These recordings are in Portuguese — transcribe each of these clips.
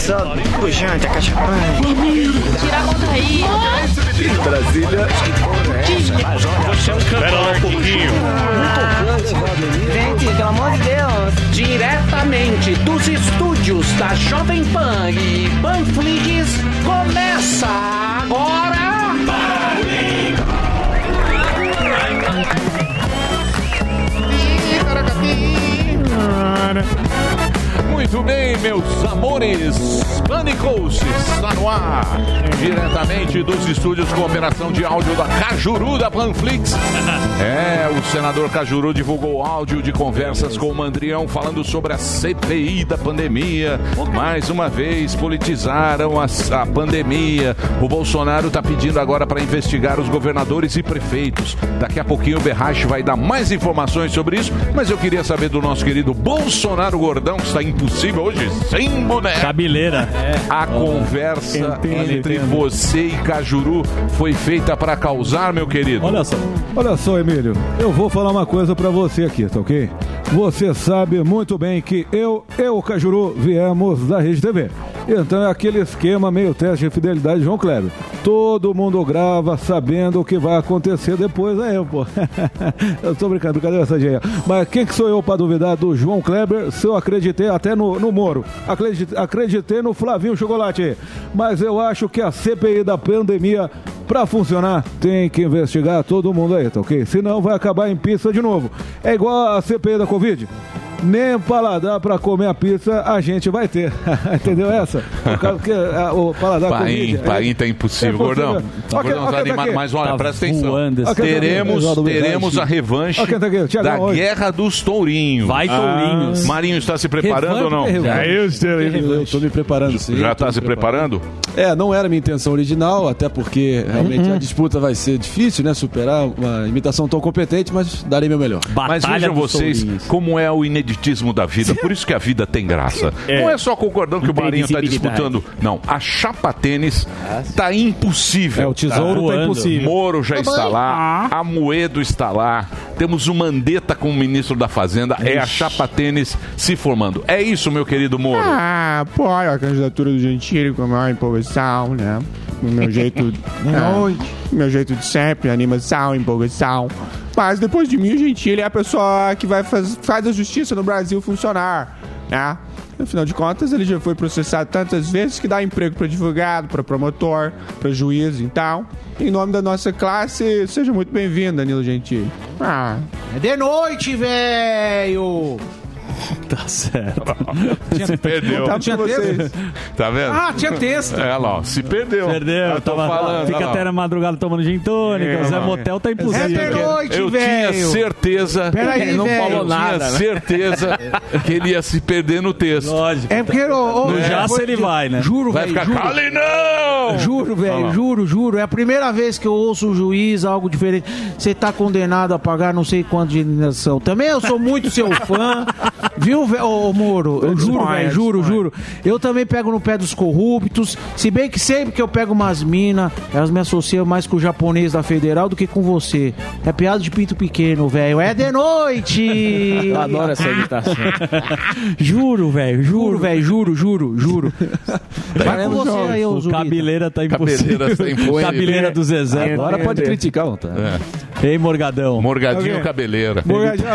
Só pujante, a caixa. Tira a conta aí. Brasília. Você é um cantor, pouquinho. Gente, pelo amor de Deus. Diretamente dos estúdios da Jovem Pan e Panflix, começa agora. Muito bem, meus amores, Pânicos está no ar, diretamente dos estúdios com operação de áudio da Cajuru da Panflix. O senador Cajuru divulgou áudio de conversas com o Mandrião falando sobre a CPI da pandemia. Mais uma vez, politizaram a pandemia. O Bolsonaro está pedindo agora para investigar os governadores e prefeitos. Daqui a pouquinho o Berrache vai dar mais informações sobre isso, mas eu queria saber do nosso querido Bolsonaro Gordão, que está impossível hoje, sem boneco. Cabeleira. A conversa entre você e Cajuru foi feita para causar, meu querido. Olha só, Emílio, eu vou falar uma coisa pra você aqui, tá ok? Você sabe muito bem que eu e o Cajuru viemos da Rede TV. Então é aquele esquema meio teste de fidelidade de João Kleber. Todo mundo grava sabendo o que vai acontecer depois. Pô. Eu tô brincando, cadê essa ideia? Mas quem que sou eu pra duvidar do João Kleber se eu acreditei até no Moro? Acreditei no Flavinho Chocolate. Mas eu acho que a CPI da pandemia, pra funcionar, tem que investigar todo mundo aí, tá ok? Senão vai acabar em pizza de novo. É igual a CPI da Covid. Nem paladar pra comer a pizza a gente vai ter. Entendeu essa? Por causa que o paladar Covid... Paim tá impossível, Gordão. Gordão tá animado, mas olha, presta atenção. Teremos a revanche da Guerra dos Tourinhos. Vai, Tourinhos. Marinho está se preparando ou não? Eu tô me preparando, sim. Já tá se preparando? Não era minha intenção original, até porque realmente a disputa vai ser difícil, né? Superar uma imitação tão competente, mas darei meu melhor. Mas vejam vocês como é o ineditismo da vida, por isso que a vida tem graça. Não é só concordando que o Marinho está disputando, não. A chapa tênis tá impossível. O tesouro tá impossível. Moro já está lá, Amoedo está lá, temos o Mandetta como ministro da Fazenda, a chapa tênis se formando. É isso, meu querido Moro. Apoio a candidatura do Gentili com a maior empolgação, né? O meu jeito meu jeito de sempre, animação, empolgação. Mas depois de mim, o Gentili é a pessoa que faz a justiça no Brasil funcionar, né? Afinal de contas, ele já foi processado tantas vezes que dá emprego para advogado, para promotor, para juiz. Então, em nome da nossa classe, seja muito bem-vindo, Danilo Gentili. É de noite, velho! Tá certo. Se perdeu. Tinha texto? Tá vendo? Tinha texto. Olha lá, se perdeu. Eu tô falando. Fica até na madrugada tomando gin tônica. O Zé Motel tá impossível. É de noite, eu velho. tinha certeza. Peraí, não velho. falou nada. Tinha certeza que ele ia se perder no texto. Lógico. É porque... No Jaça ele vai, né? Juro, Vai velho. ficar cali, não! Juro, velho, juro. É a primeira vez que eu ouço um juiz, algo diferente. Você tá condenado a pagar não sei quanto de indenização. Também eu sou muito seu fã. Viu, ô Moro? Eu juro, velho, juro. Eu também pego no pé dos corruptos. Se bem que sempre que eu pego umas minas, elas me associam mais com o japonês da Federal do que com você. É piada de pinto pequeno, velho. É de noite! Eu adoro essa imitação. Juro. Vai com você aí, ô O Zubita. Cabeleira tá impossível. Cabeleira do Zezé. Agora pode criticar, não tá? Ei, Morgadão. Morgadinho Cabeleira.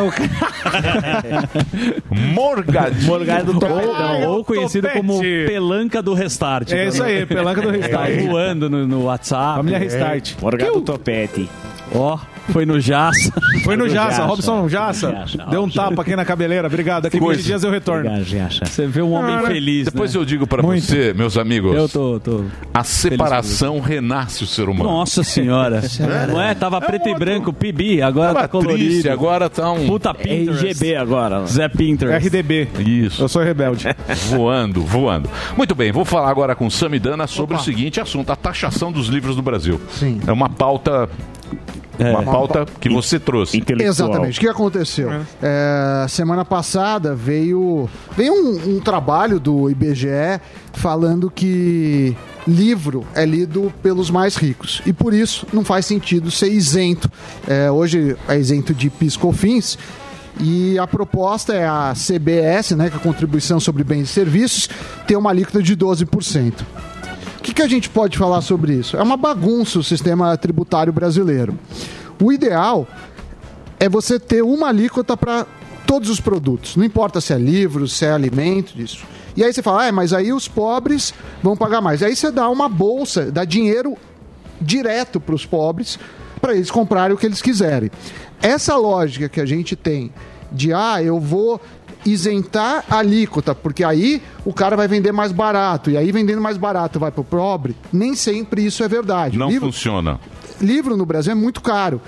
Morgadinho do Topetão. Ou conhecido como Pelanca do Restart. É isso aí, Pelanca do Restart. Tá voando no WhatsApp. Família Restart. Morgado Topete. Foi no Jaça. Robson Jaça. Deu um tapa aqui na cabeleira. Obrigado. Daqui 20 dias eu retorno. Você vê um homem feliz, Depois né? eu digo pra você, meus amigos. Eu tô. A separação renasce o ser humano. Nossa senhora. Não é? Tava preto e branco, PB, agora tá colorido. Triste, agora tá um... Puta Pinterest. RGB agora. Zé Pinterest. RDB. Isso. Eu sou rebelde. Voando. Muito bem, vou falar agora com Samidana sobre o seguinte assunto, a taxação dos livros no Brasil. Sim. É uma pauta... Uma pauta que você trouxe. Exatamente. O que aconteceu? Semana passada veio um trabalho do IBGE falando que livro é lido pelos mais ricos. E por isso não faz sentido ser isento. Hoje é isento de PIS/COFINS. E a proposta é a CBS, né, que é a Contribuição sobre Bens e Serviços, ter uma alíquota de 12%. O que a gente pode falar sobre isso? É uma bagunça o sistema tributário brasileiro. O ideal é você ter uma alíquota para todos os produtos. Não importa se é livro, se é alimento, isso. E aí você fala, mas aí os pobres vão pagar mais. Aí você dá uma bolsa, dá dinheiro direto para os pobres, para eles comprarem o que eles quiserem. Essa lógica que a gente tem de, eu vou isentar a alíquota, porque aí o cara vai vender mais barato, e aí vendendo mais barato vai para o pobre, nem sempre isso é verdade. Não funciona. Livro no Brasil é muito caro.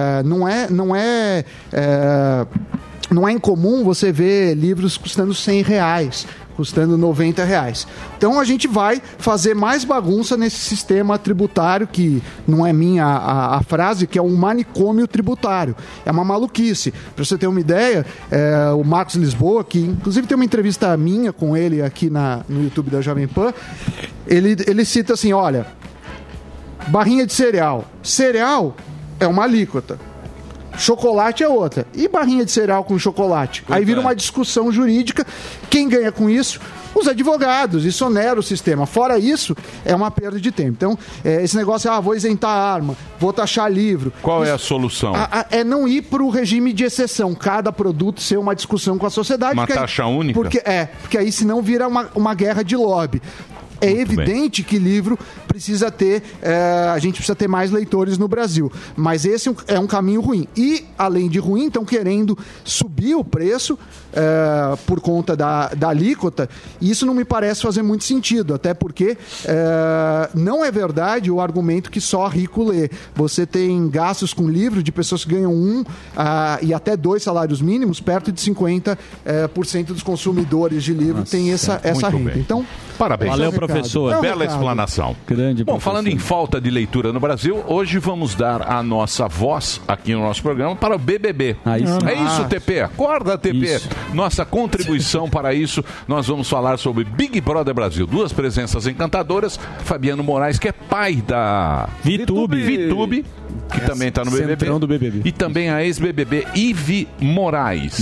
Não é incomum você ver livros custando R$100, custando R$90. Então a gente vai fazer mais bagunça nesse sistema tributário, que não é minha a frase, que é um manicômio tributário. É uma maluquice. Para você ter uma ideia, o Marcos Lisboa, que inclusive tem uma entrevista minha com ele aqui no YouTube da Jovem Pan, ele cita assim, olha, barrinha de cereal. Cereal é uma alíquota. Chocolate é outra. E barrinha de cereal com chocolate? Aí vira uma discussão jurídica. Quem ganha com isso? Os advogados. Isso onera o sistema. Fora isso, é uma perda de tempo. Então, esse negócio, vou isentar a arma, vou taxar livro. Qual é a solução? É não ir para o regime de exceção. Cada produto ser uma discussão com a sociedade. Uma taxa única? Porque aí senão vira uma guerra de lobby. É muito evidente que livro precisa ter, a gente precisa ter mais leitores no Brasil, mas esse é um caminho ruim. E, além de ruim, estão querendo subir o preço por conta da alíquota, e isso não me parece fazer muito sentido, até porque não é verdade o argumento que só rico lê. Você tem gastos com livro de pessoas que ganham e até 2 salários mínimos, perto de 50% dos consumidores de livro tem essa renda. Bem. Então, parabéns. Valeu, professor. Bela explanação. Grande Bom, professor. falando em falta de leitura no Brasil, hoje vamos dar a nossa voz aqui no nosso programa para o BBB. É isso, TP. Acorda, TP. Isso. Nossa contribuição para isso, nós vamos falar sobre Big Brother Brasil. 2 presenças encantadoras. Fabiano Moraes, que é pai da ViTube, que também está no BBB. Do BBB. E também a ex-BBB Ive Moraes.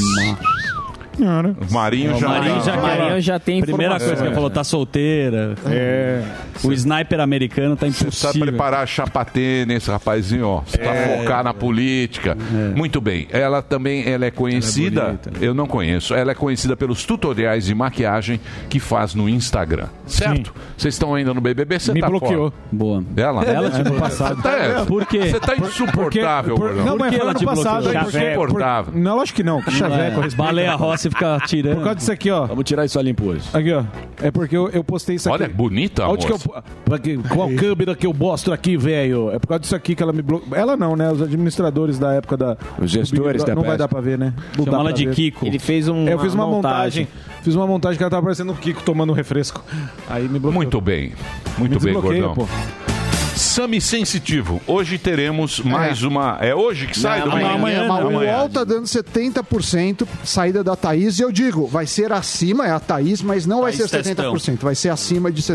Marinho já tem primeira coisa que ele falou, tá solteira. O sniper americano tá impossível. Você precisa preparar a chapatê nesse rapazinho, ó. Você precisa focar na política. Muito bem. Ela é conhecida, ela é bonita, né? Eu não conheço, ela é conhecida pelos tutoriais de maquiagem que faz no Instagram. Certo? Vocês estão ainda no BBB, você tá bloqueou. Fora. Boa. Ela te bloqueou. Passado. Por quê? Você tá insuportável, Gordão. Não, mas ela te bloqueou? Tá insuportável. Não, acho que não. Baleia Rossi fica tirando. Por causa disso aqui, ó. Vamos tirar isso a limpo hoje. Aqui, ó. É porque eu postei isso aqui. Olha, bonita a moça. Qual câmera que eu mostro aqui, velho? É por causa disso aqui que ela me bloqueou. Ela não, né? Os administradores da época da... Os gestores da Não vai dar pra ver, né? Chama ela de Kiko. Ele fez Eu fiz uma montagem. Fiz uma montagem que ela tava parecendo o Kiko tomando um refresco. Aí me bloqueou. Muito bem. Muito bem, Gordão. Pô. Sami Sensitivo. Hoje teremos mais uma... É hoje que sai? Amanhã. O UOL tá dando 70% saída da Thaís, e eu digo, vai ser acima, é a Thaís, mas não vai ser 70%, vai ser acima de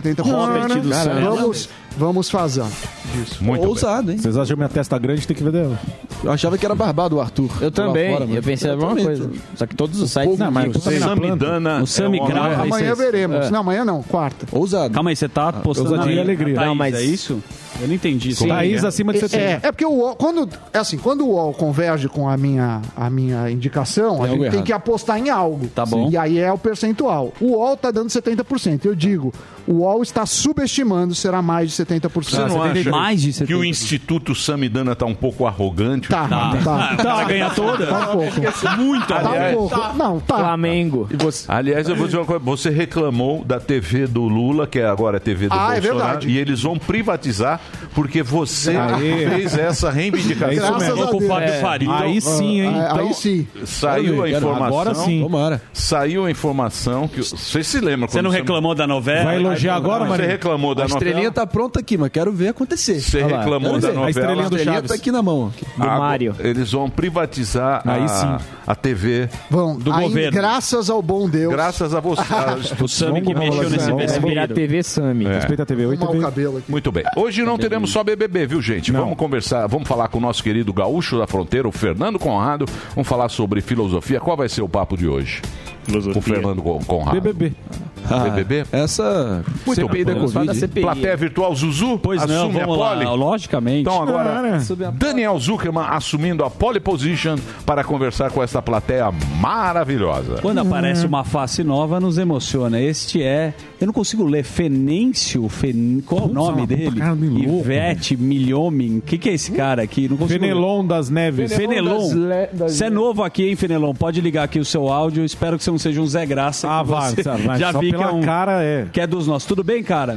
70%. Vamos fazer disso. Muito ousado, hein? Vocês acham que minha testa grande, tem que ver dela. Eu achava que era barbado o Arthur. Eu também, eu pensei a mesma coisa. Só que todos os sites... Não, mas o Samidana... O Sami Grau. Amanhã veremos. Não, amanhã não, quarta. Ousado. Calma aí, você tá postando ousadia e alegria. Thaís, Não, mas- é isso? Eu não entendi. Sim, Thaís acima de 70. É porque o UOL, quando o UOL converge com a minha indicação, a gente tem que apostar em algo. Tá bom. E aí é o percentual. O UOL tá dando 70%. Eu digo, o UOL está subestimando, será mais de 70%. Você não acha Mais de 70%. que o Instituto Samidana tá um pouco arrogante? Tá. Ela ganha toda? Tá um pouco. Muito, Tá um pouco. Não, tá. Flamengo. Aliás, eu vou dizer uma coisa. Você reclamou da TV do Lula, que agora é TV do Bolsonaro. É verdade. E eles vão privatizar porque você fez essa reivindicação. Graças a Com o Deus. Fábio Faria. Aí sim, hein? Aí sim. Saiu a informação. Agora sim. Tomara. Saiu a informação que... Você se lembra? Você não reclamou da novela? Vai elogiar agora, Você Marinho? reclamou da A estrelinha novela? tá pronta aqui, mas quero ver acontecer. Você reclamou da novela? A estrelinha do estrelinha Chaves. tá aqui na mão. Do Mário. Eles vão privatizar Aí sim. a TV. Vão. Do Aí, governo. Graças ao bom Deus. Graças a você. O Sami que mexeu nesse Vai virar vestido. TV Sami. Respeita a TV 8 Vou arrumar o e TV. cabelo aqui. Muito bem. Hoje não teremos só BBB, viu, gente? Vamos conversar, vamos falar com o nosso querido gaúcho da fronteira, o Fernando Conrado. Vamos falar sobre filosofia. Qual vai ser o papo de hoje? Filosofia. O Fernando Conrado. BBB. BBB? Essa Muito CPI da Covid. Plateia virtual Zuzu? Pois não, assume vamos a pole? lá, logicamente. Então agora, Daniel Zuckerman assumindo a pole position para conversar com essa plateia maravilhosa. Quando aparece uma face nova, nos emociona. Este é... Eu não consigo ler. Fenêncio? Qual é o nome dele? Ivete Milhomem. O que é esse cara aqui? Não consigo Fenelon das Neves. Fenelon. Você é novo aqui, hein, Fenelon? Pode ligar aqui o seu áudio. Espero que você não seja um Zé Graça. Vai. Já Só vi pela que é um cara que é dos nossos. Tudo bem, cara?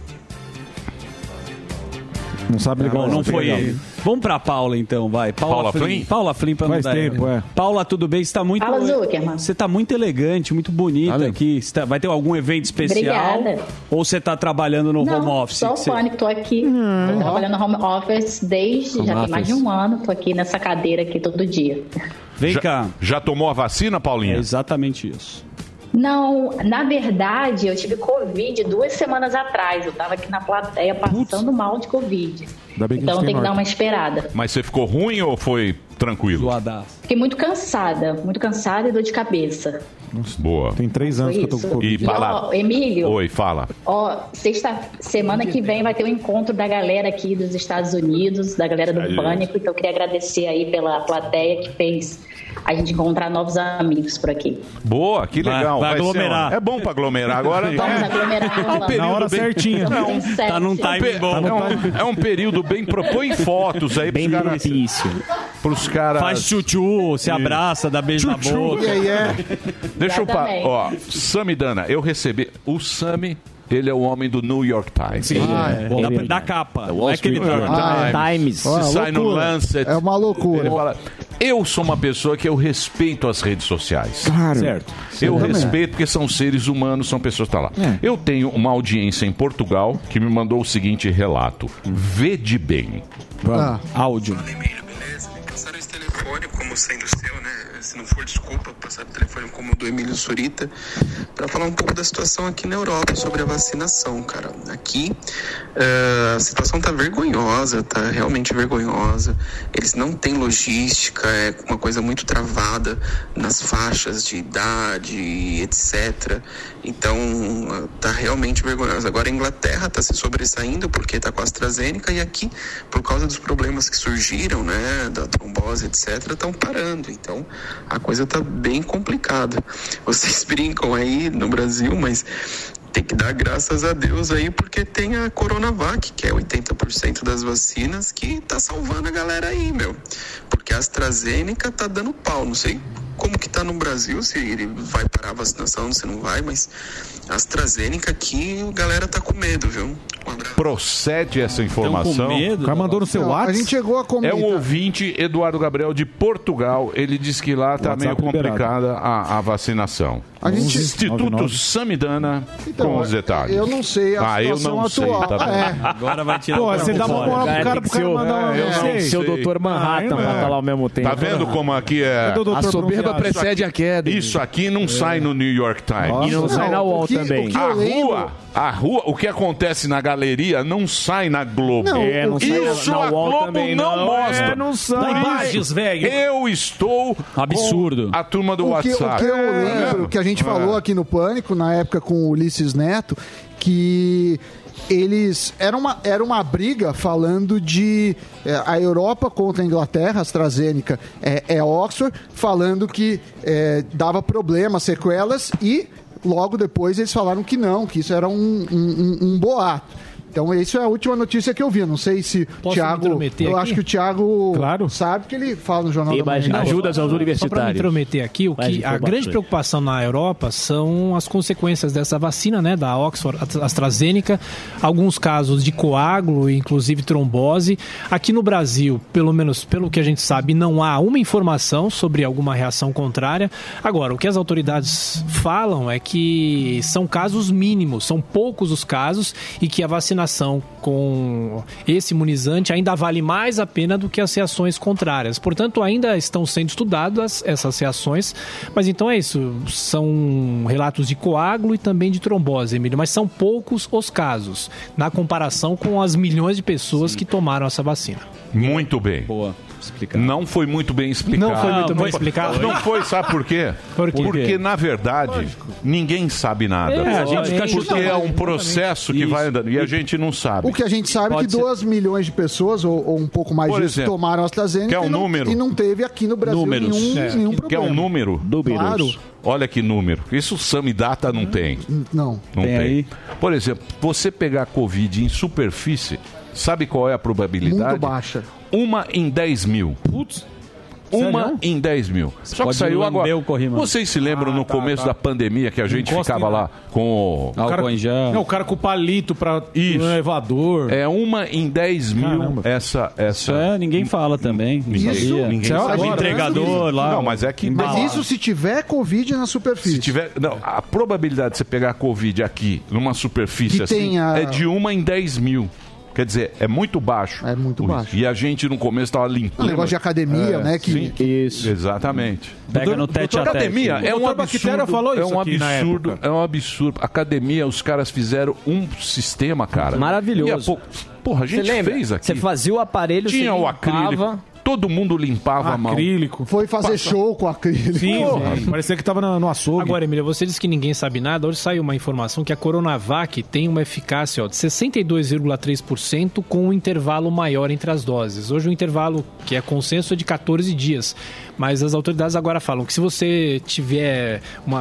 Não sabe ligar. Não foi ele. Vamos pra Paula, então, vai. Paula Flynn? Paula Flynn, pra não Faz dar tempo, erro. Paula, tudo bem? Você tá muito... Fala, Zuckerman. Você tá muito elegante, muito bonita aqui. Vai ter algum evento especial? Obrigada. Ou você tá trabalhando no home office? Só o Pânico. Tô aqui tô trabalhando no home office desde... Já tem mais de um ano. Tô aqui nessa cadeira aqui todo dia. Vem cá. Já tomou a vacina, Paulinha? É exatamente isso. Não, na verdade, eu tive Covid 2 semanas atrás. Eu tava aqui na plateia passando mal de Covid. Então tem que dar uma esperada. Mas você ficou ruim ou foi tranquilo? Fiquei muito cansada e dor de cabeça. Nossa, boa. Tem 3 anos que eu tô com Covid. E fala... Emílio. Oi, fala. Semana que vem vai ter um encontro da galera aqui dos Estados Unidos, da galera do Pânico. Então eu queria agradecer aí pela plateia que fez a gente encontrar novos amigos por aqui. Boa, que legal. Vai aglomerar. É bom pra aglomerar agora. Vamos aglomerar. Na hora certinha. Tá num time bom. É um período bem... Põe fotos aí bem propício. Pros caras... Faz chuchu, se abraça, dá beijo na boca. Deixa eu... Ó, Sami Dana, eu recebi... O Sami... Ele é o homem do New York Times. Sim, da capa. Não é aquele New York Times. Se sai no Lancet. É uma loucura. Ele fala, eu sou uma pessoa que eu respeito as redes sociais. Claro. Certo. Eu respeito porque são seres humanos, são pessoas que estão lá. Eu tenho uma audiência em Portugal que me mandou o seguinte relato. Vede bem. Áudio. Beleza? Me passaram esse telefone como sendo seu, né? Se não for, desculpa, passar o telefone como o do Emílio Surita, para falar um pouco da situação aqui na Europa sobre a vacinação, cara. Aqui a situação tá vergonhosa, tá realmente vergonhosa. Eles não têm logística, é uma coisa muito travada nas faixas de idade, etc. Então tá realmente vergonhosa. Agora a Inglaterra tá se sobressaindo porque tá com a AstraZeneca e aqui, por causa dos problemas que surgiram, né, da trombose, etc., estão parando. Então a coisa tá bem complicada. Vocês brincam aí no Brasil, mas tem que dar graças a Deus aí, porque tem a Coronavac, que é 80% das vacinas, que tá salvando a galera aí, meu. Porque a AstraZeneca tá dando pau. Não sei como que tá no Brasil, se ele vai parar a vacinação, se não vai, mas a AstraZeneca aqui, a galera tá com medo, viu? Procede essa informação. O cara mandou no seu WhatsApp. A gente chegou a comentar. É o ouvinte Eduardo Gabriel de Portugal. Ele diz que lá tá meio complicada a vacinação. Instituto Samidana com os detalhes. Eu não sei a situação atual. Agora vai tirar. Pô, você dá uma moral pro cara mandar uma... Eu não sei. Seu doutor Manhattan pra falar ao mesmo tempo. Tá vendo como aqui é... A soberba precede a queda. Isso aqui não sai no New York Times. E não sai na UOL também. A rua, o que acontece na galeria não sai na Globo. Não sai Isso na a UOL Globo também, não mostra. Não sai. Imagens, velho. Eu estou absurdo. Com a turma do O WhatsApp. que eu lembro, que a gente falou aqui no Pânico, na época com o Ulisses Neto, que eles... Era uma briga falando de a Europa contra a Inglaterra, a AstraZeneca é Oxford, falando que dava problemas, sequelas, e logo depois eles falaram que não, que isso era um boato. Então, isso é a última notícia que eu vi. Não sei se o Thiago... Eu acho que o Thiago sabe que ele fala no Jornal da Manhã. Ajudas aos universitários. Só para me intrometer aqui, a grande preocupação na Europa são as consequências dessa vacina, né, da Oxford AstraZeneca, alguns casos de coágulo, inclusive trombose. Aqui no Brasil, pelo menos pelo que a gente sabe, não há uma informação sobre alguma reação contrária. Agora, o que as autoridades falam é que são casos mínimos, são poucos os casos e que a vacinação vacinação com esse imunizante ainda vale mais a pena do que as reações contrárias. Portanto, ainda estão sendo estudadas essas reações, mas então é isso, são relatos de coágulo e também de trombose, Emílio, mas são poucos os casos, na comparação com as milhões de pessoas que tomaram essa vacina. Muito bem. Boa. Não foi muito bem explicado. Não foi muito bem explicado. Não foi, sabe por quê? Porque, na verdade, ninguém sabe nada. a gente fica porque chutando. é um processo que vai andando e a gente não sabe. O que a gente sabe é que 2 milhões de pessoas, ou um pouco mais Por disso, exemplo, tomaram a AstraZeneca quer um número? e não teve aqui no Brasil nenhum problema. Quer um número? Claro. Olha que número. Isso o Samidata não tem. Não. Não tem. Por exemplo, você pegar Covid em superfície, sabe qual é a probabilidade? Muito baixa. 1 em 10 mil. Putz. 1 em 10 mil. Só que saiu agora. Vocês se lembram no começo da pandemia que a gente ficava lá com o álcool em gel? Não, o cara com o palito para no elevador. É 1 em 10 mil essa. Isso ninguém fala também. Ninguém sabe. O entregador lá. Não, mas é que. Mas isso se tiver Covid na superfície. Se tiver, não, a probabilidade de você pegar Covid aqui, numa superfície Que assim, tenha- é de 1 em 10 mil. Quer dizer, é muito baixo. É muito baixo. E a gente no começo estava limpando. Um negócio de academia, né? Sim. Isso. Exatamente. Pega no tete a tete. Academia é um absurdo. falou É isso um aqui na absurdo. época. É um absurdo. Academia, os caras fizeram um sistema, cara. Maravilhoso. E a pouco- Porra, a gente Você lembra? fez aqui. Você fazia o aparelho, Tinha você o limpava. acrílico. Todo mundo limpava a mão. Acrílico. Foi fazer show com acrílico. Sim, parecia que tava no açougue. Agora, Emílio, você disse que ninguém sabe nada. Hoje saiu uma informação que a Coronavac tem uma eficácia de 62,3% com um intervalo maior entre as doses. Hoje o intervalo, que é consenso, é de 14 dias. Mas as autoridades agora falam que se você tiver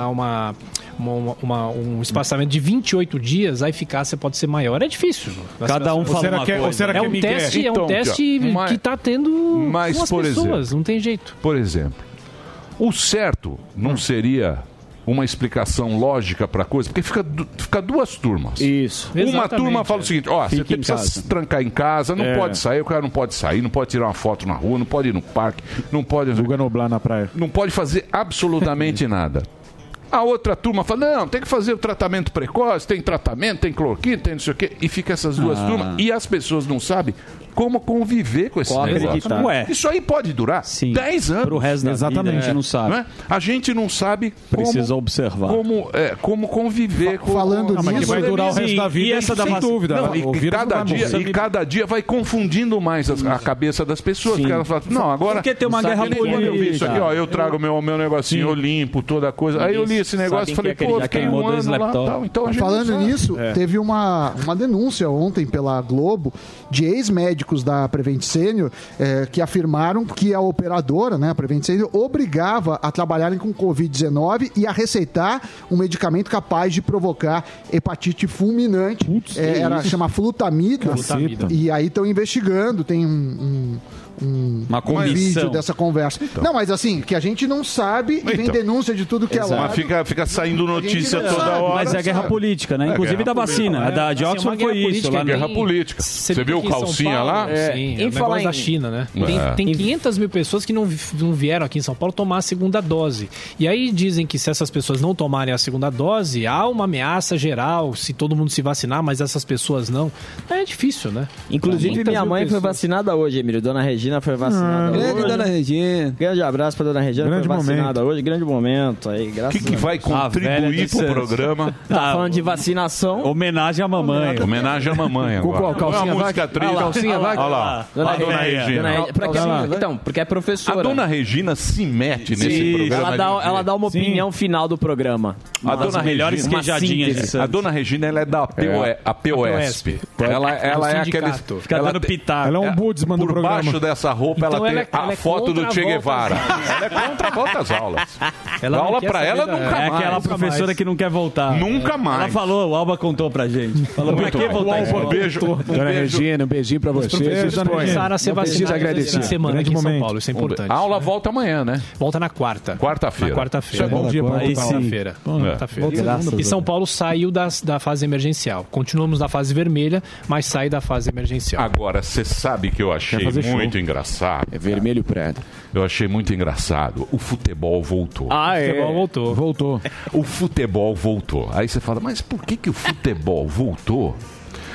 um espaçamento de 28 dias, a eficácia pode ser maior. É difícil. Cada um fala uma coisa. É um teste, Então, que está tendo mas, com as por pessoas. exemplo, Não tem jeito. Por exemplo, o certo não seria uma explicação lógica para a coisa, porque fica duas turmas. Isso. Uma Exatamente, turma fala o seguinte, você precisa se trancar em casa, não pode sair, o cara não pode sair, não pode tirar uma foto na rua, não pode ir no parque, não pode... Noblar na praia. Não pode fazer absolutamente nada. A outra turma fala, não, tem que fazer o tratamento precoce, tem tratamento, tem cloroquina, tem não sei o quê, e fica essas duas turmas, e as pessoas não sabem como conviver com esse negócio. Ué. Isso aí pode durar 10 anos. Pro resto da vida, a gente não sabe. Não é? A gente não sabe Precisa observar. como conviver com... Falando Mas que nisso, vai durar o resto da vida, e essa da sem vacina? dúvida. Não, O e vírus cada não vai dia, morrer. e cada dia vai confundindo mais a cabeça das pessoas. Porque elas falam, não, agora... Porque tem uma guerra quando eu vi isso aqui, política. eu trago meu negocinho, eu limpo toda a coisa. Aí eu li esse negócio e falei, pô, fiquei um ano lá, tal. Então a gente falando não sabe. nisso, teve uma denúncia ontem pela Globo de ex-médicos da Prevent Senior que afirmaram que a operadora, né, a Prevent Senior, obrigava a trabalharem com Covid-19 e a receitar um medicamento capaz de provocar hepatite fulminante. Chama flutamida. E aí estão investigando, tem uma comissão. vídeo dessa conversa. Não, mas assim, que a gente não sabe e vem denúncia de tudo que é lá. Mas fica saindo notícia toda hora. Mas é guerra política, né? Inclusive da vacina. A da de Oxford foi isso. É guerra política. Você viu o calcinha lá? Sim, é o negócio da China, né? Tem 500 mil pessoas que não vieram aqui em São Paulo tomar a segunda dose. E aí dizem que se essas pessoas não tomarem a segunda dose, há uma ameaça geral se todo mundo se vacinar, mas essas pessoas não. É difícil, né? Inclusive, minha mãe foi vacinada hoje, Emílio. Dona Regina foi vacinada hoje. Grande Dona Regina. Grande abraço pra Dona Regina, Grande foi vacinada momento. hoje. Grande momento aí, O graças que vai contribuir pro programa? Tá falando de vacinação. Homenagem à mamãe. Homenagem à mamãe agora. qual? Calcinha Olha a música triste. Calcinha Olha lá. Dona A dona Regina. Então, porque é professora. A dona Regina se mete nesse programa. Ela dá uma opinião final do programa. A dona melhores Regina, queijadinhas. a dona Regina, ela é da POSP. Ela é aquele... Fica dando pitaco. Ela é um ombudsman do Por programa. baixo dessa roupa, Então ela tem ela a é foto contra do Che a volta Guevara. às Ela é contra a volta às aulas. Ela não aula quer pra saber ela da- nunca É mais. aquela professora que não quer voltar. Nunca mais. Ela falou, o Alba contou pra gente. Falou, pra que voltar à escola? Beijo. Dona Regina, um beijinho pra você. Professores começaram a ser vacinados esse fim de semana aqui em São Paulo. Isso é importante. A aula volta amanhã, né? Volta na quarta. Quarta-feira. Na quarta-feira. Isso é bom dia pra Aí voltar. quarta-feira. Quarta-feira. Graças E São Paulo saiu da fase emergencial. Continuamos na fase vermelha, mas sai da fase emergencial. Agora, você sabe que eu achei muito engraçado. É vermelho preto. Eu achei muito engraçado. O futebol voltou. O futebol voltou. O futebol voltou. Aí você fala, mas por que o futebol voltou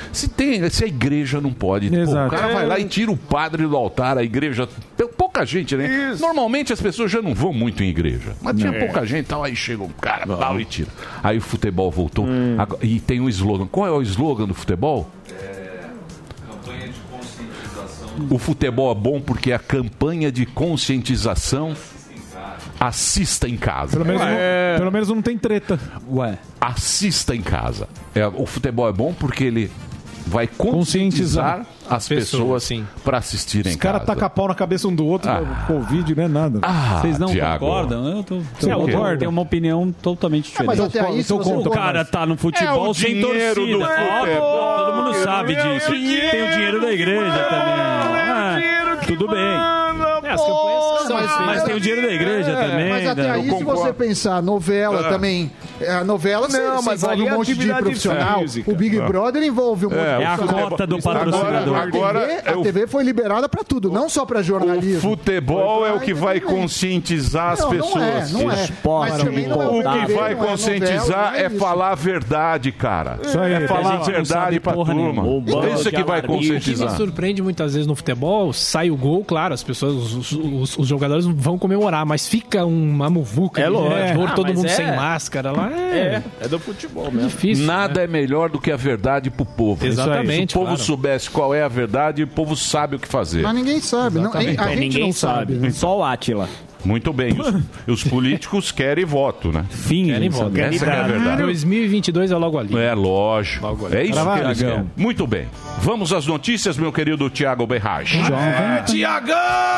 Se a igreja não pode, pô, o cara vai lá e tira o padre do altar, a igreja... Pouca gente, né? Isso. Normalmente as pessoas já não vão muito em igreja, mas tinha pouca gente, tal, aí chega um cara e tira. Aí o futebol voltou. E tem um slogan. Qual é o slogan do futebol? Campanha de conscientização. O futebol é bom porque é a campanha de conscientização. Assista em casa. Pelo menos não tem treta. Assista em casa. O futebol é bom porque ele vai conscientizar as pessoas para assistirem em casa. Os caras tacam pau na cabeça um do outro, Covid não é nada. Vocês não Thiago. concordam? Eu tenho uma opinião totalmente diferente. Mas até aí, o cara tá no futebol sem torcida. Todo mundo sabe disso. Tem o dinheiro da igreja também. Tudo bem. As campanhas são mas tem o dinheiro da igreja também. Mas até aí, se você pensar, novela também. A novela mas envolve um monte de profissional. O Big Brother envolve um monte de profissional. É a cota do patrocinador. A TV foi liberada para tudo, não só para jornalismo. O futebol é o que vai conscientizar as pessoas. Não é. O que vai conscientizar é falar a verdade, cara. É falar a verdade pra turma. Isso é que vai conscientizar. O que me surpreende muitas vezes no futebol, sai o gol, claro, as pessoas, os jogadores vão comemorar, mas fica uma muvuca. Todo mundo sem máscara lá. É do futebol mesmo. Difícil, Nada é melhor do que a verdade pro povo. Exatamente. Se o povo soubesse qual é a verdade, o povo sabe o que fazer. Mas ninguém sabe. A gente ninguém não sabe. Né? Só o Átila. Muito bem. Os políticos querem voto, né? Querem voto. Essa que é a verdade. 2022 é logo ali. É lógico. É isso que eles querem. Muito bem. Vamos às notícias, meu querido Thiago Berrage. Tiagão!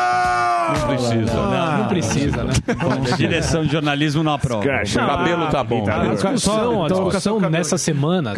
Não precisa, né? A direção de jornalismo não aprova. O cabelo tá bom. A discussão nessa semana,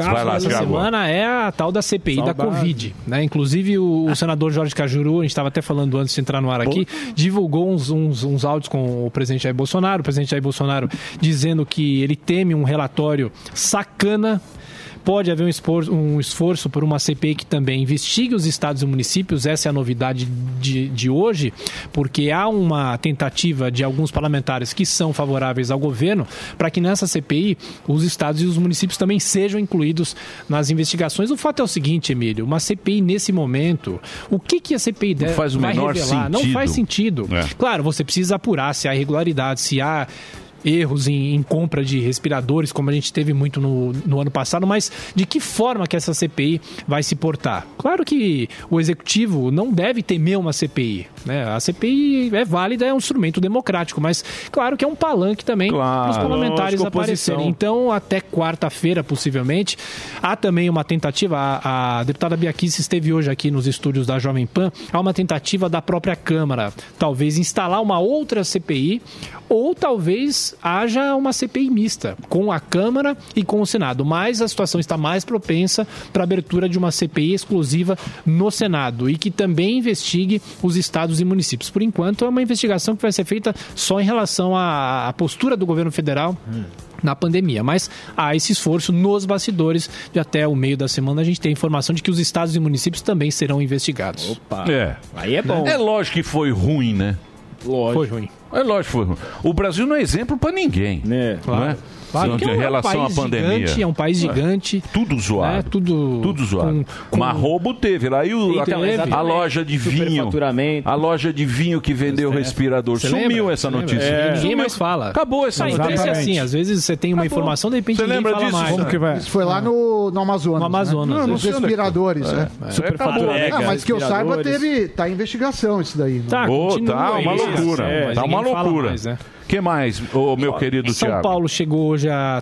é a tal da CPI da Covid. Né? Inclusive, o senador Jorge Cajuru, a gente estava até falando antes de entrar no ar aqui, divulgou uns áudios com o presidente Jair Bolsonaro. O presidente Jair Bolsonaro dizendo que ele teme um relatório sacana. Pode haver um esforço por uma CPI que também investigue os estados e municípios. Essa é a novidade de hoje, porque há uma tentativa de alguns parlamentares que são favoráveis ao governo para que nessa CPI os estados e os municípios também sejam incluídos nas investigações. O fato é o seguinte, Emílio, uma CPI nesse momento, o que a CPI deve faz o menor revelar? Sentido. Não faz sentido. Claro, você precisa apurar se há irregularidade, se há erros em compra de respiradores, como a gente teve muito no ano passado, mas de que forma que essa CPI vai se portar? Claro que o Executivo não deve temer uma CPI, né? A CPI é válida, é um instrumento democrático, mas claro que é um palanque também para os parlamentares aparecerem. Então, até quarta-feira, possivelmente, há também uma tentativa, a deputada Bia Kicis esteve hoje aqui nos estúdios da Jovem Pan, há uma tentativa da própria Câmara, talvez instalar uma outra CPI, ou talvez haja uma CPI mista com a Câmara e com o Senado, mas a situação está mais propensa para a abertura de uma CPI exclusiva no Senado e que também investigue os estados e municípios. Por enquanto, é uma investigação que vai ser feita só em relação à postura do governo federal na pandemia, mas há esse esforço nos bastidores de até o meio da semana a gente tem informação de que os estados e municípios também serão investigados. Opa! Aí é bom. É lógico que foi ruim, né? Lógico. Foi ruim. É lógico que foi ruim. O Brasil não é exemplo pra ninguém. Claro. Não é? Claro, em relação à pandemia. É um país gigante. Tudo zoado. Tudo zoado. Mas roubo teve lá. E a loja de vinho. A loja de vinho que vendeu o respirador. Sumiu essa notícia. Ninguém mais fala. Acabou essa notícia. Então é assim, às vezes você tem uma informação, de repente ninguém fala mais. Como que vai? Isso foi lá no Amazonas. No Amazonas. Nos respiradores. Superfaturamento. Mas que eu saiba, tá em investigação isso daí. Tá uma loucura. Tá uma loucura. O que mais, meu querido São Thiago? Paulo chegou hoje a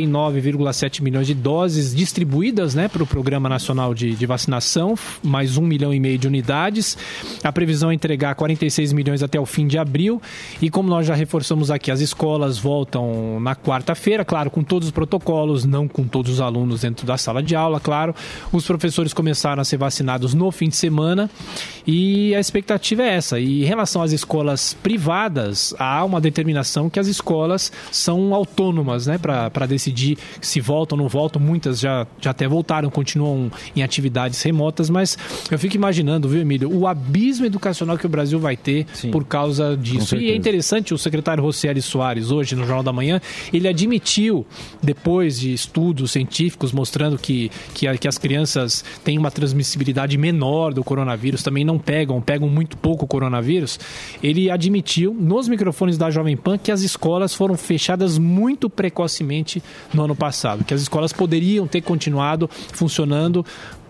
39,7 milhões de doses distribuídas, né, para o Programa Nacional de Vacinação, mais 1,5 milhão de unidades. A previsão é entregar 46 milhões até o fim de abril. E como nós já reforçamos aqui, as escolas voltam na quarta-feira, claro, com todos os protocolos, não com todos os alunos dentro da sala de aula, claro. Os professores começaram a ser vacinados no fim de semana e a expectativa é essa. E em relação às escolas privadas, há uma determinação que as escolas são autônomas sintomas, né, para decidir se voltam ou não voltam. Muitas já até voltaram, continuam em atividades remotas, mas eu fico imaginando, viu, Emílio, o abismo educacional que o Brasil vai ter por causa disso. E é interessante, o secretário Rocieli Soares, hoje no Jornal da Manhã, ele admitiu, depois de estudos científicos mostrando que as crianças têm uma transmissibilidade menor do coronavírus, também não pegam muito pouco o coronavírus, ele admitiu nos microfones da Jovem Pan que as escolas foram fechadas muito precocemente no ano passado, que as escolas poderiam ter continuado funcionando.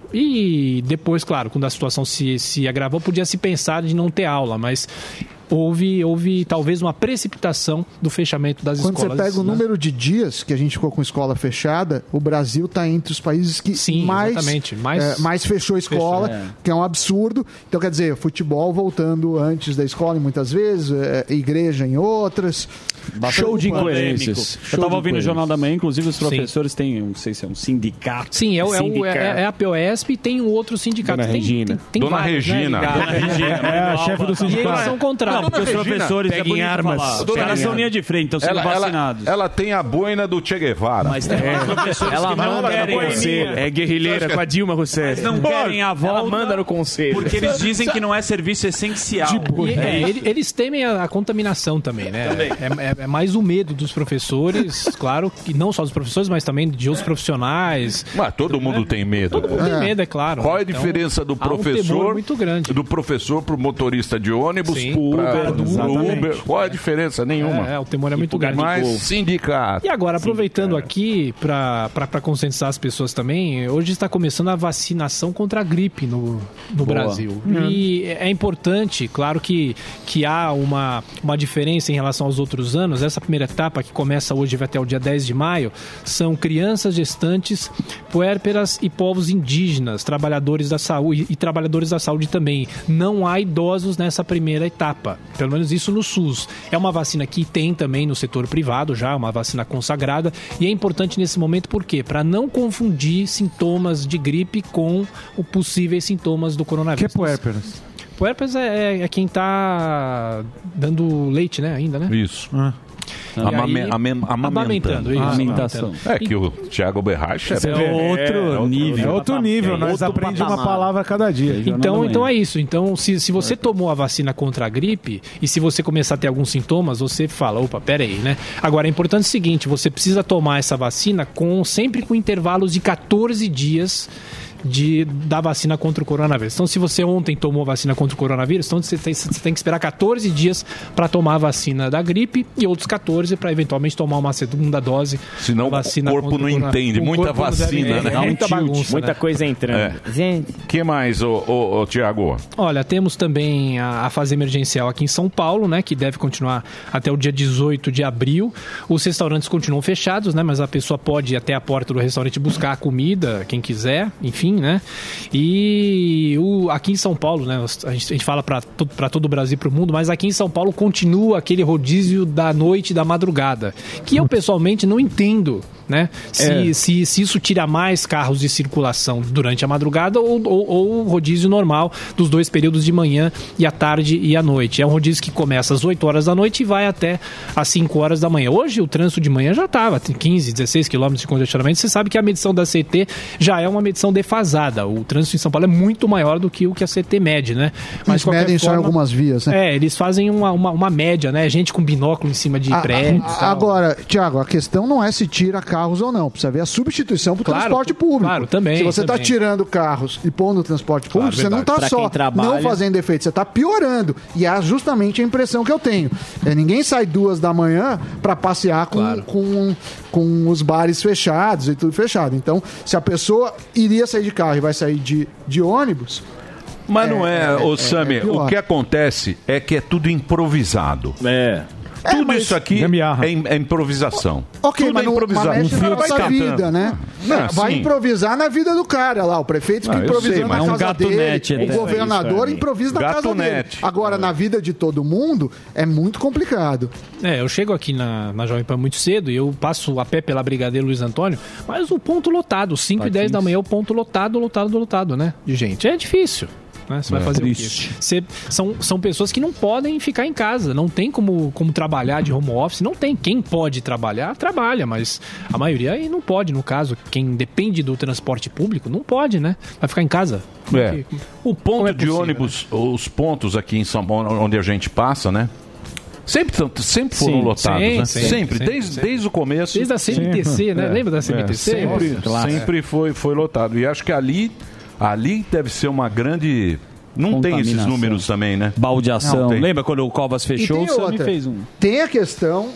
E depois, claro, quando a situação se agravou, podia se pensar de não ter aula, mas houve talvez uma precipitação do fechamento das escolas. Quando você pega o número de dias que a gente ficou com escola fechada, o Brasil está entre os países que mais fechou a escola, que é um absurdo. Então, quer dizer, futebol voltando antes da escola, muitas vezes, igreja em outras. Show de incoerências. Eu estava ouvindo o Jornal da Manhã, inclusive os professores têm, não sei se é um sindicato. Sim, é a POSP e tem um outro sindicato. Dona Regina. Tem Dona vários, Regina. Né, Dona Regina. É a chefe do sindicato. E eles são contrários. Não, porque os professores peguem armas. Elas são linha de frente, estão sendo vacinados. Ela tem a boina do Che Guevara. Mas tem professores ela que não manda querem no conselho. É guerrilheira com a Dilma Rousseff. Mas não querem a volta. Ela manda no conselho. Porque eles dizem que não é serviço essencial. Eles temem a contaminação também, né? É mais o medo dos professores, claro, que não só dos professores, mas também de outros profissionais. Mas todo mundo tem medo. Todo mundo tem medo, é claro. Qual é a diferença do professor? Há um temor muito grande. Do professor pro motorista de ônibus, pro Uber. Qual é a diferença? Nenhuma. O temor é muito grande. Mas sindicato. E agora, aproveitando aqui para conscientizar as pessoas também, hoje está começando a vacinação contra a gripe no Brasil. E é importante, claro que há uma diferença em relação aos outros anos. Essa primeira etapa, que começa hoje e vai até o dia 10 de maio, são crianças, gestantes, puérperas e povos indígenas, trabalhadores da saúde e trabalhadores da saúde também. Não há idosos nessa primeira etapa, pelo menos isso no SUS. É uma vacina que tem também no setor privado já, uma vacina consagrada, e é importante nesse momento, por quê? Para não confundir sintomas de gripe com os possíveis sintomas do coronavírus. Que puérperas? Puérperas é quem está dando leite, né, ainda, né? Isso. Amamentando. Isso, amamentação. É que o Thiago Berracha é outro nível. É outro nível. Nós aprendemos uma palavra a cada dia. Então é isso. Então, se você tomou a vacina contra a gripe e se você começar a ter alguns sintomas, você fala, opa, peraí, né? Agora, é importante o seguinte, você precisa tomar essa vacina sempre com intervalos de 14 dias da vacina contra o coronavírus. Então, se você ontem tomou a vacina contra o coronavírus, então você tem que esperar 14 dias para tomar a vacina da gripe e outros 14 para eventualmente tomar uma segunda dose. Senão vacina o corpo não entende. Muita vacina, né? Muita bagunça. Muita coisa entrando. Gente. O que mais, Tiago? Olha, temos também a fase emergencial aqui em São Paulo, né? Que deve continuar até o dia 18 de abril. Os restaurantes continuam fechados, né? Mas a pessoa pode ir até a porta do restaurante buscar a comida, quem quiser, enfim, né? E aqui em São Paulo, né? A gente fala para todo o Brasil e para o mundo, mas aqui em São Paulo continua aquele rodízio da noite e da madrugada, que eu pessoalmente não entendo, né? Se isso tira mais carros de circulação durante a madrugada ou o rodízio normal dos dois períodos de manhã e à tarde e à noite. É um rodízio que começa às 8 horas da noite e vai até às 5 horas da manhã. Hoje o trânsito de manhã já estava 15, 16 quilômetros de congestionamento. Você sabe que a medição da CT já é uma medição defasada. O trânsito em São Paulo é muito maior do que o que a CT mede, né? Mas medem só em algumas vias, né? Eles fazem uma média, né? Gente com binóculo em cima de prédios. Agora, Thiago, a questão não é se tira carros ou não. Precisa ver a substituição para o transporte público. Claro, também. Se você está tirando carros e pondo no transporte público, você não está só não fazendo efeito, você está piorando. E é justamente a impressão que eu tenho. Ninguém sai 2 da manhã para passear com os bares fechados e tudo fechado. Então, se a pessoa iria sair de carro e vai sair de ônibus... Mas não Sami, o que acontece é que é tudo improvisado. Tudo isso aqui é improvisação. Ok, tudo mas é improvisado. Um fio da vida, né? Vai improvisar na vida do cara lá. O prefeito fica improvisando na casa dele. O governador improvisa na casa dele. Agora, na vida de todo mundo, é muito complicado. Eu chego aqui na Jovem Pan muito cedo e eu passo a pé pela Brigadeiro Luiz Antônio, mas o ponto lotado, 5 e 10 da manhã, o ponto lotado, né? De gente. É difícil. Né? Você vai fazer o quê? São pessoas que não podem ficar em casa, não tem como trabalhar de home office, não tem. Quem pode trabalhar, trabalha, mas a maioria aí não pode, no caso. Quem depende do transporte público, não pode, né? Vai ficar em casa. O ponto de ônibus, os pontos aqui em São Paulo, onde a gente passa, né? Sempre foram lotados, né? Sempre. Desde o começo. Desde a CMTC, né? Lembra da CMTC? Sempre foi lotado. E acho que ali deve ser uma grande... Não tem esses números também, né? Baldeação. Lembra quando o Covas fechou? O Sami fez um. Tem a questão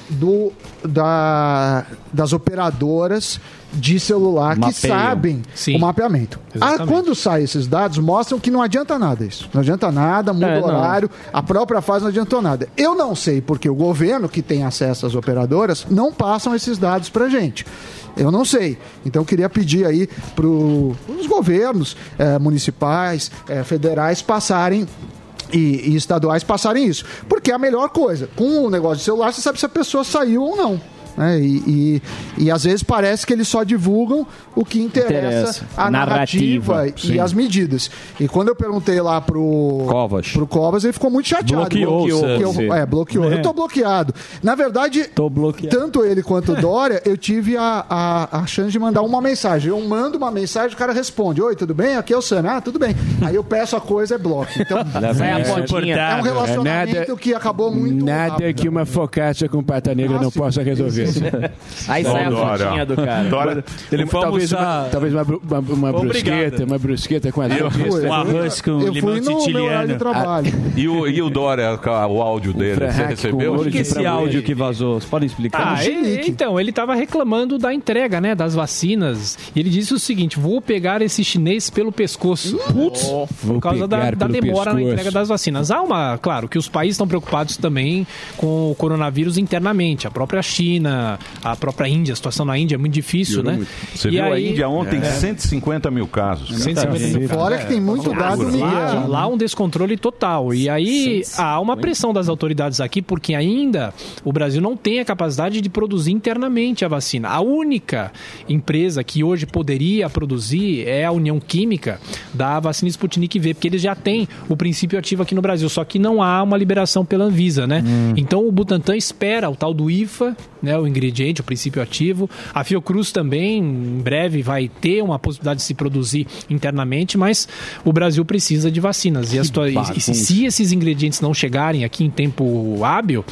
das operadoras de celular que sabem o mapeamento. Quando saem esses dados, mostram que não adianta nada isso. Não adianta nada, muda o horário, a própria fase não adiantou nada. Eu não sei porque o governo, que tem acesso às operadoras, não passam esses dados pra gente. Eu não sei. Então, eu queria pedir aí para os governos municipais, federais passarem e estaduais passarem isso. Porque é a melhor coisa. Com o negócio de celular, você sabe se a pessoa saiu ou não. E às vezes parece que eles só divulgam o que interessa a narrativa e as medidas. E quando eu perguntei lá pro Covas, ele ficou muito chateado. Bloqueou. Eu tô bloqueado. Na verdade, tanto ele quanto o Dória, eu tive a chance de mandar uma mensagem. Eu mando uma mensagem, o cara responde: oi, tudo bem? Aqui é o Sam. Tudo bem. Aí eu peço a coisa, é bloco. Então, é um relacionamento que acabou muito rápido. Que uma focaccia com pata negra não possa resolver. Aí sai a fotinha do cara. Ele talvez uma brusqueta com um arroz com limão siciliano. E o Dória, o áudio dele, você recebeu? O que é esse áudio que vazou? Vocês podem explicar? Então, ele estava reclamando da entrega, né, das vacinas. E ele disse o seguinte: vou pegar esse chinês pelo pescoço. Por causa da demora na entrega das vacinas. Claro que os países estão preocupados também com o coronavírus internamente. A própria China, a própria Índia, a situação na Índia é muito difícil, né? Você viu a Índia ontem, 150 mil casos. 150 mil. Fora que tem muito dado lá um descontrole total. E aí há uma pressão das autoridades aqui, porque ainda o Brasil não tem a capacidade de produzir internamente a vacina. A única empresa que hoje poderia produzir é a União Química da vacina Sputnik V, porque eles já têm o princípio ativo aqui no Brasil, só que não há uma liberação pela Anvisa, né? Então o Butantan espera o tal do IFA, né, o ingrediente, o princípio ativo. A Fiocruz também, em breve, vai ter uma possibilidade de se produzir internamente, mas o Brasil precisa de vacinas. E se esses ingredientes não chegarem aqui em tempo hábil,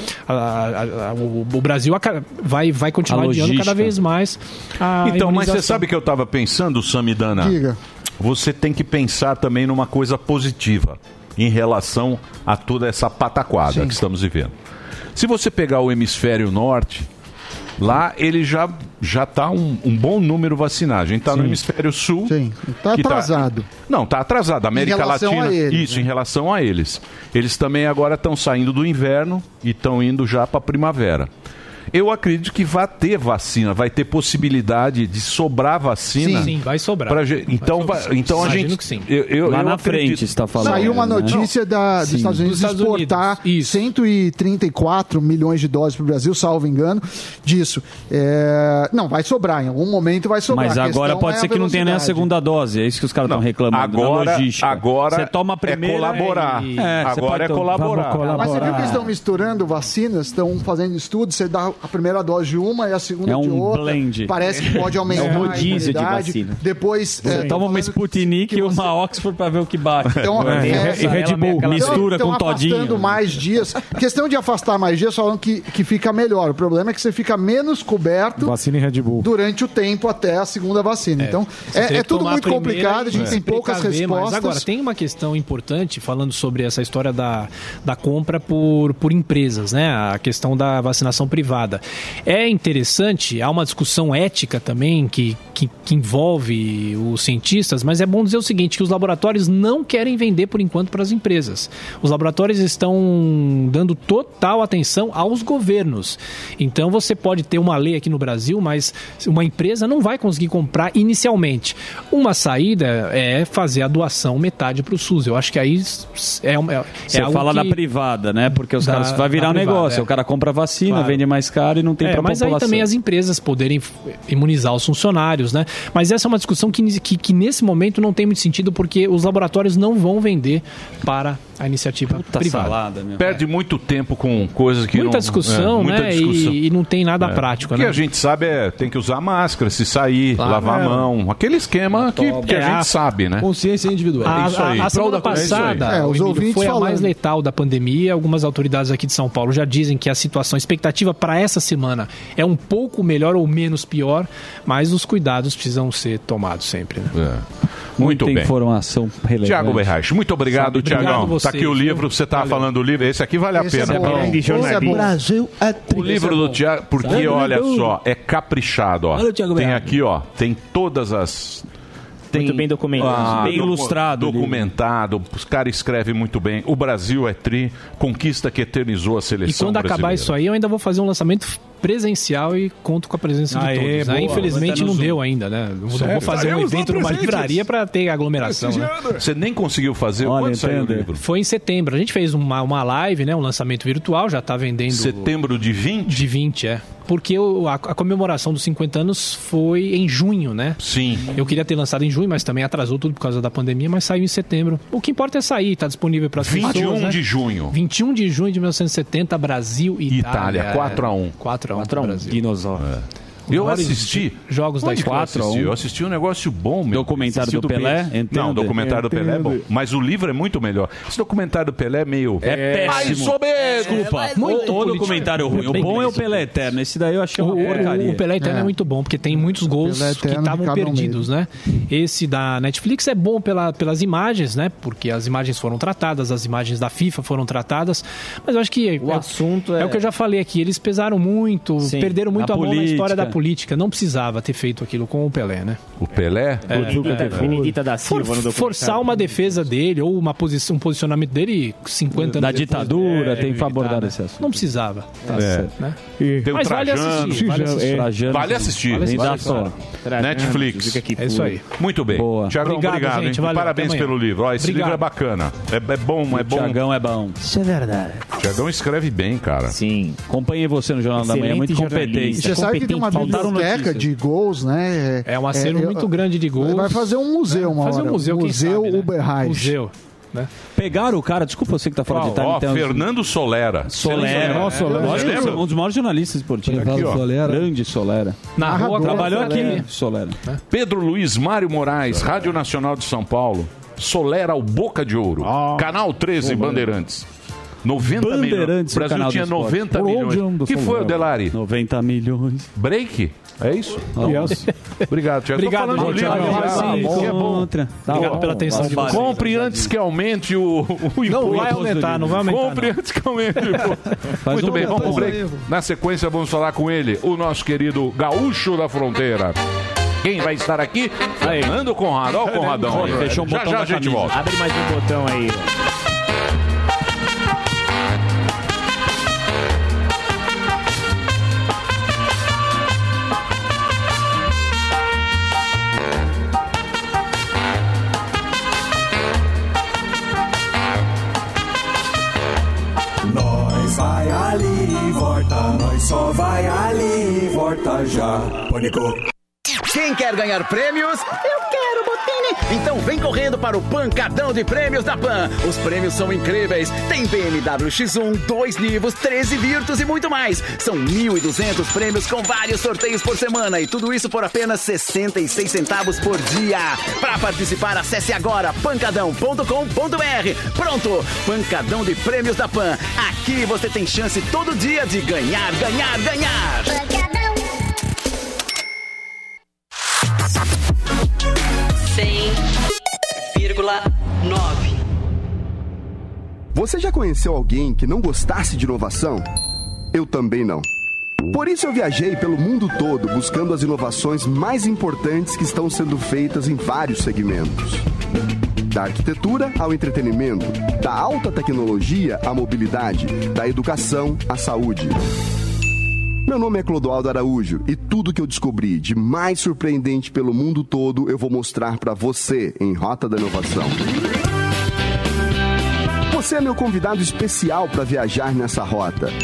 o Brasil vai continuar adiando cada vez mais a Então, mas você sabe que eu estava pensando, Samidana? Diga. Você tem que pensar também numa coisa positiva em relação a toda essa pataquada que estamos vivendo. Se você pegar o hemisfério norte, lá ele já está um bom número vacinado. A gente está no hemisfério sul. Sim, está atrasado. Não, está atrasado. A América Latina. Em relação a eles. Eles também agora estão saindo do inverno e estão indo já para a primavera. Eu acredito que vai ter vacina, vai ter possibilidade de sobrar vacina. Sim, vai sobrar. Então a gente. Que sim. Lá na frente, você está falando. Saiu uma notícia dos Estados Unidos exportar 134 milhões de doses para o Brasil, salvo engano, disso. Não, vai sobrar, em algum momento vai sobrar. Mas agora pode ser que não tenha nem a segunda dose, é isso que os caras estão reclamando. Agora você toma a primeira colaborar. Agora é colaborar. Mas você viu que eles estão misturando vacinas, estão fazendo estudos, você dá a primeira dose de uma e a segunda de outra. Blend. Parece que pode aumentar a rodízio de vacina. Depois toma uma Sputnik e uma Oxford para ver o que bate. Então, e Red Bull, mistura com todinho. Afastando mais dias. Questão de afastar mais dias, falando que fica melhor. O problema é que você fica menos coberto vacina e Red Bull durante o tempo até a segunda vacina. Então, é tudo muito complicado, a gente tem poucas respostas. Agora, tem uma questão importante, falando sobre essa história da compra por empresas, né? A questão da vacinação privada. É interessante, há uma discussão ética também que envolve os cientistas, mas é bom dizer o seguinte, que os laboratórios não querem vender por enquanto para as empresas. Os laboratórios estão dando total atenção aos governos. Então você pode ter uma lei aqui no Brasil, mas uma empresa não vai conseguir comprar inicialmente. Uma saída é fazer a doação metade para o SUS. Eu acho que aí você fala da privada, né? Porque os caras vai virar um negócio. O cara compra vacina, vende mais caro. caro e não tem para a mas população. aí também as empresas poderem imunizar os funcionários, né? Mas essa é uma discussão que nesse momento não tem muito sentido, porque os laboratórios não vão vender para a iniciativa privada. Salada, perde muito tempo com coisas que muita não... discussão, muita né? discussão. E não tem nada prático, O que né? a gente sabe tem que usar máscara, se sair, lavar a mão. Aquele esquema que a gente sabe, né? Consciência individual. Isso aí. A semana passada os ouvintes foi a falando. mais letal da pandemia. Algumas autoridades aqui de São Paulo já dizem que a situação, a expectativa para essa semana é um pouco melhor ou menos pior, mas os cuidados precisam ser tomados sempre. Né? Muito Muita bem. informação relevante. Tiago Berraich, muito obrigado, Tiagão. Está aqui o livro, você estava falando do livro, esse aqui vale a pena. O Brasil é O livro do Tiago, porque olha só, é caprichado, ó. Olha o Thiago Tem Berraich. aqui, ó, tem todas as... Muito bem documentado. Bem ilustrado. Documentado, os caras escrevem muito bem. O Brasil é conquista que eternizou a E seleção quando acabar brasileira. isso aí, eu ainda vou fazer um lançamento presencial e conto com a presença de todos. boa. Infelizmente Vai não estar no deu Zoom. ainda, né? Não Sério? vou fazer um Estaremos evento lá numa presentes. livraria para ter aglomeração. Né? Você nem conseguiu fazer. Olha, Quando saiu o entende? livro? Foi em setembro. A gente fez uma live, né? Um lançamento virtual, já está vendendo... Setembro de 20? De 20, é. Porque a comemoração dos 50 anos foi em junho, né? Sim. Eu queria ter lançado em junho, mas também atrasou tudo por causa da pandemia, mas saiu em setembro. O que importa é sair, está disponível para as pessoas, 21 de junho. 21 de junho de 1970, Brasil e Itália, 4-1. 4-1 Brasil. Dinossauro. Eu assisti. Jogos da Onde que eu história. assisti? Eu assisti um negócio bom, meu. Documentário do Pelé? Não, o documentário do Pelé é bom. Entendo. Mas o livro é muito melhor. Esse documentário do Pelé é meio... É péssimo. Mais ou menos. Desculpa, muito o político. documentário ruim. O Bem bom é o feito. Pelé Eterno. Esse daí eu achei uma porcaria. O Pelé Eterno é muito bom, porque tem muitos gols Pelé que Eterno, estavam Ricardo perdidos, né? Esse da Netflix é bom pelas imagens, né? Porque as imagens foram tratadas, as imagens da FIFA foram tratadas, mas eu acho que O assunto é o que eu já falei aqui, eles pesaram muito, Sim, perderam muito na a mão na política. história da política, não precisava ter feito aquilo com o Pelé, né? O Pelé? Benedita da Silva no documentário. Forçar uma defesa dele ou um posicionamento dele 50 anos Da depois, ditadura, tem que evitar, abordar né? esse assunto. Não precisava. É. Né? Tem o Mas vale Trajano. assistir, vale assistir. Trajano, Vale assistir. Nem dá Vale só. Netflix. É isso aí. Muito bem. Boa. Tiagão, obrigado, gente, hein? valeu, Parabéns até amanhã. pelo livro. Ó, esse Obrigado. livro é bacana. É bom, é bom. Tiagão é bom. Isso é verdade. Tiagão escreve bem, cara. Sim. Acompanhei você no Jornal da Manhã, muito Excelente competente. Você sabe que tem uma Faltaram biblioteca notícias. de gols, né? É um acervo muito grande de gols. Vai fazer um museu uma Fazer hora. um museu, quem sabe, né? Uberreich. Museu. Né? Pegaram o cara, desculpa você que tá fora de Itália. Ó, então, Fernando Solera. Solera. Nossa, Lógico, um dos maiores jornalistas esportivos. Aqui, ó. Grande Solera. Na rua, Trabalhou Solera. aqui, Solera. Pedro Luiz Mário Moraes, Rádio Nacional de São Paulo. Solera ao Boca de Ouro. Canal 13, Bandeirantes. 90 milhões. Bandeirantes, O Brasil canal tinha do esporte. 90 milhões. O que foi, Delari? 90 milhões. Break? É isso? Obrigado, Tiago. Obrigado, Tô falando do Thiago. livro, Thiago. que é bom. Obrigado pela atenção de vocês. Compre antes que aumente o imposto. Não vai aumentar, não vai aumentar. Compre antes que aumente o imposto. Muito bem, vamos pro break. Na sequência, vamos falar com ele, o nosso querido Gaúcho da Fronteira. Quem vai estar aqui? Fernando Conrado. Olha o Conradão. aí. Fechou um Já botão já da a gente camisa. volta. Abre mais um botão aí. Nós vai ali, volta, nós só vai ali, volta já. Pânico. Quem quer ganhar prêmios? Eu quero, Botini! Então vem correndo para o Pancadão de Prêmios da Pan. Os prêmios são incríveis. Tem BMW X1, 2 Nivos, 13 Virtus e muito mais. São 1.200 prêmios com vários sorteios por semana e tudo isso por apenas 66 centavos por dia. Para participar, acesse agora pancadão.com.br. Pronto! Pancadão de Prêmios da Pan. Aqui você tem chance todo dia de ganhar, ganhar, ganhar. Pancadão. 100,9. Você já conheceu alguém que não gostasse de inovação? Eu também não. Por isso eu viajei pelo mundo todo buscando as inovações mais importantes que estão sendo feitas em vários segmentos. Da arquitetura ao entretenimento, da alta tecnologia à mobilidade, da educação à saúde. Meu nome é Clodoaldo Araújo e tudo que eu descobri de mais surpreendente pelo mundo todo eu vou mostrar para você em Rota da Inovação. Você é meu convidado especial para viajar nessa rota.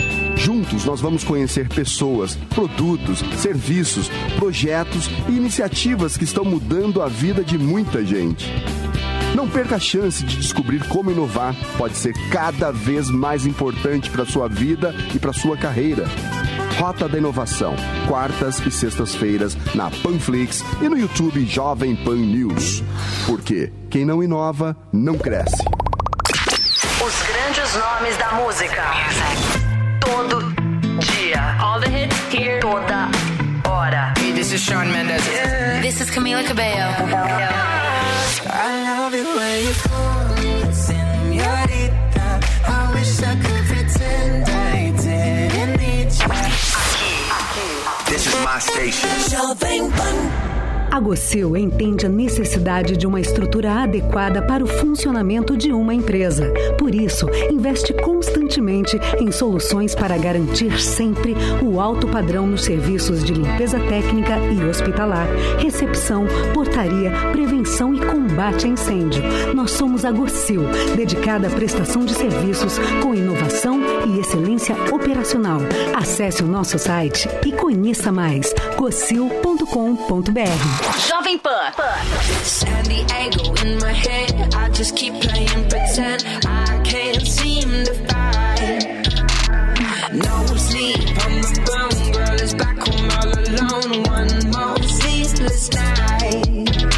Juntos nós vamos conhecer pessoas, produtos, serviços, projetos e iniciativas que estão mudando a vida de muita gente. Não perca a chance de descobrir como inovar pode ser cada vez mais importante para a sua vida e para a sua carreira. Rota da Inovação, quartas e sextas-feiras na Panflix e no YouTube Jovem Pan News. Porque quem não inova, não cresce. Os grandes nomes da música. Todo dia. All the hits here. Toda hora. Hey, this is Shawn Mendes. Yeah. This is Camila Cabello. I love it when you call, señorita. I wish I could pretend I didn't need you. This is my station. Jovem Pan. A Gocil entende a necessidade de uma estrutura adequada para o funcionamento de uma empresa. Por isso, investe constantemente em soluções para garantir sempre o alto padrão nos serviços de limpeza técnica e hospitalar, recepção, portaria, prevenção e combate a incêndio. Nós somos a Gocil, dedicada à prestação de serviços com inovação e excelência operacional. Acesse o nosso site e conheça mais. gocil.com.br. Jovem Pan. San Diego in my head. I just keep playing pretend. I can't seem to find. No sleep on the bone. Girl is back home all alone. One more sleepless night.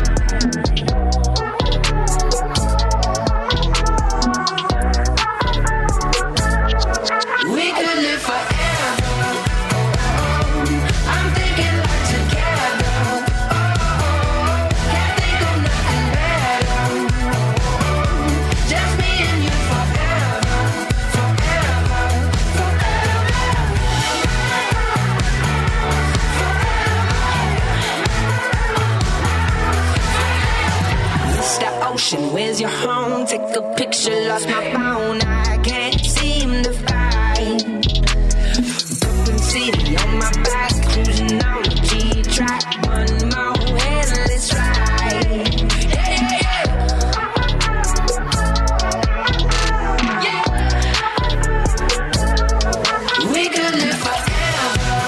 We could live forever. I'm thinking like together. Can't think of nothing better. Just me and you forever, forever, forever. Mr. Ocean, where's your home? Take a picture, lost my phone. I can't seem to find. Brooklyn City on my back, cruising on the G-track. One more endless ride. Yeah, yeah, yeah. We could live forever.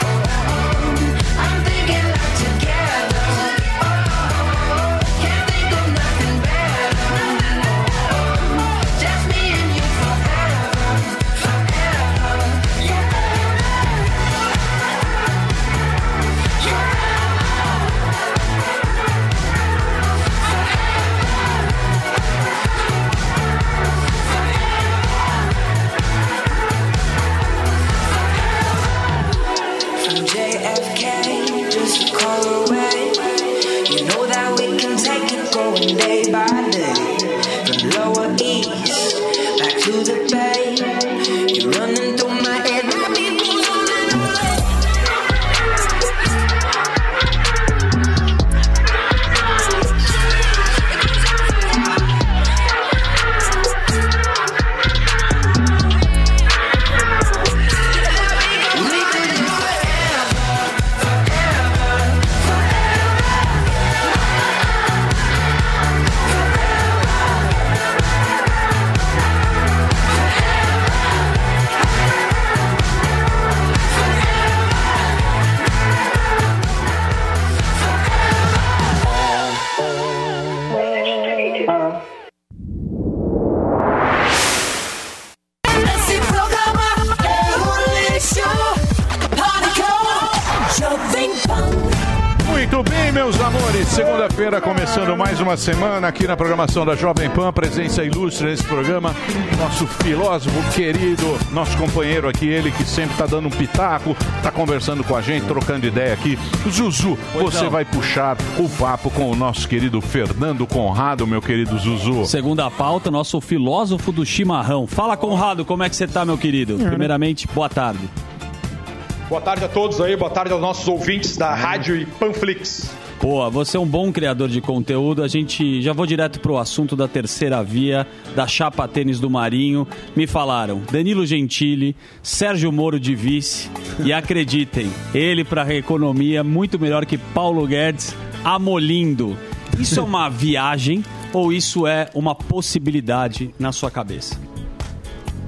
I'm thinking like together. Can't think of nothing better. Just me and you forever, forever. From JFK, just a call away. You know that we can take it going day by day. From Lower East, back to the Bay. You're running through my head. My people's on Esse programa é um lixo. Pânico, Jovem Pan. Muito bem, meus amores. Segunda-feira, começando mais uma semana aqui na programação da Jovem Pan. Presença ilustre nesse programa. Nosso filósofo querido, nosso companheiro aqui, ele que sempre tá dando um pitaco, tá conversando com a gente, trocando ideia aqui. Zuzu, você vai puxar o papo com o nosso querido Fernando Conrado, meu querido Zuzu. Segunda pauta, nosso filósofo do chimarrão. Fala, Conrado, como é que você tá, meu querido? Primeiramente, boa tarde. Boa tarde a todos aí, boa tarde aos nossos ouvintes da rádio e Panflix. Pô, você é um bom criador de conteúdo. A gente já vou direto pro assunto da terceira via, da chapa tênis do Marinho. Me falaram Danilo Gentili, Sérgio Moro de vice. E acreditem, ele para a economia muito melhor que Paulo Guedes amolindo. Isso é uma viagem ou isso é uma possibilidade na sua cabeça?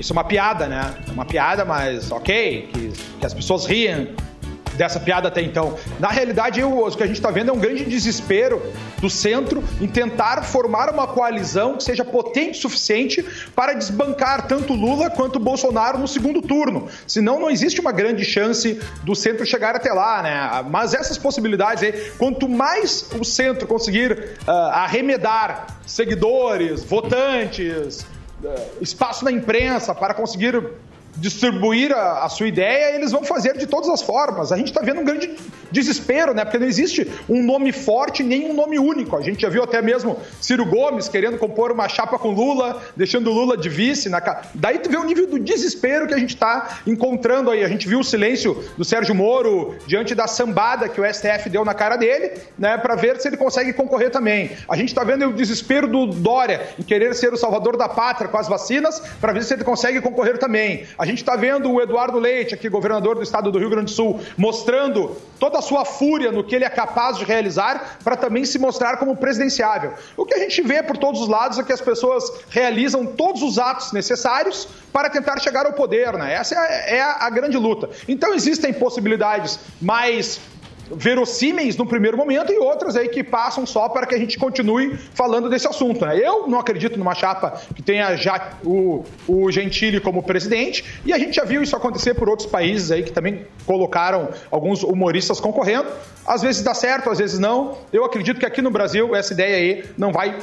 isso é uma piada, né? É uma piada, mas ok, que as pessoas riem dessa piada até então. Na realidade, o que a gente está vendo é um grande desespero do centro em tentar formar uma coalizão que seja potente o suficiente para desbancar tanto Lula quanto Bolsonaro no segundo turno. Senão não existe uma grande chance do centro chegar até lá, né? Mas essas possibilidades aí, quanto mais o centro conseguir arremedar seguidores, votantes, espaço na imprensa para conseguir distribuir a sua ideia, eles vão fazer de todas as formas. A gente está vendo um grande desespero, né? Porque não existe um nome forte nem um nome único. A gente já viu até mesmo Ciro Gomes querendo compor uma chapa com Lula, deixando Lula de vice. Daí tu vê o nível do desespero que a gente está encontrando aí. A gente viu o silêncio do Sérgio Moro diante da sambada que o STF deu na cara dele, né? Para ver se ele consegue concorrer também. A gente está vendo o desespero do Dória em querer ser o salvador da pátria com as vacinas, para ver se ele consegue concorrer também. A gente está vendo o Eduardo Leite, aqui, governador do estado do Rio Grande do Sul, mostrando toda a sua fúria no que ele é capaz de realizar para também se mostrar como presidenciável. O que a gente vê por todos os lados é que as pessoas realizam todos os atos necessários para tentar chegar ao poder, né? Essa é a grande luta. Então existem possibilidades mais verossímeis no primeiro momento e outras aí que passam só para que a gente continue falando desse assunto, né? Eu não acredito numa chapa que tenha já o Gentili como presidente, e a gente já viu isso acontecer por outros países aí que também colocaram alguns humoristas concorrendo. Às vezes dá certo, às vezes não. Eu acredito que aqui no Brasil essa ideia aí não vai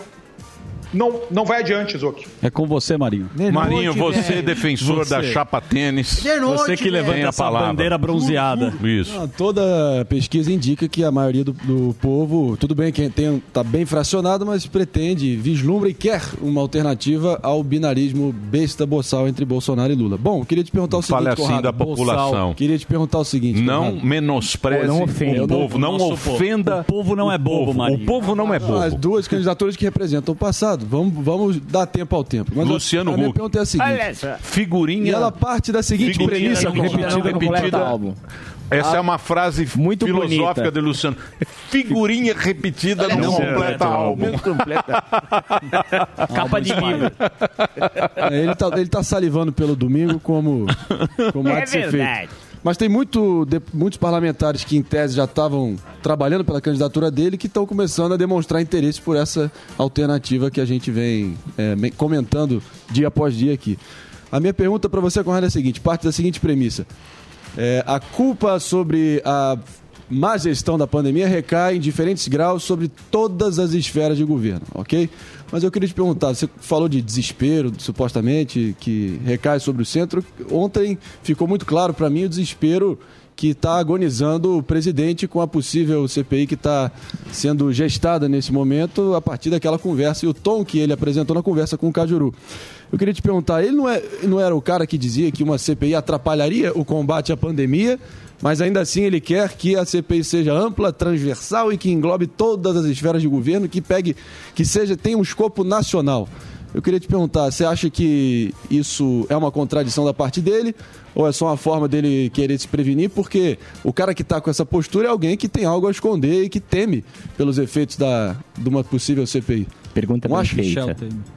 adiante, Zucchi. É com você, Marinho. Marinho, você defensor da chapa tênis. Você que levanta essa bandeira bronzeada. Isso. Não, toda pesquisa indica que a maioria do povo, tudo bem, quem está bem fracionado, mas pretende, vislumbra e quer uma alternativa ao binarismo besta boçal entre Bolsonaro e Lula. Bom, queria te perguntar o seguinte, Fale assim Conrado, da população. Boçal, queria te perguntar o seguinte, não Conrado. menospreze o povo, não ofenda. O povo não é bobo, Marinho. O povo não é bobo. As duas candidaturas que representam o passado. Vamos dar tempo ao tempo. Mas Luciano a minha Huck. pergunta é a seguinte. Figurinha. E ela parte da seguinte premissa. repetida. Essa é uma frase muito filosófica bonita de Luciano. Figurinha repetida não completa álbum. Capa de livro. Ele tá salivando pelo domingo como há de ser feito. Mas tem muitos parlamentares que, em tese, já estavam trabalhando pela candidatura dele que estão começando a demonstrar interesse por essa alternativa que a gente vem comentando dia após dia aqui. A minha pergunta para você, Conrado, é a seguinte, parte da seguinte premissa. A culpa sobre a má gestão da pandemia recai em diferentes graus sobre todas as esferas de governo, ok? Mas eu queria te perguntar, você falou de desespero, supostamente, que recai sobre o centro. Ontem ficou muito claro para mim o desespero que está agonizando o presidente com a possível CPI que está sendo gestada nesse momento a partir daquela conversa e o tom que ele apresentou na conversa com o Cajuru. Eu queria te perguntar, ele não era o cara que dizia que uma CPI atrapalharia o combate à pandemia, mas ainda assim ele quer que a CPI seja ampla, transversal e que englobe todas as esferas de governo, que tenha um escopo nacional. Eu queria te perguntar, você acha que isso é uma contradição da parte dele ou é só uma forma dele querer se prevenir? Porque o cara que está com essa postura é alguém que tem algo a esconder e que teme pelos efeitos de uma possível CPI. Pergunta bem feita.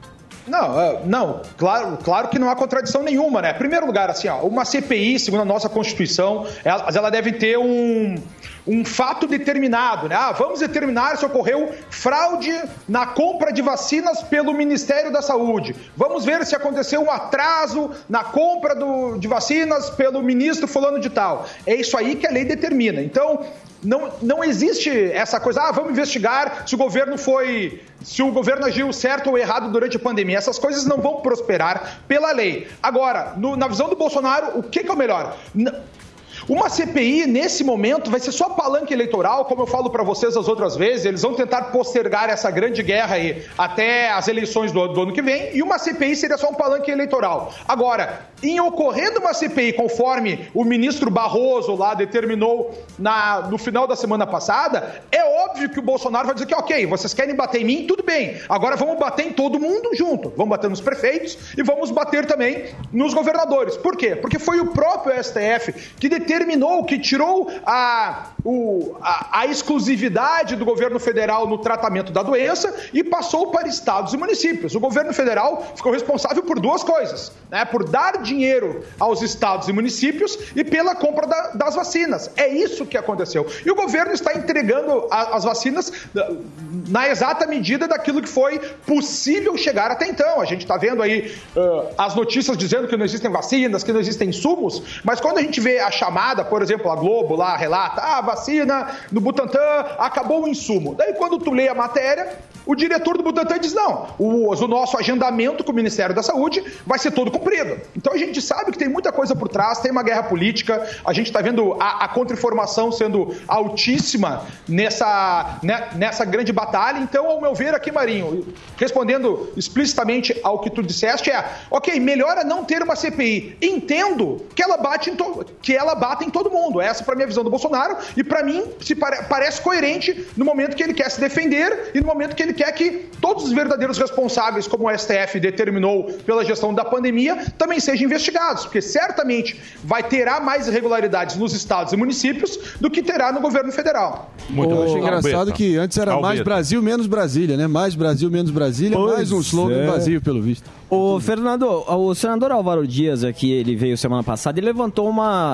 Não, claro que não há contradição nenhuma, né? Em primeiro lugar, assim, uma CPI, segundo a nossa Constituição, ela deve ter um fato determinado, né? Vamos determinar se ocorreu fraude na compra de vacinas pelo Ministério da Saúde. Vamos ver se aconteceu um atraso na compra de vacinas pelo ministro fulano de tal. É isso aí que a lei determina. Então, não existe essa coisa, vamos investigar se o governo agiu certo ou errado durante a pandemia. Essas coisas não vão prosperar pela lei. Agora, na visão do Bolsonaro, o que é o melhor? Uma CPI, nesse momento, vai ser só palanque eleitoral, como eu falo para vocês as outras vezes, eles vão tentar postergar essa grande guerra aí até as eleições do ano que vem, e uma CPI seria só um palanque eleitoral. Agora, em ocorrendo uma CPI, conforme o ministro Barroso lá determinou no final da semana passada, é óbvio que o Bolsonaro vai dizer que, ok, vocês querem bater em mim? Tudo bem, agora vamos bater em todo mundo junto, vamos bater nos prefeitos e vamos bater também nos governadores. Por quê? Porque foi o próprio STF que determinou determinou, que tirou a exclusividade do governo federal no tratamento da doença e passou para estados e municípios. O governo federal ficou responsável por duas coisas, né? Por dar dinheiro aos estados e municípios e pela compra das vacinas. É isso que aconteceu. E o governo está entregando as vacinas na exata medida daquilo que foi possível chegar até então. A gente está vendo aí as notícias dizendo que não existem vacinas, que não existem insumos, mas quando a gente vê a chamada, por exemplo, a Globo lá relata, vacina no Butantan, acabou o insumo. Daí quando tu lê a matéria, o diretor do Butantan diz, não, o nosso agendamento com o Ministério da Saúde vai ser todo cumprido. Então a gente sabe que tem muita coisa por trás, tem uma guerra política, a gente está vendo a contra-informação sendo altíssima nessa grande batalha. Então, ao meu ver aqui, Marinho, respondendo explicitamente ao que tu disseste, ok, melhor é não ter uma CPI. Entendo que ela bate em todo mundo. Essa para mim é a visão do Bolsonaro e para mim parece coerente no momento que ele quer se defender e no momento que ele quer que todos os verdadeiros responsáveis, como o STF determinou pela gestão da pandemia, também sejam investigados, porque certamente terá mais irregularidades nos estados e municípios do que terá no governo federal. Eu acho engraçado que antes era mais Brasil, menos Brasília, né? Mais Brasil, menos Brasília, mais um slogan vazio, pelo visto. Ô, Fernando, o senador Álvaro Dias aqui, ele veio semana passada e levantou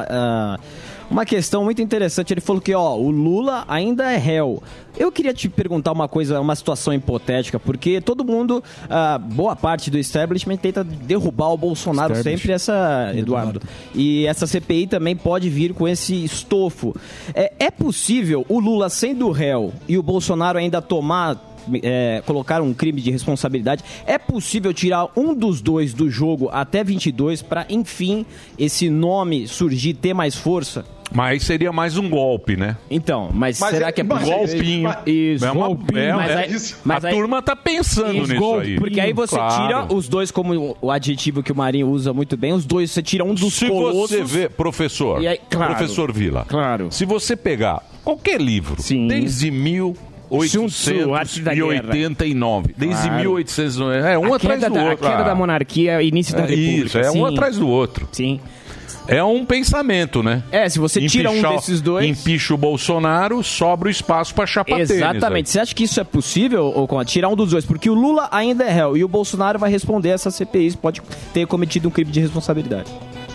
uma questão muito interessante. Ele falou que, o Lula ainda é réu. Eu queria te perguntar uma situação hipotética, porque todo mundo, boa parte do establishment tenta derrubar o Bolsonaro sempre, Eduardo. E essa CPI também pode vir com esse estofo. É possível o Lula sendo réu e o Bolsonaro ainda colocar um crime de responsabilidade? É possível tirar um dos dois do jogo até 22 para, enfim, esse nome surgir, ter mais força? Mas seria mais um golpe, né? Então, mas será que é possível? Golpinho. Mas a turma tá pensando nisso aí. Porque aí você tira os dois, como o adjetivo que o Marinho usa muito bem, os dois, você tira um dos colossos. Se você vê, professor Vila, se você pegar qualquer livro, desde 1889. Desde 1889. Um atrás do outro. A queda da monarquia, início da república. Isso, um atrás do outro. Sim. É um pensamento, né? Se você tira um desses dois... Empicha o Bolsonaro, sobra o espaço para chapa tênis. Exatamente. Você acha que isso é possível, ou tirar um dos dois? Porque o Lula ainda é réu e o Bolsonaro vai responder a essa CPI, pode ter cometido um crime de responsabilidade.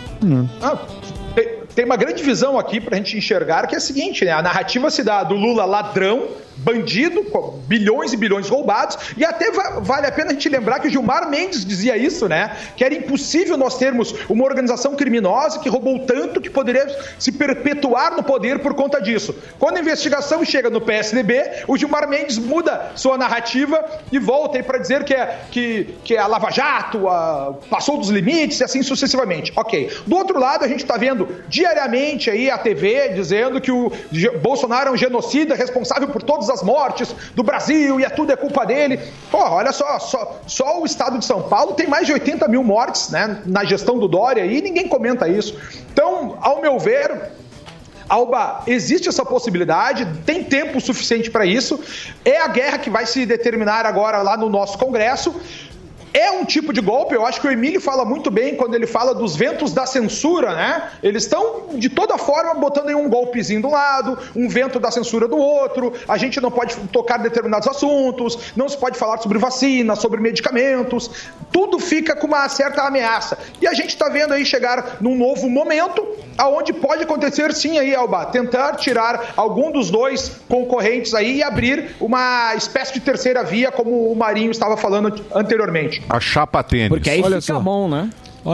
Tem uma grande visão aqui pra gente enxergar, que é a seguinte, né? A narrativa se dá do Lula ladrão, bandido, com bilhões e bilhões roubados, e até vale a pena a gente lembrar que o Gilmar Mendes dizia isso, né? Que era impossível nós termos uma organização criminosa que roubou tanto que poderia se perpetuar no poder por conta disso. Quando a investigação chega no PSDB, o Gilmar Mendes muda sua narrativa e volta aí para dizer que a Lava Jato passou dos limites e assim sucessivamente. Ok. Do outro lado, a gente está vendo diariamente aí a TV dizendo que o Bolsonaro é um genocida responsável por todas as mortes do Brasil e tudo é culpa dele. Olha só o estado de São Paulo tem mais de 80 mil mortes, né, na gestão do Dória e ninguém comenta isso. Então, ao meu ver, Alba, existe essa possibilidade, tem tempo suficiente para isso, é a guerra que vai se determinar agora lá no nosso Congresso. É um tipo de golpe, eu acho que o Emílio fala muito bem quando ele fala dos ventos da censura, né? Eles estão, de toda forma, botando em um golpezinho de um lado, um vento da censura do outro, a gente não pode tocar determinados assuntos, não se pode falar sobre vacina, sobre medicamentos, tudo fica com uma certa ameaça. E a gente está vendo aí chegar num novo momento, aonde pode acontecer sim aí, Alba, tentar tirar algum dos dois concorrentes aí e abrir uma espécie de terceira via, como o Marinho estava falando anteriormente. A chapa tênis. Porque aí fica bom, né?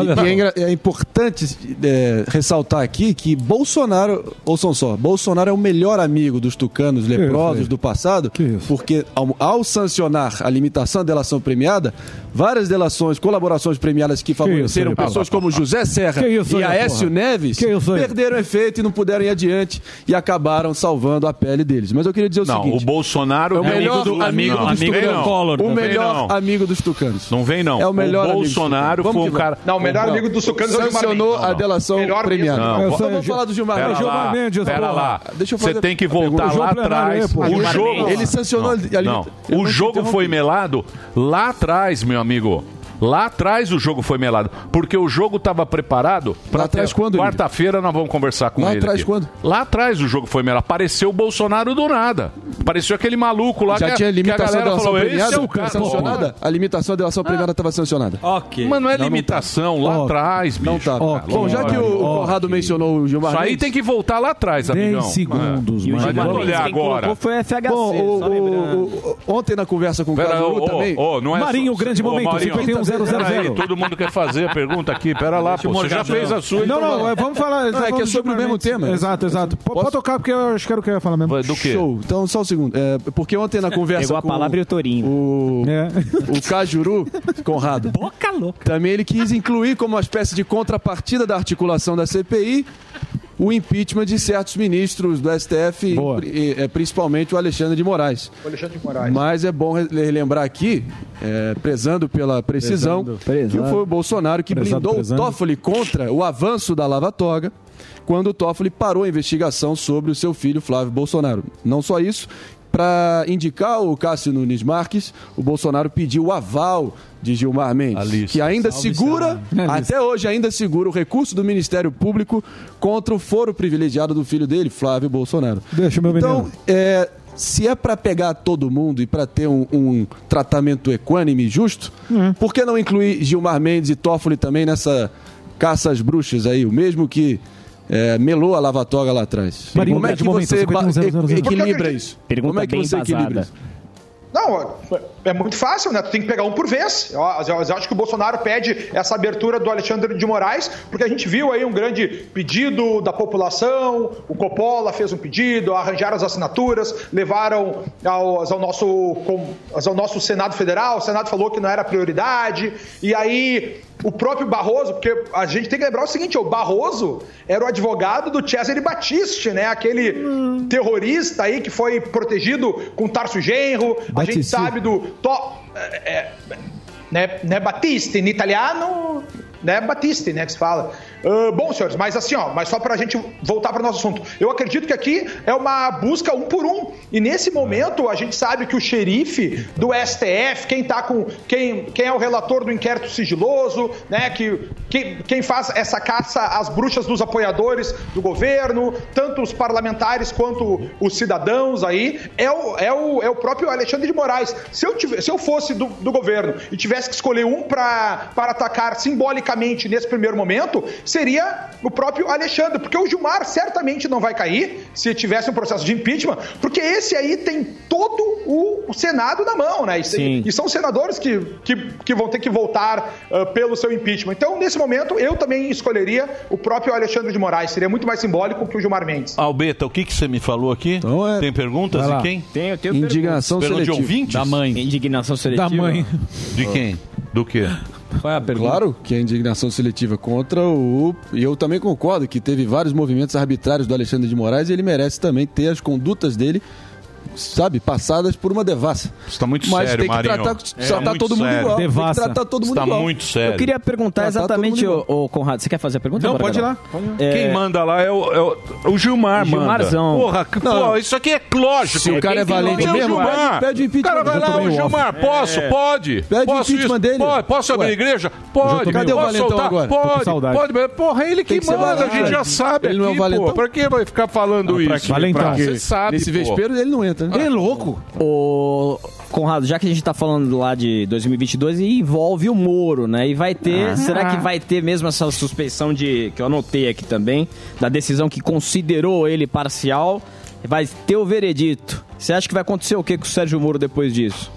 É importante ressaltar aqui que Bolsonaro, ouçam só, Bolsonaro é o melhor amigo dos tucanos leprosos do passado, porque ao sancionar a limitação da delação premiada, várias delações, colaborações premiadas que favoreceram pessoas como José Serra e Aécio Neves perderam efeito e não puderam ir adiante e acabaram salvando a pele deles. Mas eu queria dizer o seguinte: o Bolsonaro é o melhor amigo dos tucanos. O melhor amigo dos tucanos. Não vem, não. É o melhor amigo. O Bolsonaro foi um cara... Não, o melhor amigo dos tucanos é o Gilmar Mendes. Sancionou a delação premiada. Vamos falar do Gilmar Mendes. Pera lá. Você tem que voltar lá atrás. O jogo... Ele sancionou... O jogo foi melado lá atrás, meu amigo. Lá atrás o jogo foi melado, porque o jogo estava preparado para atrás quando, quarta-feira nós vamos conversar com Lá ele. atrás aqui. quando? Lá atrás o jogo foi melado. Apareceu o Bolsonaro do nada. Apareceu aquele maluco lá Já que, tinha que a limitação de galera delação falou, premiada? esse é o cara. Sancionada? A limitação de delação premiada estava sancionada. Ok. Mas não é limitação, lá atrás, bicho. Não tá. Bom, já que o Conrado mencionou o Gilmar Isso aí Mendes, tem que voltar lá atrás, 10 amigão. segundos, Mas mano. vamos olhar agora. Foi FHC, só lembrando. Ontem na conversa com o Pera, Cajuru também... não é Marinho, grande momento, Marinho, 51-000. peraí, todo mundo quer fazer a pergunta aqui. Pera lá, pô. Você já fez a sua. Não, vamos falar. Não, é que é sobre o mesmo tema. Exato. Pode tocar, porque eu acho que era o que eu ia falar mesmo. Do quê? Show. Então, só um segundo. Porque ontem na conversa Pegou a com palavra e o Torinho. o Cajuru, Conrado, Boca louca. também ele quis incluir como uma espécie de contrapartida da articulação da CPI o impeachment de certos ministros do STF, principalmente o Alexandre de Moraes. Mas é bom relembrar aqui, prezando pela precisão, que foi o Bolsonaro que blindou o Toffoli contra o avanço da Lava Toga, quando o Toffoli parou a investigação sobre o seu filho Flávio Bolsonaro. Não só isso, para indicar o Cássio Nunes Marques, o Bolsonaro pediu o aval de Gilmar Mendes, que ainda segura, até hoje ainda segura o recurso do Ministério Público contra o foro privilegiado do filho dele, Flávio Bolsonaro. Deixa meu menino. Então, se é para pegar todo mundo e para ter um tratamento equânime e justo, por que não incluir Gilmar Mendes e Toffoli também nessa caça às bruxas aí, o mesmo que melou a Lava Toga lá atrás? Marinho, Como é que você equilibra isso? Pergunta Como é que bem você equilibra embasada. isso? Não, é muito fácil, né? Tu tem que pegar um por vez. Eu acho que o Bolsonaro pede essa abertura do Alexandre de Moraes, porque a gente viu aí um grande pedido da população, o Coppola fez um pedido, arranjaram as assinaturas, levaram ao nosso Senado Federal, o Senado falou que não era prioridade, e aí o próprio Barroso, porque a gente tem que lembrar o seguinte, o Barroso era o advogado do Cesare Battisti, né? Aquele terrorista aí que foi protegido com Tarso Genro, a gente sabe do... né, Battisti, em italiano, né, Battisti, né, que se fala. Bom, senhores, mas assim, mas só pra gente voltar para o nosso assunto. Eu acredito que aqui é uma busca um por um. E nesse momento, a gente sabe que o xerife do STF, quem é o relator do inquérito sigiloso, né, quem faz essa caça às bruxas dos apoiadores do governo, tanto os parlamentares quanto os cidadãos aí, é o próprio Alexandre de Moraes. Se eu fosse do governo e tivesse que escolher um para atacar simbolicamente nesse primeiro momento, seria o próprio Alexandre, porque o Gilmar certamente não vai cair se tivesse um processo de impeachment, porque esse aí tem todo o Senado na mão, né? E são senadores que vão ter que voltar pelo seu impeachment. Então, nesse momento, eu também escolheria o próprio Alexandre de Moraes. Seria muito mais simbólico que o Gilmar Mendes. Albeta, o que você me falou aqui? Então tem perguntas de quem? Eu tenho indignação seletiva. De ouvintes? Da mãe. Indignação seletiva. Da mãe. De quem? Do quê? Qual é a pergunta? Claro que é indignação seletiva contra o... E eu também concordo que teve vários movimentos arbitrários do Alexandre de Moraes e ele merece também ter as condutas dele, sabe, passadas por uma devassa. Está muito Mas sério, tem que Marinho. tratar todo mundo igual. Devassa. Tem que tratar todo mundo Está igual. muito sério. Eu queria perguntar exatamente, o Conrado, você quer fazer a pergunta? Não, pode ir lá. Quem manda lá é o Gilmar, Gilmarzão. Porra, pô, isso aqui é lógico. Se o cara é valente mesmo, pede o impeachment. O cara vai lá, o Gilmar, posso? Pode. Pede o impeachment dele. Posso abrir a igreja? Pode. Cadê o Valentão agora? Pode. Porra, ele que manda, a gente já sabe ele não é o Valentão. pô. Pra que vai ficar falando isso? Valentão. Você sabe, Nesse vespeiro ele não entra, né? Ele é louco. Conrado, já que a gente tá falando lá de 2022 e envolve o Moro, né? E vai ter, será que vai ter mesmo essa suspeição que eu anotei aqui também, da decisão que considerou ele parcial, vai ter o veredito. Você acha que vai acontecer o que com o Sérgio Moro depois disso?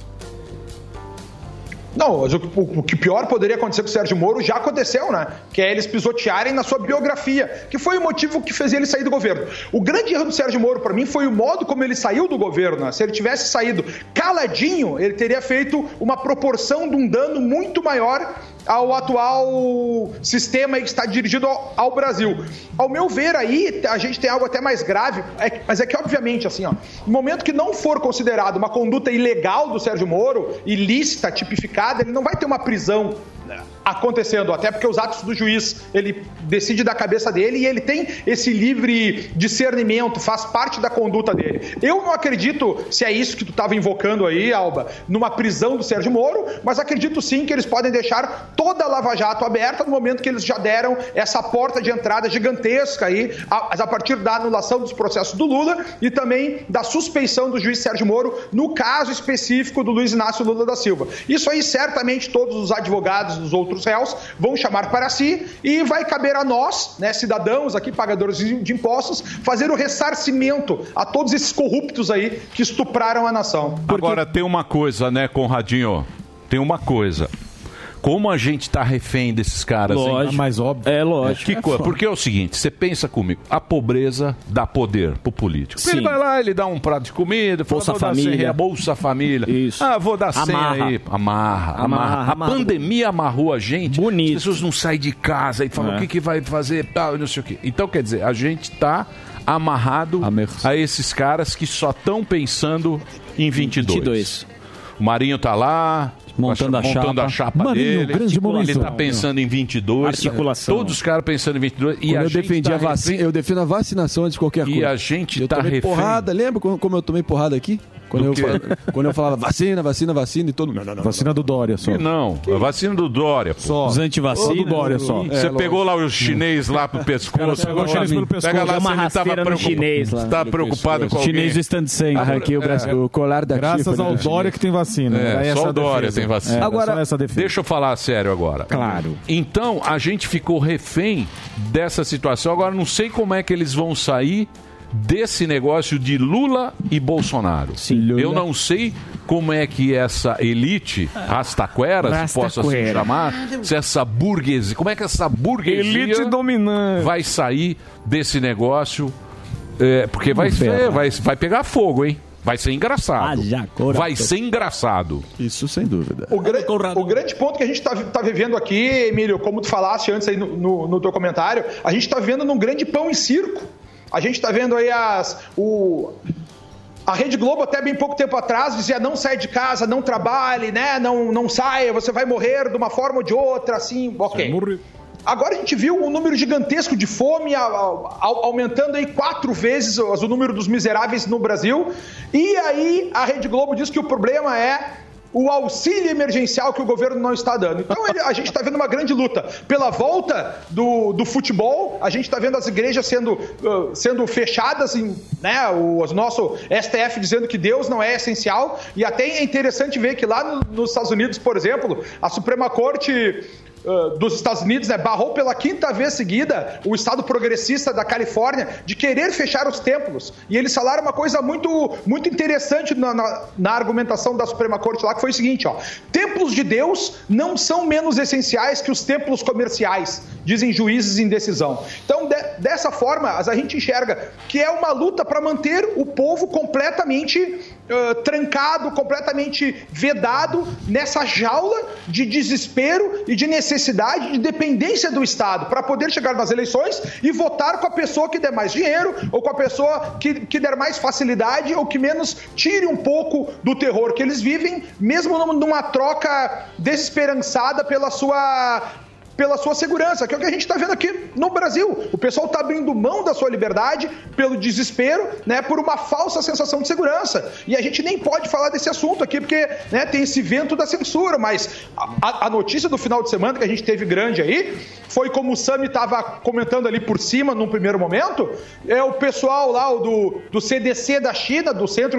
Não, mas o que pior poderia acontecer com o Sérgio Moro já aconteceu, né? Que é eles pisotearem na sua biografia, que foi o motivo que fez ele sair do governo. O grande erro do Sérgio Moro, para mim, foi o modo como ele saiu do governo, né? Se ele tivesse saído caladinho, ele teria feito uma proporção de um dano muito maior ao atual sistema que está dirigido ao Brasil. Ao meu ver, aí, a gente tem algo até mais grave, mas é que, obviamente, assim, no momento que não for considerado uma conduta ilegal do Sérgio Moro, ilícita, tipificada, ele não vai ter uma prisão acontecendo, até porque os atos do juiz, ele decide da cabeça dele e ele tem esse livre discernimento, faz parte da conduta dele. Eu não acredito, se é isso que tu estava invocando aí, Alba, numa prisão do Sérgio Moro, mas acredito sim que eles podem deixar toda a Lava Jato aberta no momento que eles já deram essa porta de entrada gigantesca aí, a partir da anulação dos processos do Lula e também da suspeição do juiz Sérgio Moro no caso específico do Luiz Inácio Lula da Silva. Isso aí certamente todos os advogados dos outros réus vão chamar para si e vai caber a nós, né, cidadãos aqui, pagadores de impostos, fazer o ressarcimento a todos esses corruptos aí que estupraram a nação. Agora tem uma coisa, né, Conradinho? Tem uma coisa. Como a gente tá refém desses caras, Lógico. hein? Mais óbvio. É lógico. É foda. Porque é o seguinte, você pensa comigo, a pobreza dá poder pro político. Sim. Ele vai lá, ele dá um prato de comida, fala, Bolsa vou dar Família. 100 reais, Bolsa Família. Isso. Ah, vou dar 100 Amarra. aí. Amarra. A pandemia amarrou a gente. Bonito. As pessoas não saem de casa e falam o que vai fazer, não sei o quê. Então, quer dizer, a gente tá amarrado a esses caras que só estão pensando em 22. O Marinho tá lá, montando a chapa Marinho, dele. grande momento. Ele tá pensando em 22. Articulação. Todos os caras pensando em 22. E Quando a eu gente defendi tá a vacina, eu defendo a vacinação antes de qualquer coisa. E a gente eu tá tomei refém. porrada, lembra como eu tomei porrada aqui? Quando eu falava vacina e todo mundo. Não. Vacina do Dória só. Não, a vacina do Dória. Só. Os antivacinas. Do Dória só. Você pegou lá o chinês lá pro pescoço. Pegou o chinês pelo pescoço. Pega lá, Uma se ele tava rasteira no chinês lá. Tá preocupado com alguém. Chinês do stand center. Arranquei o colar da Graças ao Dória que tem vacina. Só o Dória tem vacina. Agora, essa defesa. Deixa eu falar sério agora. Claro. Então, a gente ficou refém dessa situação. Agora, não sei como é que eles vão sair desse negócio de Lula e Bolsonaro. Sim, Lula. Eu não sei como é que essa elite, rastaquera, se posso assim chamar, se essa burguesia, como é que essa burguesia Elite dominante vai sair desse negócio, porque vai pegar fogo, hein? Vai ser engraçado. Vai ser engraçado. Isso sem dúvida. O grande ponto que a gente tá vivendo aqui, Emílio, como tu falaste antes aí no teu comentário, a gente tá vivendo num grande pão e circo. A gente tá vendo aí a Rede Globo até bem pouco tempo atrás dizia não saia de casa, não trabalhe, né? Não saia, você vai morrer de uma forma ou de outra, assim, ok. Agora a gente viu um número gigantesco de fome aumentando aí 4 vezes o número dos miseráveis no Brasil. E aí a Rede Globo diz que o problema é o auxílio emergencial que o governo não está dando. Então a gente está vendo uma grande luta pela volta do futebol, a gente está vendo as igrejas sendo fechadas, né, o nosso STF dizendo que Deus não é essencial, e até é interessante ver que lá nos Estados Unidos, por exemplo, a Suprema Corte dos Estados Unidos, né, barrou pela 5ª vez seguida o estado progressista da Califórnia de querer fechar os templos. E eles falaram uma coisa muito, muito interessante na argumentação da Suprema Corte lá, que foi o seguinte, templos de Deus não são menos essenciais que os templos comerciais, dizem juízes em decisão. Então, dessa forma, a gente enxerga que é uma luta para manter o povo completamente trancado, completamente vedado nessa jaula de desespero e de necessidade, de dependência do Estado, para poder chegar nas eleições e votar com a pessoa que der mais dinheiro, ou com a pessoa que der mais facilidade, ou que menos tire um pouco do terror que eles vivem, mesmo numa troca desesperançada pela sua segurança, que é o que a gente está vendo aqui no Brasil. O pessoal está abrindo mão da sua liberdade pelo desespero, né, por uma falsa sensação de segurança. E a gente nem pode falar desse assunto aqui, porque, né, tem esse vento da censura, mas a notícia do final de semana que a gente teve grande aí, foi como o Sami estava comentando ali por cima, num primeiro momento, o pessoal lá do CDC da China, do Centro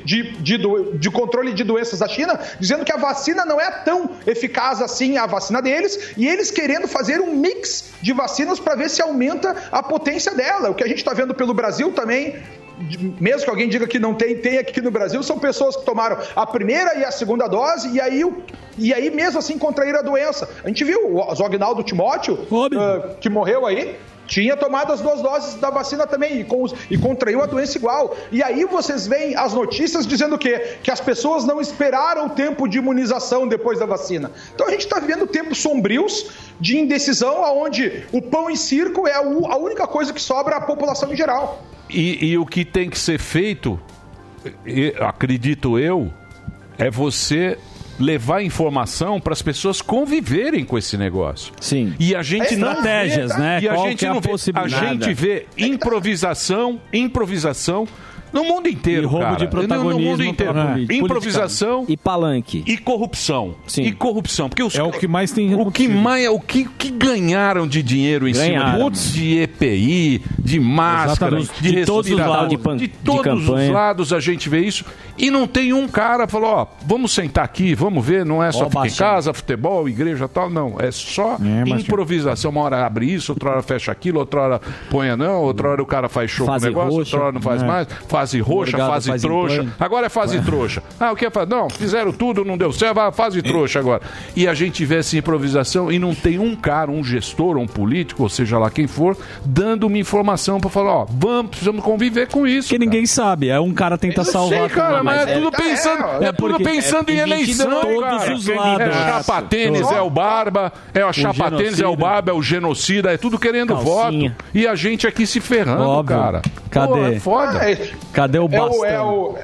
de Controle de Doenças da China, dizendo que a vacina não é tão eficaz assim, a vacina deles, e eles querendo fazer um mix de vacinas para ver se aumenta a potência dela. O que a gente está vendo pelo Brasil também, mesmo que alguém diga que não tem aqui no Brasil, são pessoas que tomaram a primeira e a segunda dose e aí mesmo assim contraíram a doença. A gente viu o Zognaldo Timóteo, que morreu aí, tinha tomado as 2 doses da vacina também e contraiu a doença igual. E aí vocês veem as notícias dizendo o quê? Que as pessoas não esperaram o tempo de imunização depois da vacina. Então a gente está vivendo tempos sombrios de indecisão, onde o pão e circo é a única coisa que sobra à população em geral. E o que tem que ser feito, acredito eu, é você levar informação para as pessoas conviverem com esse negócio. Sim. E a gente não estratégias, né? E a Qual gente que é a não vê, a possibilidade? gente vê improvisação no mundo inteiro, E roubo cara. de protagonismo no mundo inteiro. pra política. Improvisação e palanque. E corrupção. Sim. E corrupção. Porque os, É o que mais tem o que ganharam de dinheiro em cima de EPI, de máscaras, Exatamente. De todos os respirador, lados de todos os lados a gente vê isso. E não tem um cara que falou, ó, vamos sentar aqui, vamos ver, não é só ficar em casa, futebol, igreja e tal, não. É só improvisação. Uma hora abre isso, outra hora fecha aquilo, outra hora põe não, outra hora o cara faz show com o negócio, outra hora não faz mais, fase roxa, fase trouxa. Agora é fase trouxa. O que é fase? Não, fizeram tudo, não deu certo, vai fase trouxa agora. E a gente vê essa improvisação e não tem um cara, um gestor, um político, ou seja lá quem for, dando uma informação pra falar, ó, precisamos conviver com isso. Que ninguém sabe, é um cara tenta salvar. Sei, cara, mas é tudo pensando, tudo pensando em eleição, todos cara. os lados. É chapa tênis, é o barba, é a chapa tênis, é o barba, é o genocida, é tudo querendo voto. E a gente aqui se ferrando, cara. Cadê? Pô, é foda. Cadê o bastão?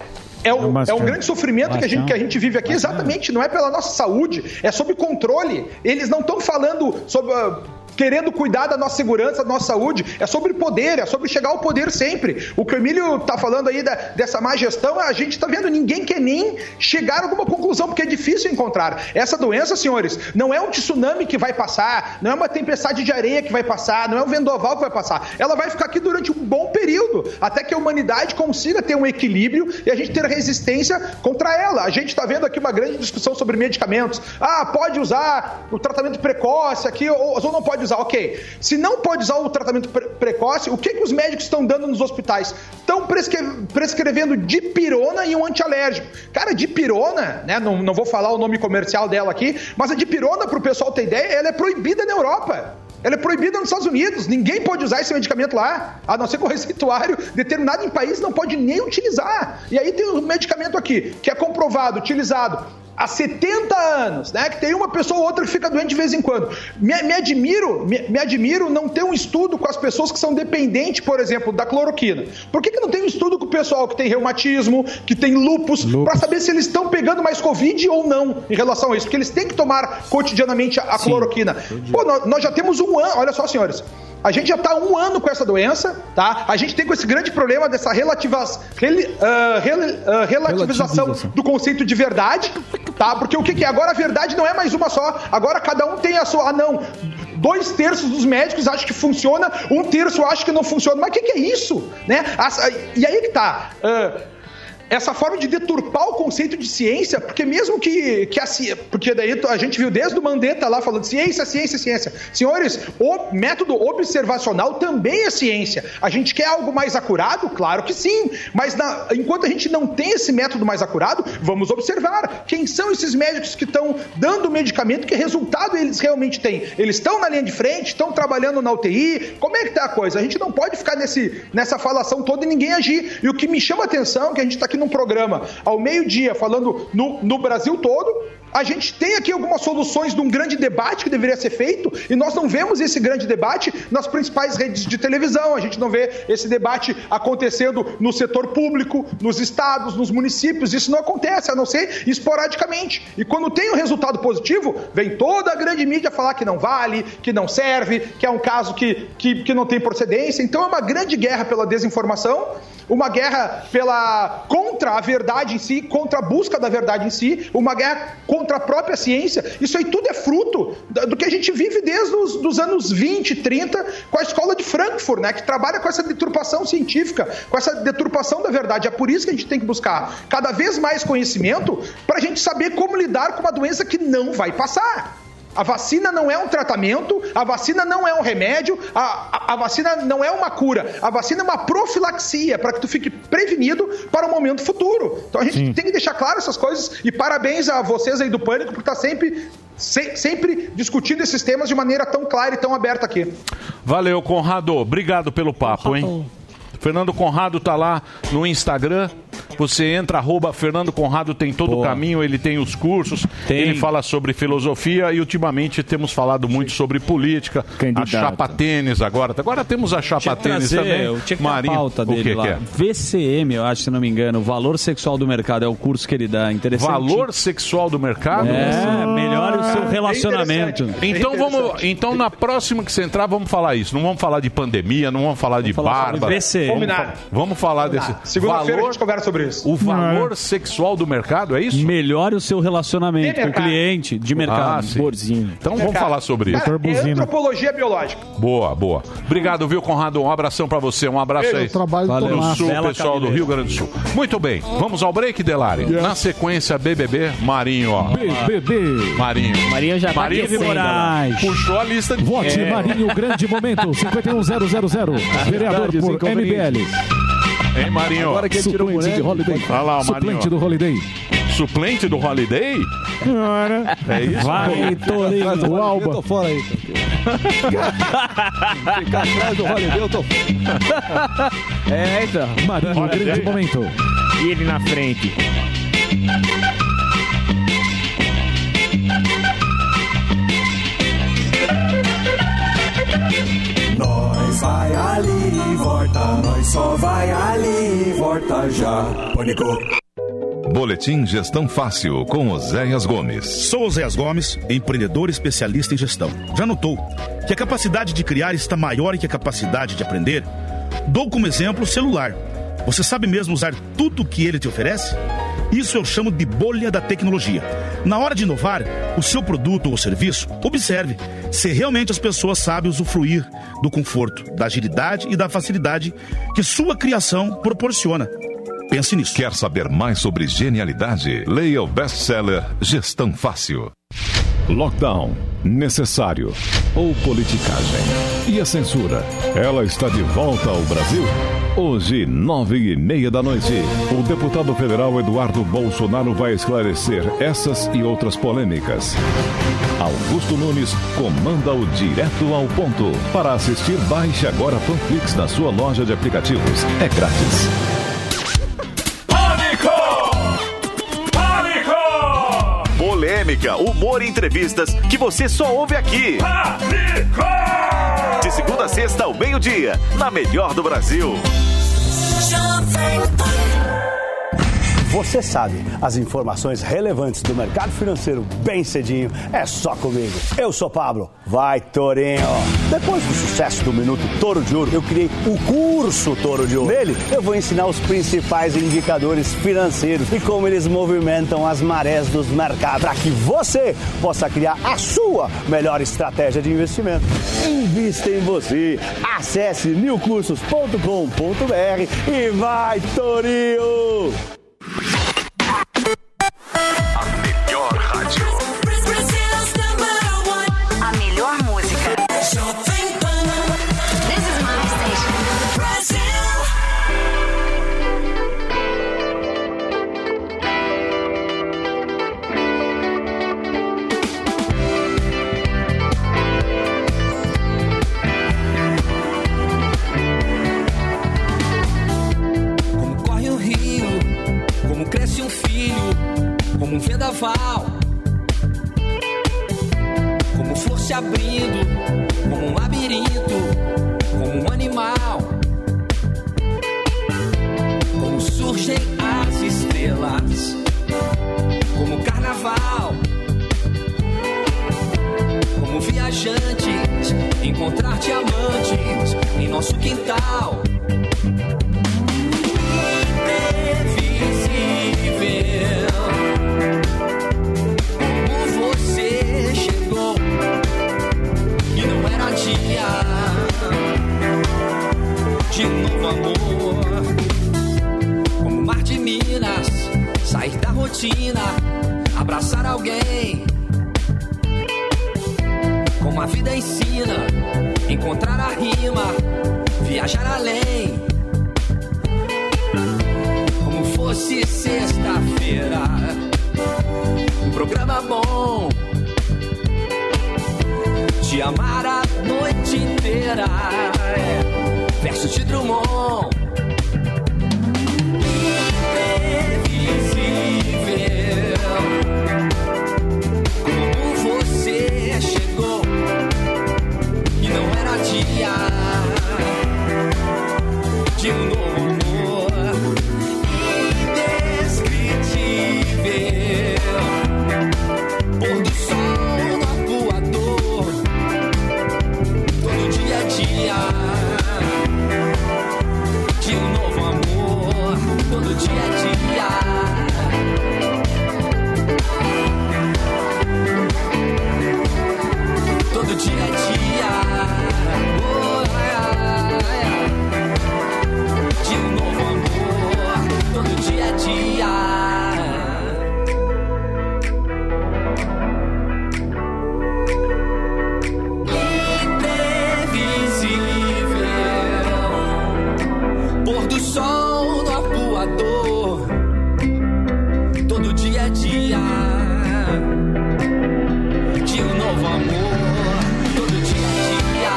É um grande sofrimento que a gente vive aqui, exatamente, não é pela nossa saúde, é sobre controle. Eles não estão falando sobre... querendo cuidar da nossa segurança, da nossa saúde, é sobre poder, é sobre chegar ao poder sempre. O que o Emílio tá falando aí dessa má gestão, a gente tá vendo, ninguém quer nem chegar a alguma conclusão, porque é difícil encontrar. Essa doença, senhores, não é um tsunami que vai passar, não é uma tempestade de areia que vai passar, não é um vendaval que vai passar. Ela vai ficar aqui durante um bom período, até que a humanidade consiga ter um equilíbrio e a gente ter resistência contra ela. A gente tá vendo aqui uma grande discussão sobre medicamentos. Pode usar o tratamento precoce aqui, ou não pode usar, ok. Se não pode usar o tratamento precoce, o que os médicos estão dando nos hospitais? Estão prescrevendo dipirona e um antialérgico. Cara, dipirona, né? Não vou falar o nome comercial dela aqui, mas a dipirona, para o pessoal ter ideia, ela é proibida na Europa. Ela é proibida nos Estados Unidos. Ninguém pode usar esse medicamento lá, a não ser que o receituário determinado em país não pode nem utilizar. E aí tem um medicamento aqui, que é comprovado, utilizado há 70 anos, né? Que tem uma pessoa ou outra que fica doente de vez em quando. Me admiro não ter um estudo com as pessoas que são dependentes, por exemplo, da cloroquina. Por que não tem um estudo com o pessoal que tem reumatismo, que tem lúpus, para saber se eles estão pegando mais Covid ou não em relação a isso? Porque eles têm que tomar cotidianamente a cloroquina. Pô, nós já temos um ano, olha só, senhores. A gente já está 1 ano com essa doença, tá? A gente tem com esse grande problema dessa relativização do conceito de verdade, tá? Porque o que é? Agora a verdade não é mais uma só. Agora cada um tem a sua... 2/3 dos médicos acham que funciona, 1/3 acha que não funciona. Mas o que é isso? Né? E aí que tá... essa forma de deturpar o conceito de ciência, porque mesmo porque daí a gente viu desde o Mandetta lá falando ciência. Senhores, o método observacional também é ciência. A gente quer algo mais acurado? Claro que sim, mas enquanto a gente não tem esse método mais acurado, vamos observar quem são esses médicos que estão dando o medicamento, que resultado eles realmente têm. Eles estão na linha de frente, estão trabalhando na UTI, como é que tá a coisa? A gente não pode ficar nessa falação toda e ninguém agir. E o que me chama a atenção é que a gente está aqui num programa ao meio-dia falando no Brasil todo. A gente tem aqui algumas soluções de um grande debate que deveria ser feito e nós não vemos esse grande debate nas principais redes de televisão. A gente não vê esse debate acontecendo no setor público, nos estados, nos municípios. Isso não acontece, a não ser esporadicamente. E quando tem um resultado positivo, vem toda a grande mídia falar que não vale, que não serve, que é um caso que não tem procedência. Então é uma grande guerra pela desinformação, uma guerra contra a verdade em si, contra a busca da verdade em si, uma guerra contra a própria ciência. Isso aí tudo é fruto do que a gente vive desde os anos 20, 30, com a escola de Frankfurt, né, que trabalha com essa deturpação científica, com essa deturpação da verdade. É por isso que a gente tem que buscar cada vez mais conhecimento para a gente saber como lidar com uma doença que não vai passar. A vacina não é um tratamento, a vacina não é um remédio, a vacina não é uma cura, a vacina é uma profilaxia para que tu fique prevenido para o momento futuro. Então a gente tem que deixar claro essas coisas e parabéns a vocês aí do Pânico por estar sempre discutindo esses temas de maneira tão clara e tão aberta aqui. Valeu, Conrado. Obrigado pelo papo, hein? Fernando Conrado tá lá no Instagram. Você entra, @Fernando Conrado, tem todo o caminho, ele tem os cursos, ele fala sobre filosofia e ultimamente temos falado muito sobre política, a chapa tênis agora. Agora temos a chapa tênis também. Eu tinha que ter a pauta dele lá. VCM, eu acho, se não me engano, Valor Sexual do Mercado, é o curso que ele dá. Interessante. Valor Sexual do Mercado? Melhore o seu relacionamento. Então, na próxima que você entrar, vamos falar isso. Não vamos falar de pandemia, não vamos falar de barba. Vamos falar desse. Segunda-feira a gente conversa sobre isso. O valor sexual do mercado, é isso? Melhore o seu relacionamento com o cliente de mercado. Então vamos falar sobre isso. É antropologia biológica. Boa. Obrigado, viu, Conrado? Um abração pra você. Um abraço aí. Valeu. Sul, pessoal do Rio Grande do Sul. Muito bem. Vamos ao break, Delari. Na sequência, BBB, Marinho, ó. BBB. Marinho já tá aquecendo, Moraes. Puxou a lista de... Vote Marinho, grande momento, 51000. Vereador por MBL. Hein, Marinho? Agora que ele tirou o de Holiday. Olha lá, o Marinho. Suplente do Holiday. Suplente do Holiday? Senhora. É isso? Vai, Torinho. O Alba. Eu tô fora aí. Ficar atrás do Holiday, eu tô então. Marinho, grande momento. E ele na frente. Nós vai ali, volta, nós só vai ali, volta já. Pânico. Boletim Gestão Fácil com Oséias Gomes. Sou Oséias Gomes, empreendedor especialista em gestão. Já notou que a capacidade de criar está maior que a capacidade de aprender? Dou como exemplo o celular. Você sabe mesmo usar tudo o que ele te oferece? Isso eu chamo de bolha da tecnologia. Na hora de inovar o seu produto ou serviço, observe se realmente as pessoas sabem usufruir do conforto, da agilidade e da facilidade que sua criação proporciona. Pense nisso. Quer saber mais sobre genialidade? Leia o best-seller Gestão Fácil. Lockdown, necessário ou politicagem? E a censura? Ela está de volta ao Brasil? Hoje, 9h30 da noite, o deputado federal Eduardo Bolsonaro vai esclarecer essas e outras polêmicas. Augusto Nunes comanda o Direto ao Ponto. Para assistir, baixe agora Panflix na sua loja de aplicativos. É grátis. Polêmica, humor e entrevistas que você só ouve aqui. De segunda a sexta ao meio-dia, na melhor do Brasil. Você sabe, as informações relevantes do mercado financeiro bem cedinho é só comigo. Eu sou Pablo. Vai, Torinho! Depois do sucesso do Minuto Toro de Ouro, eu criei o curso Toro de Ouro. Nele, eu vou ensinar os principais indicadores financeiros e como eles movimentam as marés dos mercados para que você possa criar a sua melhor estratégia de investimento. Invista em você. Acesse newcursos.com.br e vai, Torinho! A melhor rádio. A melhor música. This is my station. Como corre o rio, como cresce um filho, como um vendaval, como flor se abrindo, como um labirinto, como um animal, como surgem as estrelas, como carnaval, como viajantes, encontrar diamantes em nosso quintal. Como você chegou e não era dia de novo amor. Como mar de Minas, sair da rotina, abraçar alguém. Como a vida ensina, encontrar a rima, viajar além. Fosse sexta-feira, um programa bom, te amar a noite inteira, versos de Drummond. pôr do sol no arpoador. Todo dia é dia de um novo amor. Todo dia é dia.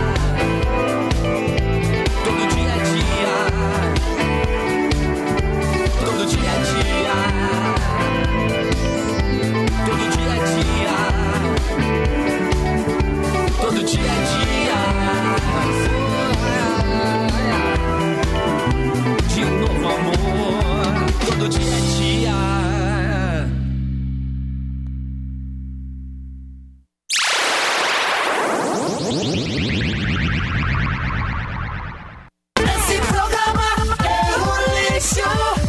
Todo dia é dia. Todo dia é dia. Todo dia é dia. Todo dia é dia. De um novo amor. Todo dia é dia. Esse programa é um lixo.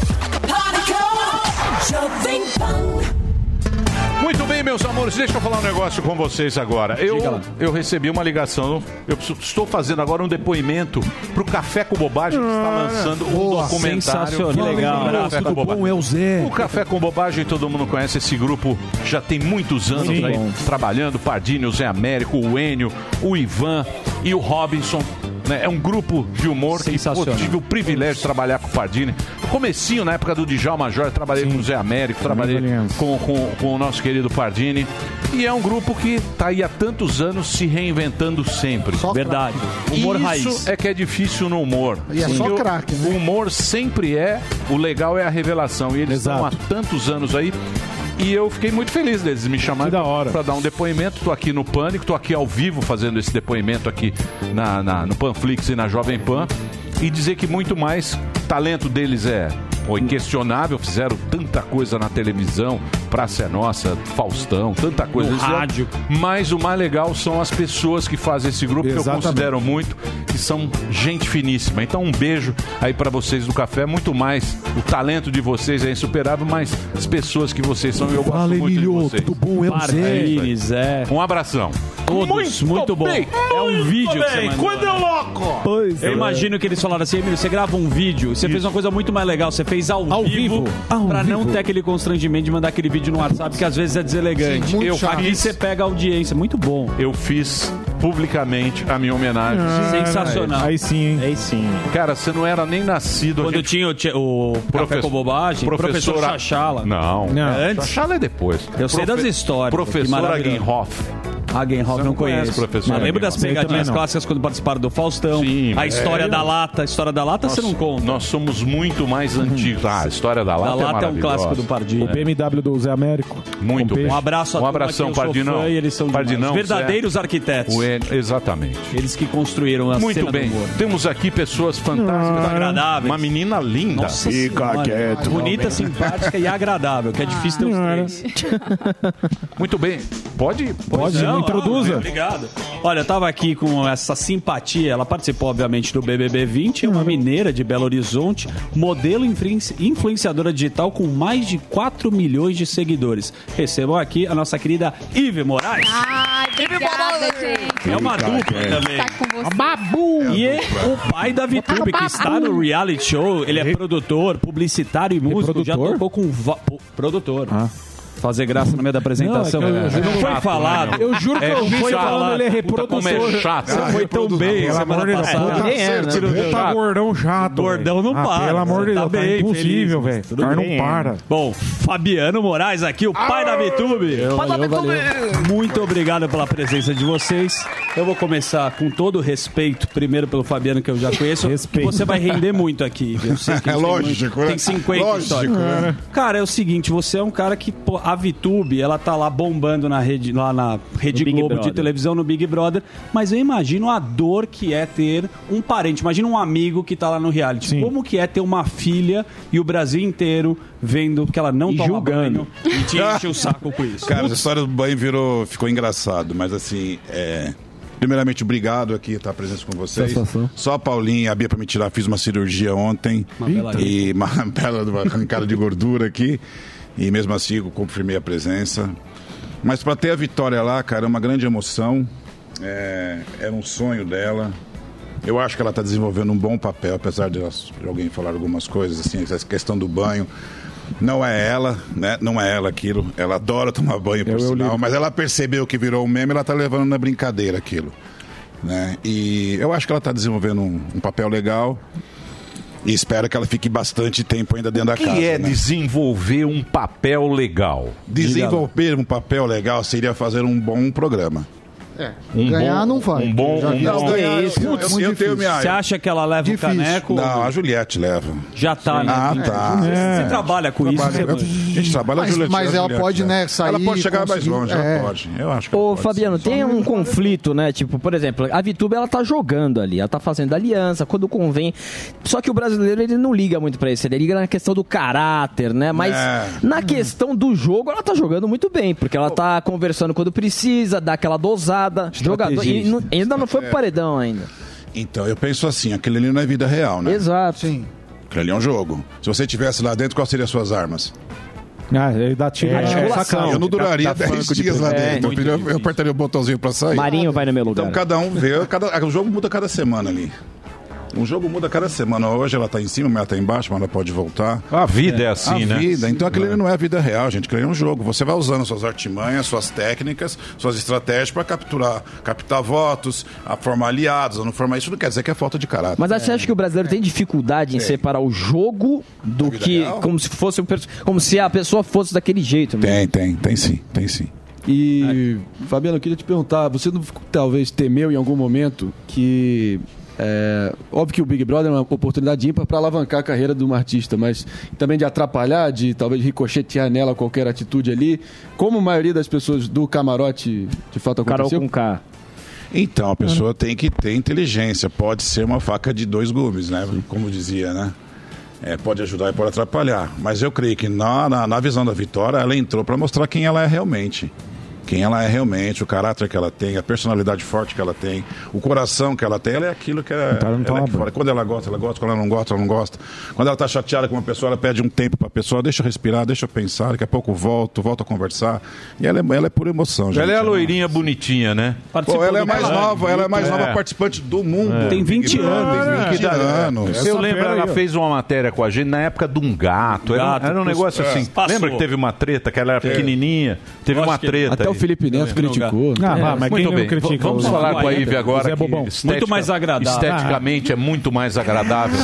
Pânico, Jovem Pan. Muito bem, meus amores, deixa eu falar um negócio com vocês agora. Eu recebi uma ligação, eu estou fazendo agora um depoimento pro Café com Bobagem, que está lançando um documentário. Sensacional. Legal. Café com Bobagem. É o Zé. O Café com Bobagem, todo mundo conhece esse grupo, já tem muitos anos Sim. aí trabalhando, o Pardini, o Zé Américo, o Enio, o Ivan e o Robinson. Né? É um grupo de humor que tive o privilégio de trabalhar com o Pardini. No comecinho, na época do Djalma Jorge, trabalhei com o Zé Américo, trabalhei com o nosso querido Pardini. E é um grupo que está aí há tantos anos se reinventando sempre. Verdade. Humor Isso raiz. é que é difícil no humor. E é só Porque craque, né? O humor sempre o legal é a revelação. E eles estão há tantos anos aí. E eu fiquei muito feliz deles me chamarem para dar um depoimento. Tô aqui no Pânico, tô aqui ao vivo fazendo esse depoimento aqui no Panflix e na Jovem Pan. E dizer que muito mais talento deles inquestionável, fizeram tanta coisa na televisão, Praça é Nossa, Faustão, tanta coisa. No rádio. Mas o mais legal são as pessoas que fazem esse grupo, que eu considero muito, que são gente finíssima. Então um beijo aí pra vocês do Café, muito mais, o talento de vocês é insuperável, mas as pessoas que vocês são, eu gosto muito de vocês. Tudo bom? É o Zé. Um abração. Todos, muito bom. bem. É um vídeo que você mandou. Quando eu louco! Pois Eu imagino que eles falaram assim, Emílio, você grava um vídeo, você fez uma coisa muito mais legal, você fez ao vivo, pra não ter aquele constrangimento de mandar aquele vídeo no WhatsApp, que às vezes é deselegante. Sim, muito chato. Aqui você pega a audiência, muito bom. Eu fiz publicamente a minha homenagem. Sensacional. Aí sim, hein? Aí sim. Cara, você não era nem nascido. Quando tinha o Café com Bobagem, professor Chachala. Não. Antes? Chachala é depois. Eu sei das histórias. Professor Aguinhoff. Aguinhoff não conheço. Professor. Mas lembro das pegadinhas clássicas quando participaram do Faustão. Sim, a história da lata. A história da lata você não conta. Nós somos muito mais antigos. A história da lata, é um clássico do Pardini. O BMW do Zé Américo. Muito bem. Um abraço a todos. abração, Pardinão. Eles são Pardinão, verdadeiros arquitetos. Exatamente. Eles que construíram a Muito cena bem. do humor. Temos aqui pessoas fantásticas. Agradáveis. Uma menina linda. Nossa senhora. Bonita, simpática e agradável, que é difícil ter os três. Muito bem. Pode, Não, introduza. Obrigado. Olha, eu tava aqui com essa simpatia. Ela participou, obviamente, do BBB 20. É uma mineira de Belo Horizonte, modelo influenciadora digital com mais de 4 milhões de seguidores. Recebam aqui a nossa querida Ive Moraes. Ai, obrigada, gente. É uma dupla também. Estar com você. Babu! E é o pai da VTube, que está no reality show. Ele é produtor, publicitário e músico. Já tocou com... Produtor. Fazer graça no meio da apresentação. Não foi falado. Eu juro que eu vi você falando, ele é reprodutor. Como é chato. Você foi tão bem semana passada. Tá gordão chato. Gordão não para. Pelo amor de Deus, tá impossível, velho. Tudo O cara bem. não para. Bom, Fabiano Moraes aqui, o pai da VTube. Muito obrigado pela presença de vocês. Eu vou começar com todo o respeito, primeiro pelo Fabiano, que eu já conheço. Você vai render muito aqui. Eu sei que tem 50 histórias. Cara, é o seguinte, você é um cara que... a VTube, ela tá lá bombando na Rede Globo de televisão, no Big Brother, mas eu imagino a dor que é ter um parente, imagina um amigo que tá lá no reality. Sim. Como que é ter uma filha e o Brasil inteiro vendo que ela não toma banho e te enche o saco com isso. Cara, a história do banho ficou engraçado, mas assim, primeiramente, obrigado aqui estar presente com vocês. Só a Paulinha e a Bia para me tirar, fiz uma cirurgia ontem e uma bela arrancada de gordura aqui. E mesmo assim eu confirmei a presença. Mas para ter a vitória lá, cara, é uma grande emoção. Era um sonho dela. Eu acho que ela está desenvolvendo um bom papel, apesar de alguém falar algumas coisas, assim, essa questão do banho. Não é ela, né? Não é ela aquilo. Ela adora tomar banho, por sinal. Mas ela percebeu que virou um meme, ela está levando na brincadeira aquilo. Né? E eu acho que ela está desenvolvendo um papel legal. E espero que ela fique bastante tempo ainda dentro da casa. O que é né? desenvolver um papel legal? Desenvolver um papel legal seria fazer um bom programa. Ganhar não vai. Eu tenho minha... Você acha que ela leva o caneco? Não, a Juliette leva. Já tá, né? tá. Você trabalha com isso. A gente trabalha a Juliette. Mas ela pode, né, sair... Ela pode chegar mais longe, ela pode. Eu acho que Ô, Fabiano, tem um conflito, né? Tipo, por exemplo, a VTube, ela tá jogando ali, ela tá fazendo aliança, quando convém. Só que o brasileiro, ele não liga muito pra isso, ele liga na questão do caráter, né? Mas na questão do jogo, ela tá jogando muito bem, porque ela tá conversando quando precisa, dá aquela dosada. Jogador, e ainda não foi pro paredão ainda. Então, eu penso assim, aquele ali não é vida real, né? Exato. Sim. Aquele ali é um jogo. Se você estivesse lá dentro, quais seriam as suas armas? Ele dá tiro eu não duraria 10 dias lá dentro. Eu apertaria o botãozinho pra sair. Marinho vai no meu lugar. Então cada um vê, o jogo muda cada semana ali. Um jogo muda cada semana. Hoje ela tá em cima, amanhã ela tá embaixo, mas ela pode voltar. A vida é assim, a né? Vida. Então aquilo ali não é a vida real, gente. Aquilo ali é um jogo. Você vai usando suas artimanhas, suas técnicas, suas estratégias para captar votos, a formar aliados, a não formar. Isso não quer dizer que é falta de caráter. Mas você acha que o brasileiro tem dificuldade em separar o jogo do que... real? Como se fosse como se a pessoa fosse daquele jeito mesmo. Tem sim. E, Fabiano, eu queria te perguntar, você não talvez temeu em algum momento que... óbvio que o Big Brother é uma oportunidade ímpar para alavancar a carreira de uma artista, mas também de atrapalhar, de talvez ricochetear nela qualquer atitude ali, como a maioria das pessoas do camarote de fato aconteceu? Carol com K. Então, a pessoa tem que ter inteligência. Pode ser uma faca de dois gumes, né? Como dizia, né? Pode ajudar e pode atrapalhar. Mas eu creio que na visão da Vitória, ela entrou para mostrar quem ela é realmente. Quem ela é realmente, o caráter que ela tem, a personalidade forte que ela tem, o coração que ela tem, ela é aquilo que ela é fora. Quando ela gosta, ela gosta. Quando ela não gosta, ela não gosta. Quando ela tá chateada com uma pessoa, ela pede um tempo pra pessoa, deixa eu respirar, deixa eu pensar, daqui a pouco eu volto a conversar. E ela é por emoção, gente. Ela é a loirinha bonitinha, né? Ela é mais nova, participante do mundo. Tem 20 anos. Eu lembro, ela fez uma matéria com a gente na época de um gato. Era um negócio assim. Lembra que teve uma treta, que ela era pequenininha? Teve uma treta. Até o Felipe Neto criticou. Mas muito bem. Vamos falar com a Ivy agora. Muito mais agradável. Esteticamente é muito mais agradável.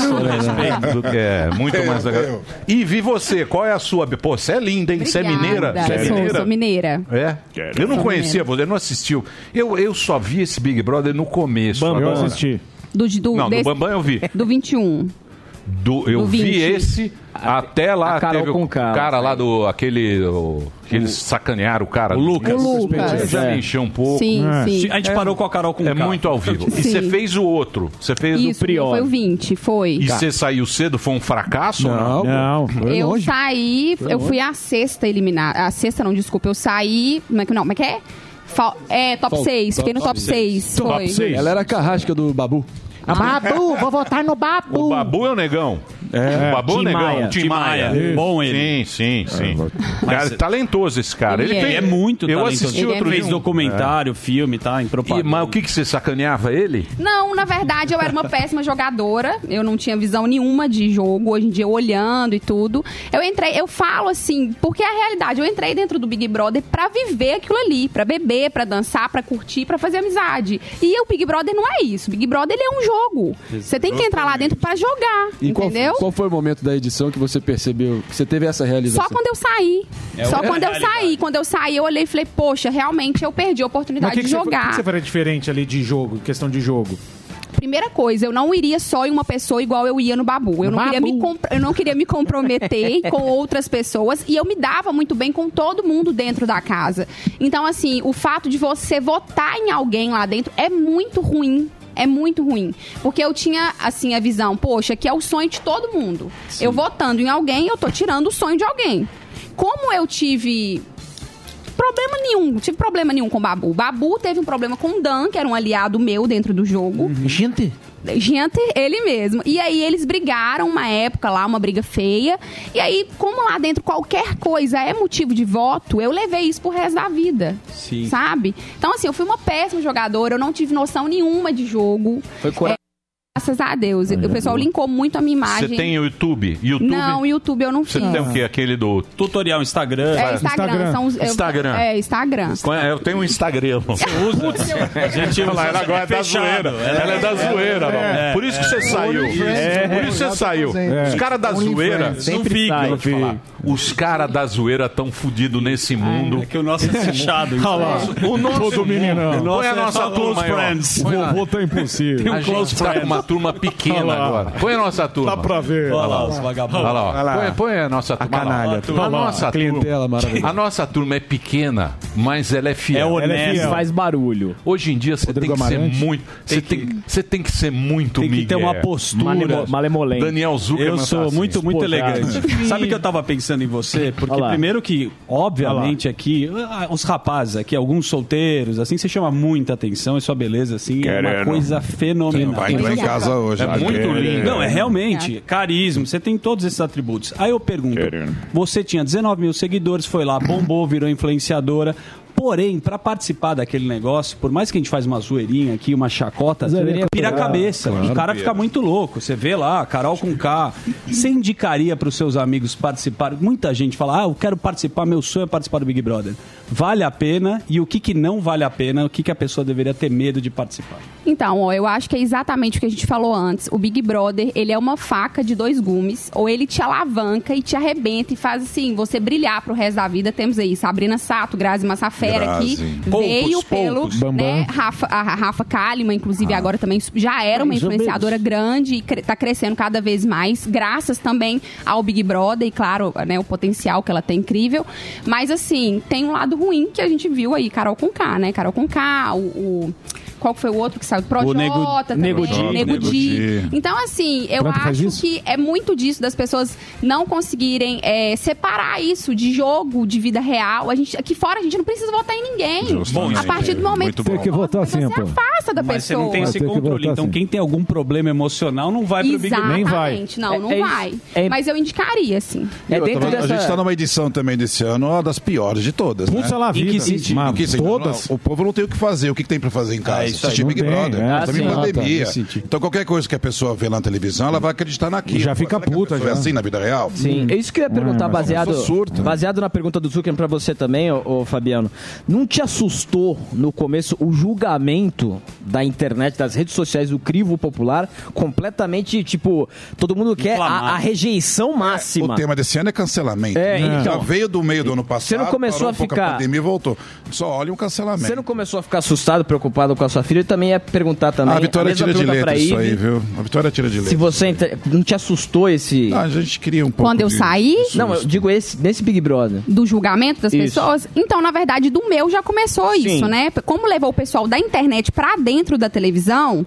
Muito mais agradável. Ivy, você, qual é a sua? Pô, você é linda, hein? Você é mineira? Sou mineira. Eu não conhecia você, não assistiu. Eu só vi esse Big Brother no começo. Eu assisti. Do Bambam eu vi. Do 21. Eu vi esse até lá, Carol teve com o cara lá que eles sacanearam o cara. O Lucas. Já me encheu um pouco. Sim. A gente parou com a Carol com É muito ao vivo. E você fez o outro. Você fez Isso, o Prior. foi o 20, foi. E você saiu cedo? Foi um fracasso? Não. Eu saí, eu fui a sexta eliminada. A sexta não, desculpa. Eu saí... Como é que é? Top 6. Fiquei no top 6. Top 6. Ela era a carrasca do Babu. Babu, vou votar no Babu. O Babu é o negão. O Babu é o negão. Tim Maia. Bom ele. Sim. Cara, talentoso esse cara. Ele é muito talentoso. Eu assisti outro dia. Fez documentário, filme, tá? Em propaganda. Mas o que você sacaneava ele? Não, na verdade eu era uma péssima jogadora. Eu não tinha visão nenhuma de jogo. Hoje em dia, olhando e tudo. Eu falo assim, porque é a realidade. Eu entrei dentro do Big Brother pra viver aquilo ali. Pra beber, pra dançar, pra curtir, pra fazer amizade. E o Big Brother não é isso. O Big Brother, ele é um jogo. Você tem que entrar lá dentro pra jogar, entendeu? Qual foi o momento da edição que você percebeu que você teve essa realização? Só quando eu saí. Quando eu saí, eu olhei e falei, poxa, realmente eu perdi a oportunidade de jogar. O que você faria diferente ali de jogo, questão de jogo? Primeira coisa, eu não iria só em uma pessoa igual eu ia no Babu. Eu não queria me comprometer com outras pessoas e eu me dava muito bem com todo mundo dentro da casa. Então, assim, o fato de você votar em alguém lá dentro é muito ruim. É muito ruim. Porque eu tinha, assim, a visão, poxa, que é o sonho de todo mundo. Sim. Eu votando em alguém, eu tô tirando o sonho de alguém. Como eu tive problema nenhum com o Babu. O Babu teve um problema com o Dan, que era um aliado meu dentro do jogo. Gente, ele mesmo. E aí eles brigaram uma época lá, uma briga feia. E aí, como lá dentro qualquer coisa é motivo de voto, eu levei isso pro resto da vida. Sim. Sabe? Então, assim, eu fui uma péssima jogadora, eu não tive noção nenhuma de jogo. Foi Graças a Deus. O pessoal linkou muito a minha imagem. Você tem o YouTube? Não, o YouTube eu não fiz. Você tem o quê? Aquele do... Tutorial Instagram. Instagram. Instagram. Instagram. Eu tenho um Instagram. Você usa? A gente usa. Ela agora é da zoeira. Ela é da zoeira. Por isso que você saiu. Por isso você saiu. Os caras da zoeira não ficam. Os caras da zoeira estão fodidos nesse mundo. É que o nosso é fechado. O nosso... Todo meninão. Põe a nossa turma aí. Vovô tá impossível. A gente tá com uma turma pequena agora. Põe a nossa turma. Dá pra ver. Olha lá, os vagabundos. Olha lá. Põe a nossa turma. A canalha. A nossa clientela maravilhosa. A nossa turma é pequena, mas ela é fiel. É honesta, faz barulho. Hoje em dia você tem que ser muito... Você tem que ser muito Tem que ter uma postura malemolente. Daniel Zuckerman. Eu sou muito elegante. Sabe que eu tava pensando em você? Porque primeiro que, obviamente, aqui, os rapazes aqui, alguns solteiros, assim, você chama muita atenção e sua beleza, assim, é uma coisa fenomenal. Vai entrar em casa hoje. É muito lindo. Não, é realmente carisma, você tem todos esses atributos. Aí eu pergunto, você tinha 19 mil seguidores, foi lá, bombou, virou influenciadora. Porém, para participar daquele negócio, por mais que a gente faz uma zoeirinha aqui, uma chacota, pira a cabeça. O cara fica muito louco. Você vê lá, Carol com K. Você indicaria para os seus amigos participarem? Muita gente fala, eu quero participar, meu sonho é participar do Big Brother. Vale a pena? E o que não vale a pena? O que a pessoa deveria ter medo de participar? Então, eu acho que é exatamente o que a gente falou antes. O Big Brother, ele é uma faca de 2 gumes, ou ele te alavanca e te arrebenta e faz assim, você brilhar pro resto da vida. Temos aí Sabrina Sato, Grazi Massafera aqui, veio pelo né, a Rafa Kalimann, inclusive agora também já era uma influenciadora grande e tá crescendo cada vez mais, graças também ao Big Brother e claro, né, o potencial que ela tem incrível. Mas assim, tem um lado ruim que a gente viu aí, Carol com K, né? Carol com K, qual foi o outro que saiu? Projota também. Nego Di. Então, assim, eu acho que é muito disso das pessoas não conseguirem separar isso de jogo, de vida real. Aqui fora a gente não precisa votar em ninguém. A partir do momento que você votar assim, você afasta da Mas pessoa. você não tem esse controle. Então, quem tem algum problema emocional não vai pro Big Brother. Nem vai. Exatamente. Não vai. Mas eu indicaria, assim. A gente tá numa edição também desse ano, uma das piores de todas, né? Puxa lá, vida. Em que sentido? Todas? O povo não tem o que fazer. O que tem pra fazer em casa? Assistir Big Brother. Também pandemia. Então qualquer coisa que a pessoa vê na televisão, ela vai acreditar naquilo. Já fica puta, já. É assim na vida real? Sim. É isso que eu ia perguntar, baseado na pergunta do Zuckerman pra você também, ô Fabiano. Não te assustou no começo o julgamento da internet, das redes sociais, do crivo popular, completamente, tipo, todo mundo quer a rejeição máxima. O tema desse ano é cancelamento. Então, já veio do meio do ano passado. Você não começou a ficar... A pandemia voltou. Só olha um cancelamento. Você não começou a ficar assustado, preocupado com a sua filha? Eu também ia perguntar também. A Vitória tira de letra isso aí, viu? A Vitória tira de letra. Se você não te assustou esse... A gente queria um pouco Quando eu saí? Não, eu digo nesse Big Brother. Do julgamento das pessoas? Então, na verdade, do meu já começou isso, né? Como levou o pessoal da internet pra dentro da televisão,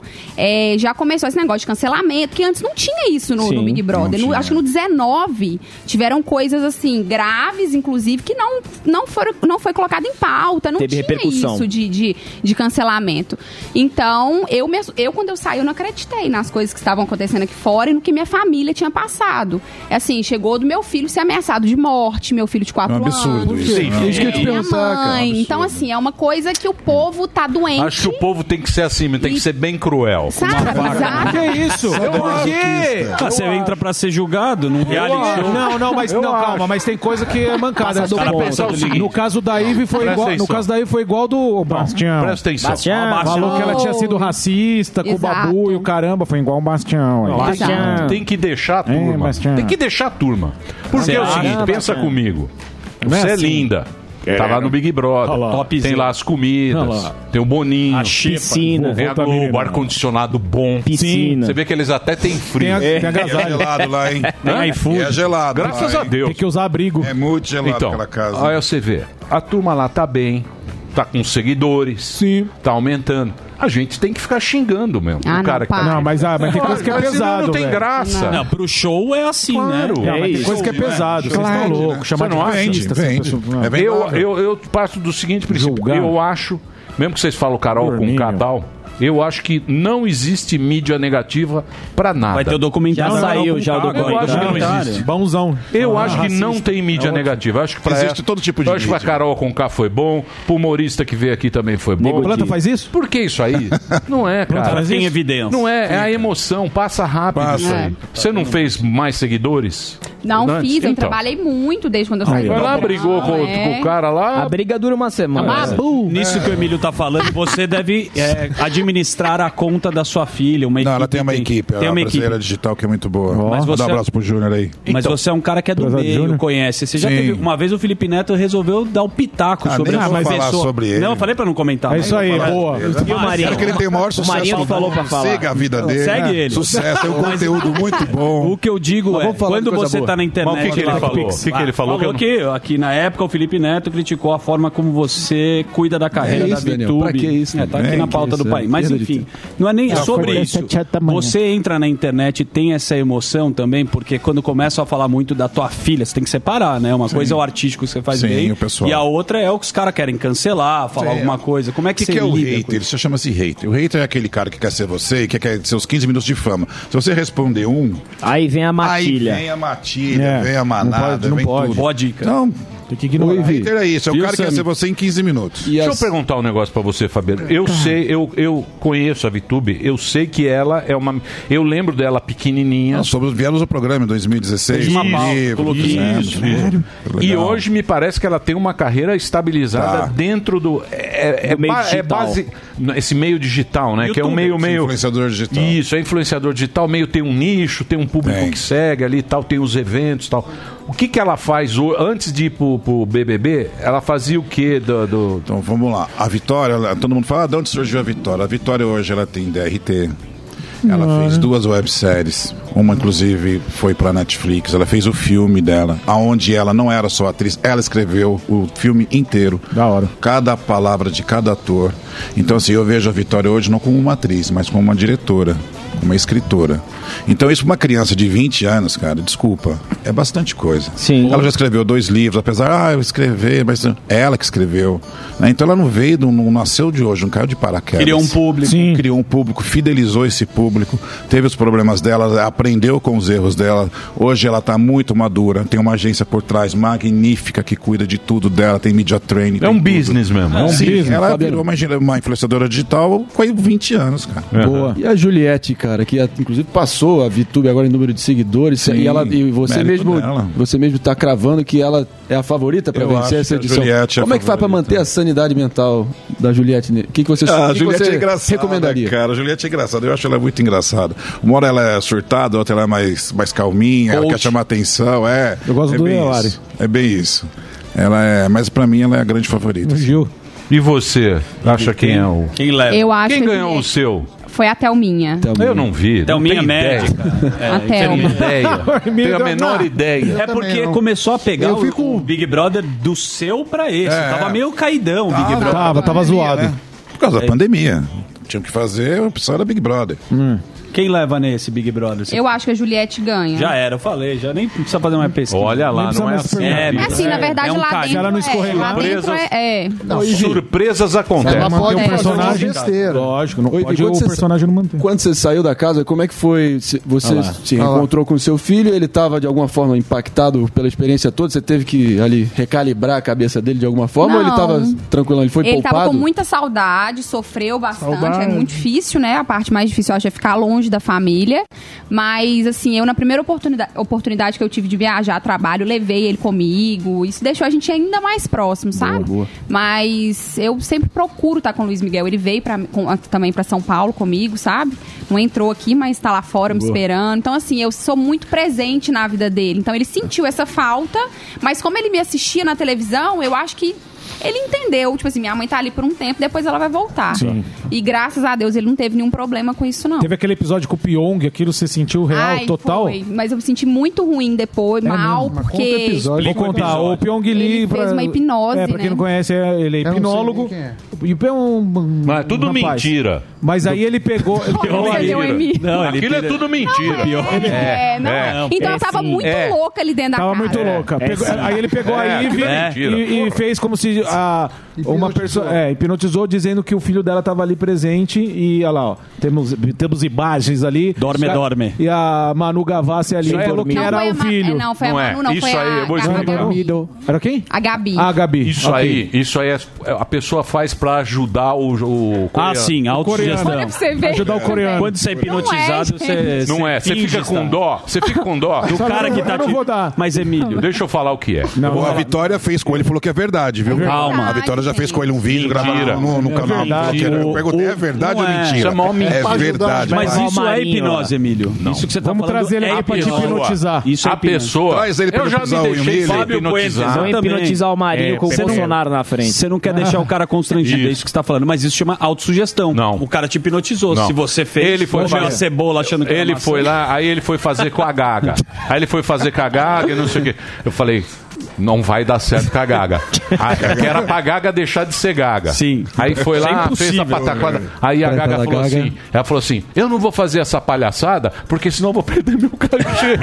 já começou esse negócio de cancelamento, que antes não tinha isso no Big Brother. Acho que no 19 tiveram coisas assim, graves, inclusive, que não foi colocado em pauta, não teve tinha repercussão. Isso de cancelamento. Então, eu quando eu saí, eu não acreditei nas coisas que estavam acontecendo aqui fora e no que minha família tinha passado. Assim, chegou do meu filho ser ameaçado de morte, meu filho de 4 anos. Absurdo isso. Isso que eu te perguntar, cara. Então, assim, é uma coisa que o povo tá doente. Acho que o povo tem que ser assim, tem que ser bem cruel. Sabe? Exato. Que isso? Por quê? Você entra pra ser julgado num reality show. Calma, mas tem coisa que é mancada. No caso da Ivy foi igual do Bastião. Presta atenção. Falou que ela tinha sido racista com o Babu e o caramba, foi igual o Bastião. Tem que deixar a turma. Tem que deixar a turma. Porque é o seguinte, pensa comigo. Você é linda. Tá lá no Big Brother. Tem lá as comidas. Tem o Boninho. A piscina. Tem a Globo, ar-condicionado bom. Piscina. Você vê que eles até têm frio. Tem agasalho. É gelado lá, hein? Tem iFood. É gelado. Graças a Deus. Tem que usar abrigo. É muito gelado aquela casa. Aí você vê. A turma lá tá bem. Tá com seguidores. Sim. Tá aumentando. A gente tem que ficar xingando mesmo. Ah, o cara não, que tá... Não, mas tem coisa que é pesado. Não tem graça. Não, pro show é assim, Claro. né? Mas tem coisa que é pesado. Vocês estão loucos. Chamar de racista. Eu passo do seguinte princípio. Eu acho, mesmo que vocês falam Carol com K tal, Eu acho que não existe mídia negativa pra nada. Vai ter o documentário. Já saiu, já o Eu acho que não existe. Bonzão. Eu acho que não tem mídia negativa. Eu acho que pra Existe todo tipo de Eu acho que pra mídia. Carol Conká foi bom, pro humorista que veio aqui também foi bom. Planta faz isso? Por que isso aí? Não é, cara. Tem evidência. Não é a emoção, passa rápido isso aí. Você não fez mais seguidores? Não Antes? fiz, eu Então. trabalhei muito desde quando eu saí. Vai lá, brigou com o cara lá. A briga dura uma semana. Nisso que o Emílio tá falando, você deve administrar a conta da sua filha. Uma equipe Não, ela tem uma equipe. Tem a uma brasileira equipe. digital que é muito boa. Mas Vou você- dar um abraço pro Júnior aí. Mas você é um cara que é do Empresário meio, Júnior? conhece. Você já Sim. teve. Uma vez o Felipe Neto resolveu dar um pitaco sobre nem essa vou falar pessoa. sobre ele. Não, eu falei pra não comentar. É isso aí, boa. E o Marinho? Quero que ele tenha o maior sucesso. O Marinho do falou mundo. pra falar. Siga a vida dele. Segue ele. Sucesso, tem um conteúdo muito bom. O que eu digo é, quando você tá na internet... Mas o que ele lá, falou? O que ele falou? Falou que aqui na época o Felipe Neto criticou a forma como você cuida da carreira isso, da Daniel? VTube. Pra que isso, Tá aqui Daniel? na pauta do país. Mas Perda de enfim, não é nem Já sobre foi isso. 7 da manhã. Você entra na internet e tem essa emoção também, porque quando começam a falar muito da tua filha, você tem que separar, né? Uma coisa é o artístico que você faz Sim, bem, o pessoal. e a outra é o que os caras querem cancelar, falar Sim. alguma coisa. Como é que O você que é o lida com hater? Isso chama-se hater. O hater é aquele cara que quer ser você e que quer seus 15 minutos de fama. Se você responder Aí vem a matilha. Aí vem a matilha, vem a manada, não vem pode. tudo. Boa dica. Então, tem que ignorar. o hater é isso. É o Viu, cara que quer Sammy? ser você em 15 minutos. Deixa eu perguntar um negócio pra você, Fabiano. Eu sei, eu conheço a VTube, eu sei que ela é uma... Eu lembro dela pequenininha. Nós viemos ao programa em 2016. Fez uma pauta, livro, coloquei fizemos, isso. sério? E Legal. hoje me parece que ela tem uma carreira estabilizada Tá. dentro do... É meio digital. base... Esse meio digital, né? Que é um YouTube, meio... influenciador digital. Isso, é influenciador digital, meio tem um nicho, tem um público que segue ali e tal, tem os eventos e tal. O que ela faz antes de ir pro BBB? Ela fazia o quê do... Então vamos lá. A Vitória, todo mundo fala, de onde surgiu a Vitória? A Vitória hoje ela tem DRT. Ela fez 2 webséries. Uma, inclusive, foi pra Netflix. Ela fez o filme dela, aonde ela não era só atriz, ela escreveu o filme inteiro. Da hora. Cada palavra de cada ator. Então, assim, eu vejo a Vitória hoje não como uma atriz, mas como uma diretora, uma escritora. Então, isso pra uma criança de 20 anos, cara, desculpa, é bastante coisa. Sim. Ela já escreveu 2 livros, apesar, eu escrever, mas é ela que escreveu. Né? Então, ela não veio, não nasceu de hoje, não caiu de paraquedas. Criou um público. Sim. Criou um público, fidelizou esse público, teve os problemas dela, aprendeu com os erros dela. Hoje ela está muito madura, tem uma agência por trás magnífica que cuida de tudo dela, tem media training. É um business mesmo. É um Sim, business. Ela Fabiano. virou uma influenciadora digital com 20 anos, cara. Boa. E a Juliette, cara, que inclusive passou a VTube agora em número de seguidores. Sim, e você mérito mesmo dela. você mesmo tá cravando que ela é a favorita para Eu vencer acho essa que a edição. Juliette é a Como é que faz para favorita. manter a sanidade mental da Juliette? O que você, A que Juliette você é engraçada, recomendaria? cara. A Juliette é engraçada. Eu acho ela muito engraçada. Uma hora ela é surtada, outra ela é mais calminha, ela quer chamar atenção. Eu gosto do bem Delari. isso. É bem isso. Mas pra mim ela é a grande favorita. Gil. E você? Acha quem é o... Quem leva? Eu acho Quem que ganhou o seu? foi a Thelminha. Eu não vi. Thelminha não tenho médica. A Thelma. ideia. Tenho a menor ideia. É porque começou a pegar o Big Brother do seu pra esse. Tava meio caidão o Big Brother. Tava zoado. Né? Por causa da pandemia. Tinha que fazer, a opção era Big Brother. Quem leva nesse Big Brother? Eu acho que a Juliette ganha. Já era, eu falei, já nem precisa fazer mais pesquisa. Olha lá, não é assim. É assim, na verdade, um lá caso. dentro. ela não escorrer lá dentro é. Surpresas acontecem. Ela pode Manter o fazer uma personagem. besteira. Lógico, não Oi, pode e o quando você- personagem não manter. Quando você saiu da casa, como é que foi? Você se encontrou com seu filho? Ele estava de alguma forma impactado pela experiência toda? Você teve que ali recalibrar a cabeça dele de alguma forma? Ou ele Não. estava tranquilo? Ele foi Ele poupado? tava com muita saudade, sofreu bastante. Saudade. É muito difícil, né? A parte mais difícil, eu acho, é ficar longe da família. Mas, assim, eu na primeira oportunidade que eu tive de viajar a trabalho, levei ele comigo. Isso deixou a gente ainda mais próximo, sabe? boa. Mas eu sempre procuro estar com o Luiz Miguel. Ele veio também pra São Paulo comigo, sabe? Não entrou aqui, mas tá lá fora me esperando. Então, assim, eu sou muito presente na vida dele. Então, ele sentiu essa falta. Mas como ele me assistia na televisão, eu acho que ele entendeu, tipo assim, minha mãe tá ali por um tempo, depois ela vai voltar. Sim. E graças a Deus ele não teve nenhum problema com isso, não. Teve aquele episódio com o Pyong, aquilo você sentiu real, Ai, total? foi. Mas eu me senti muito ruim depois, mal, mesmo? Mas conta o porque... episódio. Vou contar, o Pyong Lee... Ele fez uma hipnose, pra quem né? não conhece, ele é Eu não sei hipnólogo. nem quem é. E é um Mas é tudo rapaz. mentira. Mas aí ele pegou... Aquilo é tudo mentira. Então eu tava muito louca ali dentro da casa. Tava muito louca. Aí ele pegou a Ivy e fez como se uma pessoa hipnotizou, dizendo que o filho dela tava ali presente e olha lá, ó, temos imagens ali. Dorme. E a Manu Gavassi ali falou que era o filho. Não, foi a Manu, não. Isso foi aí, eu vou explicar. Era quem? A Gabi. A Gabi. Isso aí a pessoa faz pra ajudar o coreano. Sim, a autossugestão. Ajudar o coreano. Quando você é hipnotizado, você... Não é, você fica com dó. Você fica com dó. Do cara que tá eu não vou dar. Mas, Emílio... Deixa eu falar o que é. A Vitória fez com ele, falou que é verdade, viu? Calma. A Vitória já fez com ele um vídeo gravado no canal. Eu perguntei, é verdade ou mentira? É verdade. Mas isso é hipnose, Emílio. Isso que você tá falando. Vamos trazer ele pra te hipnotizar. Isso é a pessoa... Traz ele pra eu já me deixei hipnotizar. Não hipnotizar o Marinho com o Bolsonaro na frente. Você não quer deixar o cara constrangido, é isso que você tá falando. Mas isso chama autossugestão. Não. O cara te hipnotizou. Não. Se você fez, ele foi uma cebola achando que era ele foi lá, aí ele foi fazer com a Gaga. Aí ele foi fazer com a Gaga e não sei o quê. Eu falei... Não vai dar certo com a Gaga. Que era pra Gaga deixar de ser Gaga. Sim. Aí foi lá, fez a pataquada. Aí a Gaga falou assim: ela falou assim: eu não vou fazer essa palhaçada, porque senão eu vou perder meu cachê.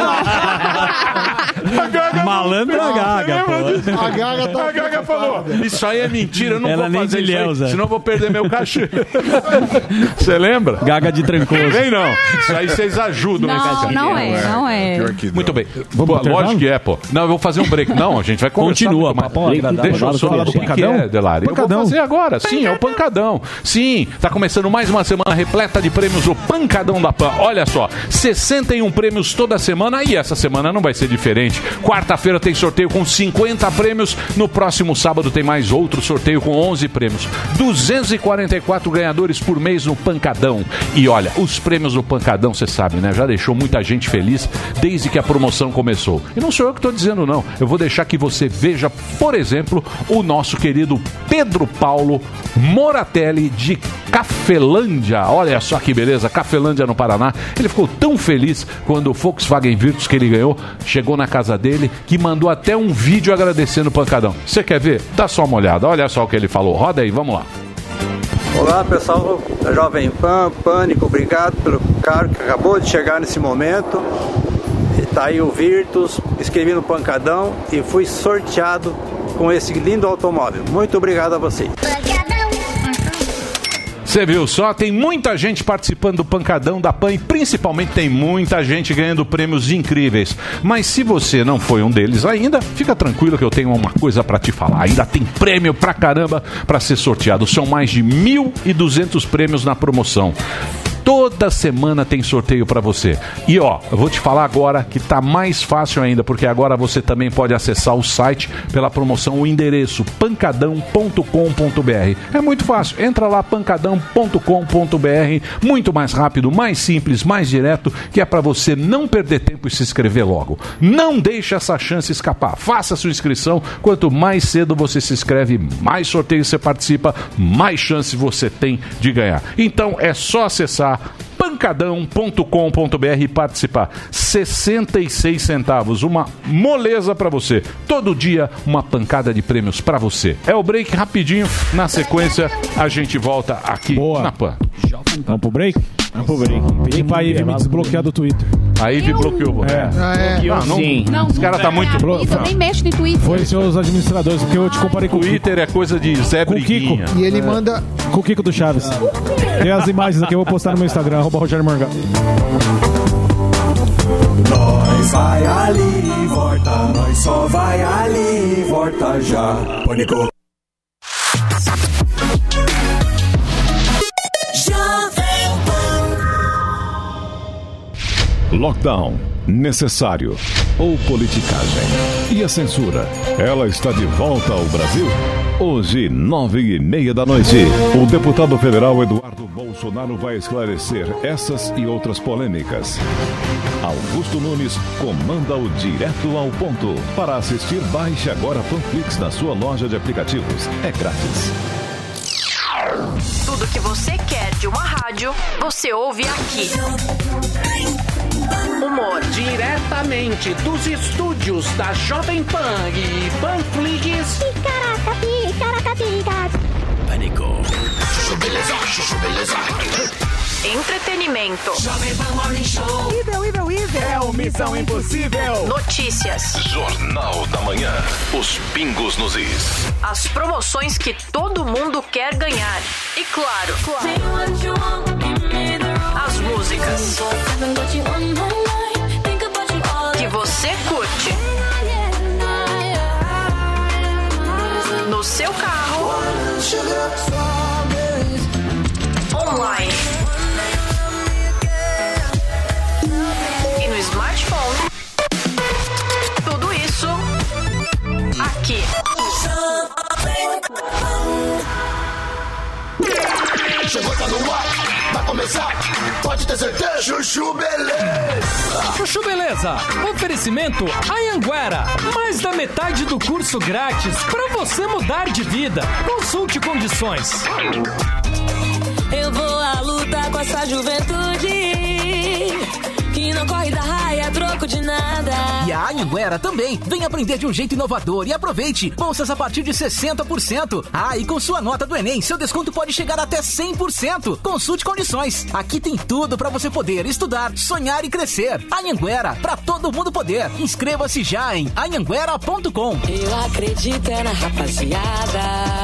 Malandro a Gaga, pô. A Gaga falou: isso aí é mentira, eu não ela vou fazer isso aí, senão eu vou perder meu cachê. Você lembra? Gaga de trancoso. Vem não. Isso aí vocês ajudam. Não é. Muito bem. Lógico que é, pô. Não, eu vou fazer um break. Não, a gente vai conversar. Continua, papo. Deixa eu só falar do pancadão. Delari. Eu vou fazer agora. Sim, é o pancadão. Sim, tá começando mais uma semana repleta de prêmios, o Pancadão da Pan. Olha só, 61 prêmios toda semana e essa semana não vai ser diferente. Quarta-feira tem sorteio com 50 prêmios. No próximo sábado tem mais outro sorteio com 11 prêmios. 244 ganhadores por mês no Pancadão. E olha, os prêmios do Pancadão, você sabe, né? Já deixou muita gente feliz desde que a promoção começou. E não sou eu que tô dizendo, não. Eu vou deixar que você veja, por exemplo, o nosso querido Pedro Paulo Moratelli de Cafelândia. Olha só que beleza, Cafelândia no Paraná. Ele ficou tão feliz quando o Volkswagen Virtus que ele ganhou chegou na casa dele que mandou até um vídeo agradecendo o Pancadão. Você quer ver? Dá só uma olhada. Olha só o que ele falou. Roda aí, vamos lá. Olá pessoal da Jovem Pan, Pânico, obrigado pelo carro que acabou de chegar nesse momento. Tá aí o Virtus, escrevi no Pancadão e fui sorteado com esse lindo automóvel. Muito obrigado a vocês. Você viu só? Tem muita gente participando do Pancadão da Pan e principalmente tem muita gente ganhando prêmios incríveis. Mas se você não foi um deles ainda, fica tranquilo que eu tenho uma coisa pra te falar. Ainda tem prêmio pra caramba pra ser sorteado. São mais de 1.200 prêmios na promoção. Toda semana tem sorteio para você. E ó, eu vou te falar agora que tá mais fácil ainda, porque agora você também pode acessar o site pela promoção, o endereço pancadão.com.br. É muito fácil, entra lá pancadão.com.br, muito mais rápido, mais simples, mais direto, que é para você não perder tempo e se inscrever logo. Não deixe essa chance escapar. Faça sua inscrição, quanto mais cedo você se inscreve, mais sorteios você participa, mais chance você tem de ganhar. Então é só acessar pancadão.com.br e participar. 66 centavos, uma moleza pra você. Todo dia uma pancada de prêmios pra você. É o break rapidinho, na sequência a gente volta aqui na Pan. Vamos pro break? Vamos pro break. Pedi pra Ivy me desbloquear do Twitter. A Ivy bloqueou. Sim. Esse cara tá muito... Eu nem mexo no Twitter. Foi seus administradores, porque eu te comparei com o Twitter. É coisa de Zé Briguinha. E ele manda... Com o Kiko do Chaves. Tem as imagens aqui, eu vou postar no meu Instagram, @Rogério Morgado. Nós vai ali e volta, nós só vai ali e volta já. Pânico. Lockdown, necessário ou politicagem? E a censura? Ela está de volta ao Brasil? Hoje, 9h30 da noite, o deputado federal Eduardo Bolsonaro vai esclarecer essas e outras polêmicas. Augusto Nunes comanda o Direto ao Ponto. Para assistir, baixe agora Panflix na sua loja de aplicativos. É grátis. Tudo que você quer de uma rádio, você ouve aqui. Humor diretamente dos estúdios da Jovem Pan e Panflix. Pânico. Chuchu Beleza, Chuchu Beleza. Entretenimento. Jovem Pan Morning Show. Ível. É o Missão Impossível. Notícias. Jornal da Manhã. Os pingos nos is. As promoções que todo mundo quer ganhar. E claro, as músicas que você curte. No seu carro. Online. E no smartphone. Tudo isso aqui. Chegou, tá no ar, vai começar, pode ter certeza. Chuchu Beleza. Chuchu Beleza. Oferecimento Anhanguera. Mais da metade do curso grátis para você mudar de vida. Consulte condições. Eu vou à luta com essa juventude que não corre da raia, troco de nada. E a Anhanguera também. Vem aprender de um jeito inovador e aproveite. Bolsas a partir de 60%. E com sua nota do Enem, seu desconto pode chegar até 100%. Consulte condições. Aqui tem tudo para você poder estudar, sonhar e crescer. Anhanguera, para todo mundo poder. Inscreva-se já em anhanguera.com. Eu acredito na rapaziada.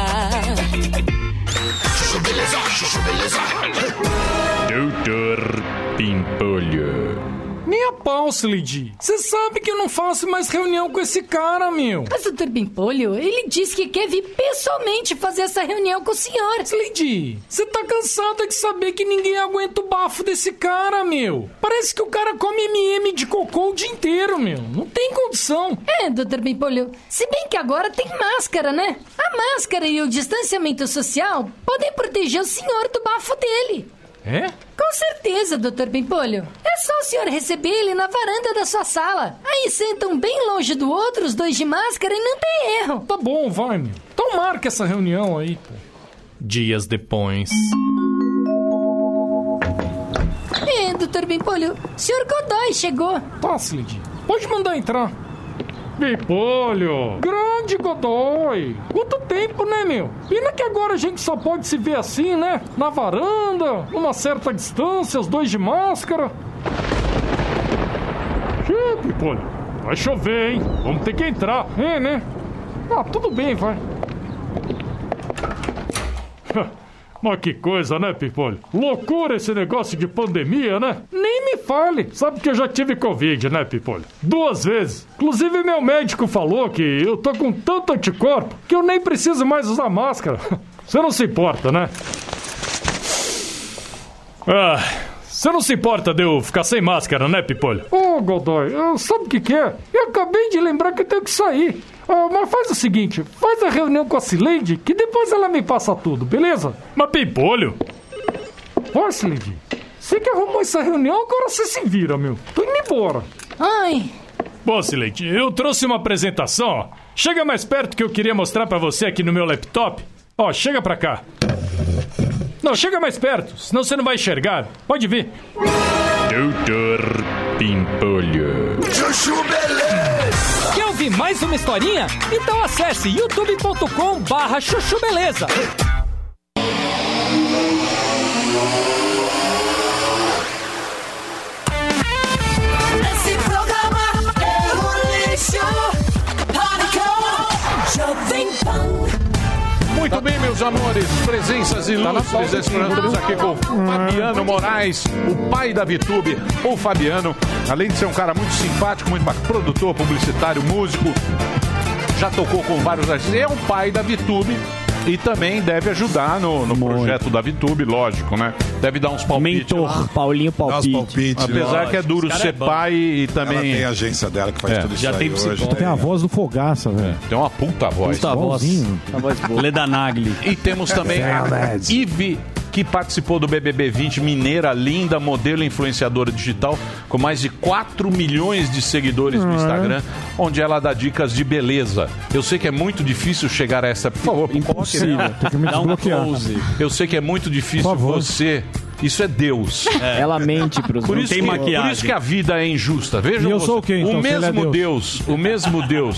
Chuchu Beleza, Chuchu Beleza. Doutor Pimpolho. Minha pau, Slade. Você sabe que eu não faço mais reunião com esse cara, meu. Mas, Dr. Pimpolho, ele disse que quer vir pessoalmente fazer essa reunião com o senhor. Slade, você tá cansada de saber que ninguém aguenta o bafo desse cara, meu. Parece que o cara come M&M de cocô o dia inteiro, meu. Não tem condição. Dr. Pimpolho, se bem que agora tem máscara, né? A máscara e o distanciamento social podem proteger o senhor do bafo dele. É? Com certeza, Dr. Pimpolho. É só o senhor receber ele na varanda da sua sala. Aí sentam bem longe do outro, os dois de máscara, e não tem erro. Tá bom, vai, meu. Então marca essa reunião aí, pô. Dias depois. Dr. Pimpolho, o senhor Godoy chegou. Tá, Slade. Pode mandar entrar. Pimpolho! Grande Godoy! Quanto tempo, né, meu? Pena que agora a gente só pode se ver assim, né? Na varanda, numa certa distância, os dois de máscara. Pimpolho, vai chover, hein? Vamos ter que entrar, né? Tudo bem, vai. Mas que coisa, né, Pimpolho? Loucura esse negócio de pandemia, né? Nem me fale. Sabe que eu já tive Covid, né, Pimpolho? 2 vezes. Inclusive, meu médico falou que eu tô com tanto anticorpo que eu nem preciso mais usar máscara. Você não se importa, né? Você não se importa de eu ficar sem máscara, né, Pimpolho? Godoy, sabe o que é? Eu acabei de lembrar que eu tenho que sair. Mas faz o seguinte, faz a reunião com a Slade, que depois ela me passa tudo, beleza? Mas Pimpolho? Ó, Slade, você que arrumou essa reunião, agora você se vira, meu. Tô indo embora. Ai. Bom, Slade, eu trouxe uma apresentação, ó. Chega mais perto que eu queria mostrar pra você aqui no meu laptop. Ó, chega pra cá. Não, chega mais perto, senão você não vai enxergar. Pode vir. Doutor Pimpolho. Chuchu Beleza. Quer ouvir mais uma historinha? Então acesse youtube.com/Chuchu Beleza. Esse programa é um lixo. Pânico. Jovem Pan. Muito bem, meus amores, presenças ilustres. Estamos aqui com o Fabiano Moraes, o pai da VTube. O Fabiano, além de ser um cara muito simpático, muito bacana, produtor, publicitário, músico, já tocou com vários artistas, é o pai da VTube. E também deve ajudar no projeto da VTube, lógico, né? Deve dar uns palpites. Mentor, Paulinho Palpite. Apesar lógico. que é duro ser pai e também... Ela tem a agência dela que faz tudo isso aí hoje. Tem a voz do Fogaça, velho. Tem uma puta voz. Puta voz. Leda Nagli. E temos também a Ive, que participou do BBB 20, mineira, linda, modelo influenciadora digital, com mais de 4 milhões de seguidores no Instagram, onde ela dá dicas de beleza. Eu sei que é muito difícil chegar a essa... Por favor, impossível. Tem que me desbloquear. Eu sei que é muito difícil você... Isso é Deus. Ela mente pros por isso, por isso que a vida é injusta. Veja, e eu sou quem, então, o mesmo Deus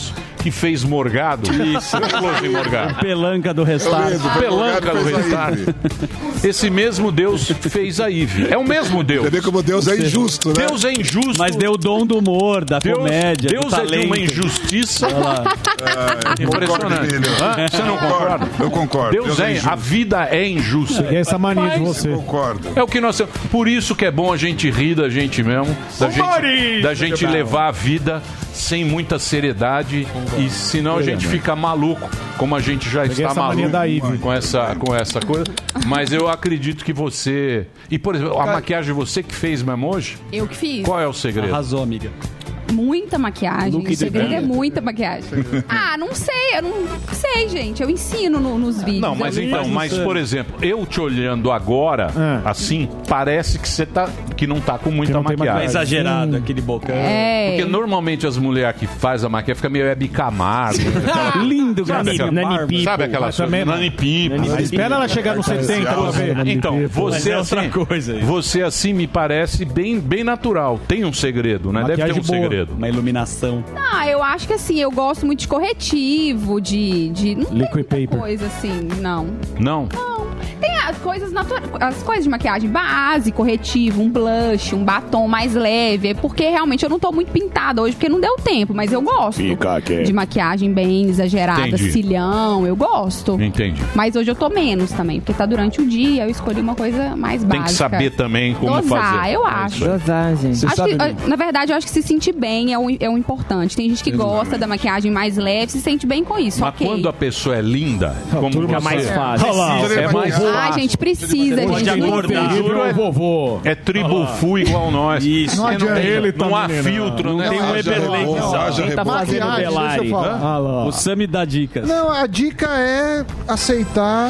que fez Morgado. Isso. Close Morgado. Pelanca do Restart. Pelanca do Restart. Esse mesmo Deus fez a Ive. É o mesmo Deus. Você vê como Deus é injusto, né? Deus é injusto. Mas deu o dom do humor, da comédia, Deus do é de uma injustiça. Impressionante. Você não concorda? Eu concordo. Deus é, a vida é injusta. E essa mania de você. Eu concordo. É o que nós temos. Por isso que é bom a gente rir da gente mesmo, da gente levar a vida sem muita seriedade, e senão a gente fica maluco, como a gente já está maluco com essa coisa. Mas eu acredito que você... E, por exemplo, a maquiagem você que fez mesmo hoje? Eu que fiz. Qual é o segredo? Arrasou, amiga. Muita maquiagem. O segredo é muita maquiagem. Não sei, eu não sei, gente. Eu ensino nos vídeos. Não, mas por exemplo, eu te olhando agora, assim, parece que você que não tá com muita maquiagem. É exagerado, aquele bocão. Porque normalmente as mulheres que fazem a maquiagem ficam meio Hebe Camargo. Lindo, Nani People. Sabe aquelas coisas? Nani People. Espera ela chegar no 70 pra ver. Então, você assim me parece bem natural. Tem um segredo, né? Deve ter um segredo. Uma iluminação. Eu acho que assim, eu gosto muito de corretivo, de não liquid tem paper. Coisa assim, não. Não? Tem as coisas naturais, as coisas de maquiagem, base, corretivo, um blush, um batom mais leve, porque realmente eu não tô muito pintada hoje, porque não deu tempo, mas eu gosto de maquiagem bem exagerada, Entendi. Cilhão, eu gosto. Entendi. Mas hoje eu tô menos também, porque tá durante o dia, eu escolhi uma coisa mais básica. Tem que saber também como dosar, fazer. Eu acho. Dosagem. Na verdade, eu acho que se sentir bem é o importante. Tem gente que gosta da maquiagem mais leve, se sente bem com isso. Mas quando a pessoa é linda, como fica mais fácil. É mais fácil. Gente, precisa, Pode acordar. Vovô. É tribufu igual nós. Isso. Não adianta ele Não há filtro, né? Tem um Eberlei. Quem tá fazendo Maquiagem, Belari? deixa eu falar. O Sami dá dicas. Não, a dica é aceitar.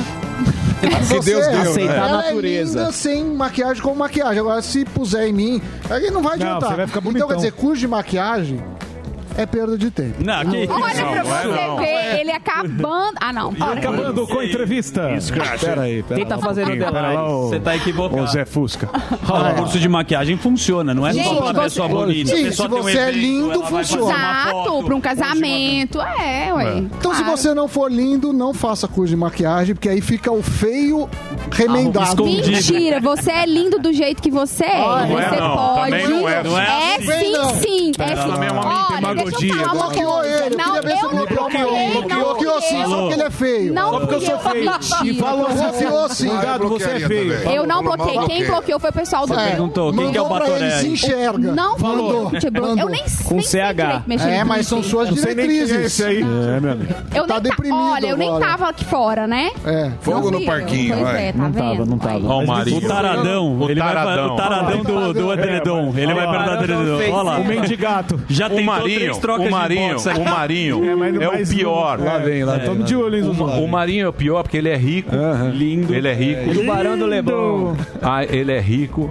Que Deus deu, aceitar a Ela natureza. é linda sem maquiagem como maquiagem. Agora, se puser em mim, aí não vai adiantar. você vai ficar então, bonitão. quer dizer, curso de maquiagem é perda de tempo. Não, que Olha pra você ver, ele acabando... não. Acabando com a entrevista. Pera aí. Tenta fazer o Delari. Você tá equivocado. Ô Zé Fusca. O curso de maquiagem funciona, não é Gente, só pra pessoa bonita. Sim, A pessoa se tem um você é evento, lindo, ela vai fazer funciona. uma Exato, foto, pra um casamento. Ué. Então, se você não for lindo, não faça curso de maquiagem, porque aí fica o feio remendado. Mentira, você é lindo do jeito que você é. Você pode. Também não é. Não é É sim. É sim. também é uma Olha, deixa eu falar uma coisa. Ele, Não, eu queria ver se eu não bloqueou sim, só porque ele é feio. Não, Só porque eu sou feio. E falou Bloqueou sim. Cuidado, você é feio. Eu não bloqueei. Quem bloqueou foi o pessoal do Perguntou, quem que é o Mandou pra ele, Batoré? se enxerga. Não, Mandou. eu nem sei. Com CH. Mas são suas Não sei nem quem é diretrizes. esse aí. É, meu amigo. Tá deprimido Olha, eu nem agora. tava aqui fora, né? Fogo no Viram? parquinho, Pois vai. é, tá vendo? Não tava. Ó, o Marinho. O taradão. O Ele vai taradão. o taradão do edredom. Ele vai perguntar do edredom. Olha lá. O mendigato. Já tentou 3 trocas de boxe aqui. O Marinho é o pior. Lá vem, lá. Tamo de olho, hein, Zuzu. O Marinho é o pior porque ele é rico. Lindo. Ele é rico. Tubarão do Leblon. Ele é rico,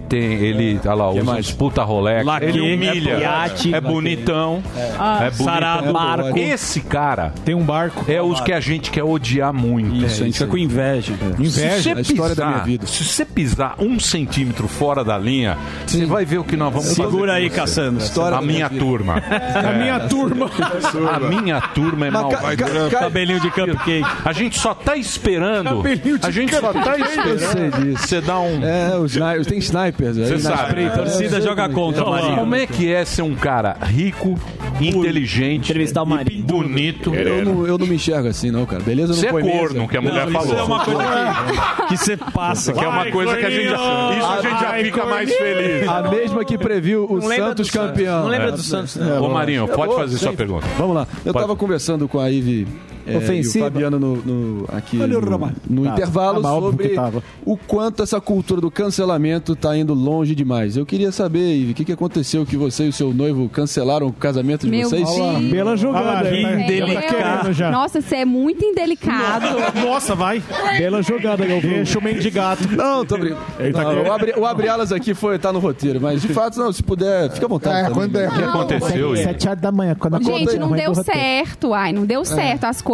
olha lá, usa uns puta Rolex, Laque, ele humilha, iate. é bonitão, é bonitão. Sarado. Barco. Esse cara Tem um barco. é os que a gente quer odiar muito. Isso, a gente fica com inveja. Inveja, a história da minha vida. Se você pisar 1 centímetro fora da linha, você vai ver o que nós vamos fazer. Segura aí, com você. Cassandra. A minha turma. A minha turma. A minha turma é malvada. Cabelinho de cupcake. A gente só tá esperando. Cabelinho de A gente só tá Eu sei esperando. disso. Você dá um. Tem snipers aí. Você sabe. A torcida joga contra, Marinho. Como é que é ser um cara rico, inteligente, Entrevistar o Marinho. bonito? Eu não me enxergo assim, não, cara. Beleza? Você Não é põe corno, mesa. que a mulher Isso falou. é uma coisa que você passa. Que é uma coisa que a gente já, isso a gente já fica mais feliz. A mesma que previu o Não lembra Santos do Santos. campeão. Não lembra do Santos, não. Ô Marinho, pode fazer sua Sim. pergunta. Vamos lá. Eu Pode. tava conversando com a Ive e o Ofensiva. Fabiano aqui Olha o no Romário. intervalo Tava óbvio sobre que tava. o quanto essa cultura do cancelamento tá indo longe demais. Eu queria saber, Ive, o que aconteceu que você e o seu noivo cancelaram o casamento de Meu vocês? Deus. Bela jogada. que né? indelicado. Já. Nossa, você é muito indelicado. Nossa, vai. Bela jogada, Galvão. Deixa o mendigato. Não, tô brincando. Ele tá querendo. O abre alas aqui tá no roteiro, mas de fato, não, se puder, fica à vontade. também. Quando é. O que aconteceu, Ivo? 7 horas da manhã. Quando Gente, não deu certo. Não deu certo as coisas.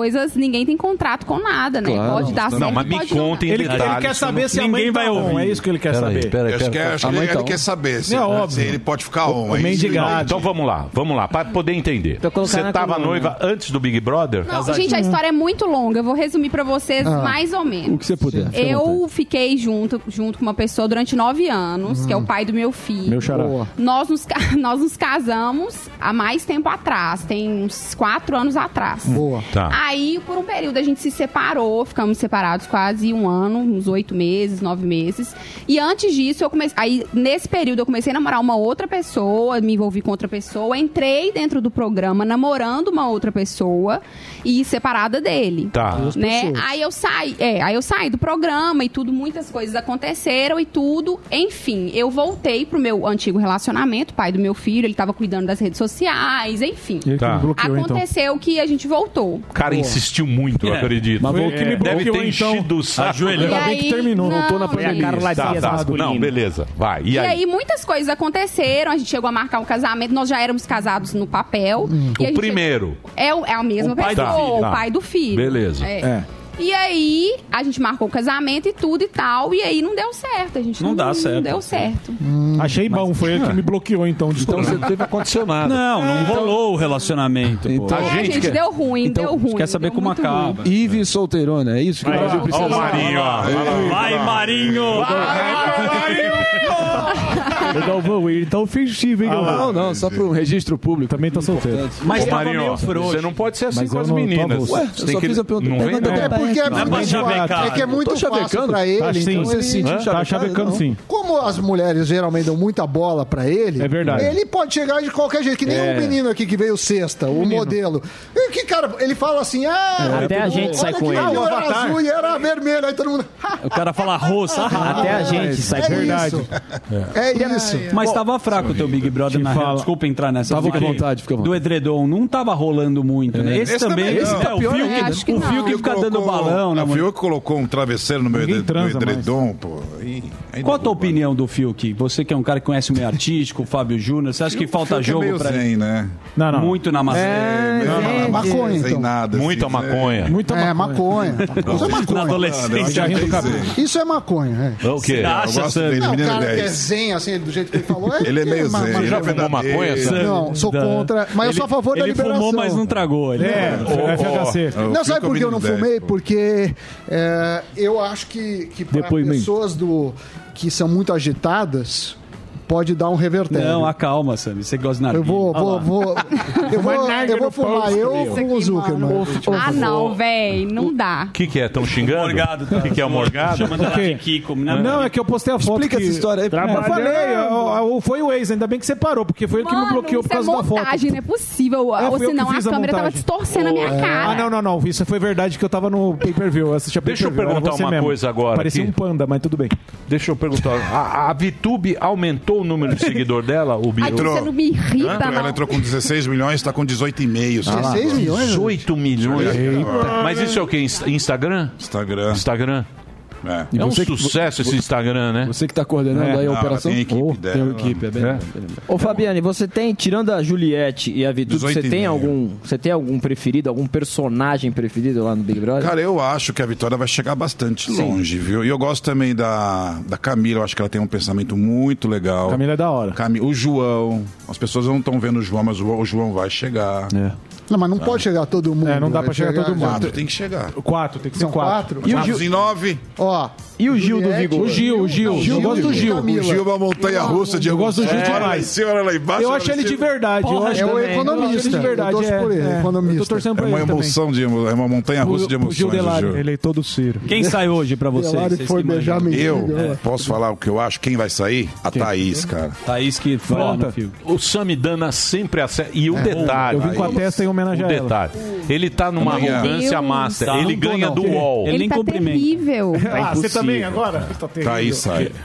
coisas, ninguém tem contrato com nada, né? Claro. Pode dar certo, Não, mas me pode não contem dar. detalhes. Ele quer saber se a Ninguém mãe vai tá on, ouvir. é isso que ele quer saber. Acho que ele quer saber se, É óbvio. se ele pode ficar on. O é isso? mendigado. Então vamos lá, para poder entender. Você estava noiva antes do Big Brother? Não, gente, a história é muito longa. Eu vou resumir pra vocês mais ou menos. O que você puder. Eu fiquei junto com uma pessoa durante 9 anos, que é o pai do meu filho. Meu xará. Nós nos casamos há mais tempo atrás, tem uns 4 anos atrás. Boa. Tá. Aí, por um período, a gente se separou, ficamos separados quase um ano, uns 8 meses, 9 meses. E antes disso, nesse período, eu comecei a namorar uma outra pessoa, me envolvi com outra pessoa, entrei dentro do programa namorando uma outra pessoa e separada dele. Tá. Né? Aí eu saí do programa e tudo, muitas coisas aconteceram e tudo. Enfim, eu voltei pro meu antigo relacionamento, pai do meu filho, ele tava cuidando das redes sociais, enfim. Tá. Aconteceu que a gente voltou. O cara insistiu muito, eu acredito. Mas o que me Deve bloqueou, ter enchido o saco. Ajoelhou. Ainda bem que terminou, não tô na pandemia. Não, beleza, vai. E aí muitas coisas aconteceram, a gente chegou a marcar um casamento, nós já éramos casados no papel. E a O gente primeiro. É a mesma pessoa, o pai do filho. Beleza. E aí, a gente marcou o casamento e tudo e tal, e aí não deu certo. A gente Não dá certo. Não deu certo. Achei bom, foi ele que me bloqueou então. Então você teve aconteceu nada. Não rolou o relacionamento. Então, pô. A gente deu ruim, deu ruim. Quer saber deu como muito acaba. ruim. Ive solteirona, é isso que o Brasil precisa. Ó o Marinho, ó. Vai, Marinho! Galvão, ele tá ofensivo, hein, Galvão? Não, só pro registro público. Também tá solteiro. Mas Ô, tava Marinho, meio frouxo. você não pode ser assim Mas com eu as não tô meninas. avulso. Ué, Você eu tem só que... fiz a pergunta. Não vem, não. É porque é muito chavecar. é que é muito fácil pra ele. Tá, sim. Então ele Você sentiu Tá chavecando sim. Como as mulheres geralmente dão muita bola pra ele, É verdade. ele pode chegar de qualquer jeito, que nem o menino aqui que veio sexta, o modelo. E que cara, ele fala assim, Até a gente sai com ele. O era azul e era vermelho, aí todo mundo... O cara fala roça. Até a gente sai com ele. Verdade. É isso. Mas tava fraco o teu Big Brother na real. Desculpa entrar nessa. Fica à vontade, fica à vontade. Do edredom, não tava rolando muito, né? Esse também. Esse É o Fiuk, Acho que o não. Fiuk fica dando balão, né? O mano? Fiuk colocou um travesseiro no meu Ninguém transa edredom, pô. Aí Qual a tua derruba. opinião do Fiuk? Você que é um cara que conhece o meio artístico, o Fábio Júnior, você acha que falta Fiuk é jogo meio pra zen, ele? né? Não. Muito na maçã. maconha, Sem então. nada. Muita assim, maconha. Muita Maconha. Isso é Na maconha. adolescência. Rindo do cabelo. Isso é maconha, O quê? Você Eu acha, gosto Sammy? dele, Não, o menino cara que é 10. zen, assim, do jeito que ele falou. Ele é meio zen. Você já fumou maconha, Sam? Não, sou contra, mas eu sou a favor da Ele liberação. fumou, mas não tragou. Ele FHC. Não, sabe por que eu não fumei? Pô. Porque eu acho que para Depoimento. pessoas que são muito agitadas, pode dar um revertério. Não, acalma, Sammy. Você gosta de narguilha. Eu vou fumar eu com o Zuckerman. Ah, não, véi, não dá. O que é? Estão xingando? Morgado, tá? O que é o morgado? Chamando ela de Kiko. Não, é que eu postei a foto. Explica que... essa história aí. Eu falei, foi o ex, ainda bem que você parou, porque foi ele que me bloqueou por causa da foto. Montagem, não é possível. Ou fui eu senão que a fiz a câmera tava montagem. distorcendo a minha cara. Não. Isso foi verdade que eu tava no pay-per-view. Eu assistia Deixa eu pay-per-view, era perguntar você uma mesmo. coisa agora Parecia aqui. um panda, mas tudo bem. Deixa eu perguntar. A VTube aumentou o número de seguidor dela? O Ai, você não me irrita, Ela não. entrou com 16 milhões, está com 18,5. 16 milhões? 18 milhões. Mas isso é o quê? Instagram? Instagram. É um sucesso esse Instagram, né? Você que tá coordenando aí a operação? Tem equipe dela. Tem uma equipe, é bem. Ô Fabiane, você tem, tirando a Juliette e a Vitube, você tem algum preferido, algum personagem preferido lá no Big Brother? Cara, eu acho que a Vitória vai chegar bastante longe, viu? E eu gosto também da Camila, eu acho que ela tem um pensamento muito legal. Camila é da hora. O João, as pessoas não estão vendo o João, mas o João vai chegar. Não, mas não pode chegar todo mundo. Não dá pra chegar todo mundo. 4 tem que chegar. 4, tem que ser São 4. quatro? E o Gil em 9. Ó. E o Gil do Vigor? O Gil. Eu gosto do Gil. O Gil é uma montanha russa de Eu gosto do Gil Olha lá em demais. cima, olha lá embaixo. Eu acho ele de verdade. Eu acho É o também. economista. Eu acho ele de verdade. Eu torço por ele, economista. Eu tô torcendo É pra uma ele também. emoção é uma montanha russa de O Gil emoções. Delari, o Gil. eleitor do Ciro. Quem sai hoje pra vocês? Delari Vocês foi que beijar imaginam? menino. Posso falar o que eu acho? Quem vai sair? A Thaís, cara. Thaís que fala no filme. O Samidana sempre acerta. E o detalhe. Eu vim com a testa em homenagem a ela. detalhe. Ele tá numa Amanhã. arrogância Deus. master. Tá. Ele ganha do UOL. Ele nem tá cumprimenta. terrível. Ah, você também agora? Tá terrível. Thaís sai.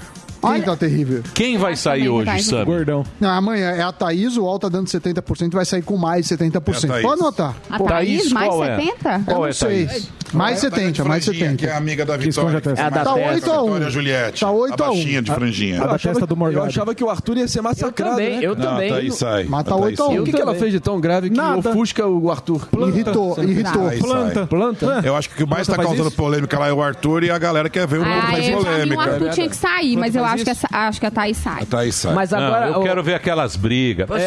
Quem tá terrível? Quem vai sair hoje, Sam? Gordão. Não, amanhã é a Thaís, o UOL tá dando 70%, vai sair com mais 70%. É a Thaís. Pode anotar. A Thaís, mais qual é? 70? Qual Eu não sei. Mais 70, mais 70. Que é amiga da Vitória. É a da Tá testa. 8-1. Vitória Juliette. Tá 8-1. A baixinha de franjinha. A da testa do Morgado. Eu achava que o Arthur ia ser massacrado, né? Eu Não, também. a Thaís sai. Mas tá A Thaís 8-1. sai. O que ela fez de tão grave que Nada. ofusca o Arthur? Irritou. Thaís sai. Planta? Eu acho que o que mais tá faz causando isso? polêmica lá é o Arthur e a galera quer ver o novo mais Eu já vi o polêmica. Arthur tinha que sair, mas eu faz acho que a Thaís sai. A Thaís sai. Mas agora... eu quero ver aquelas brigas. Você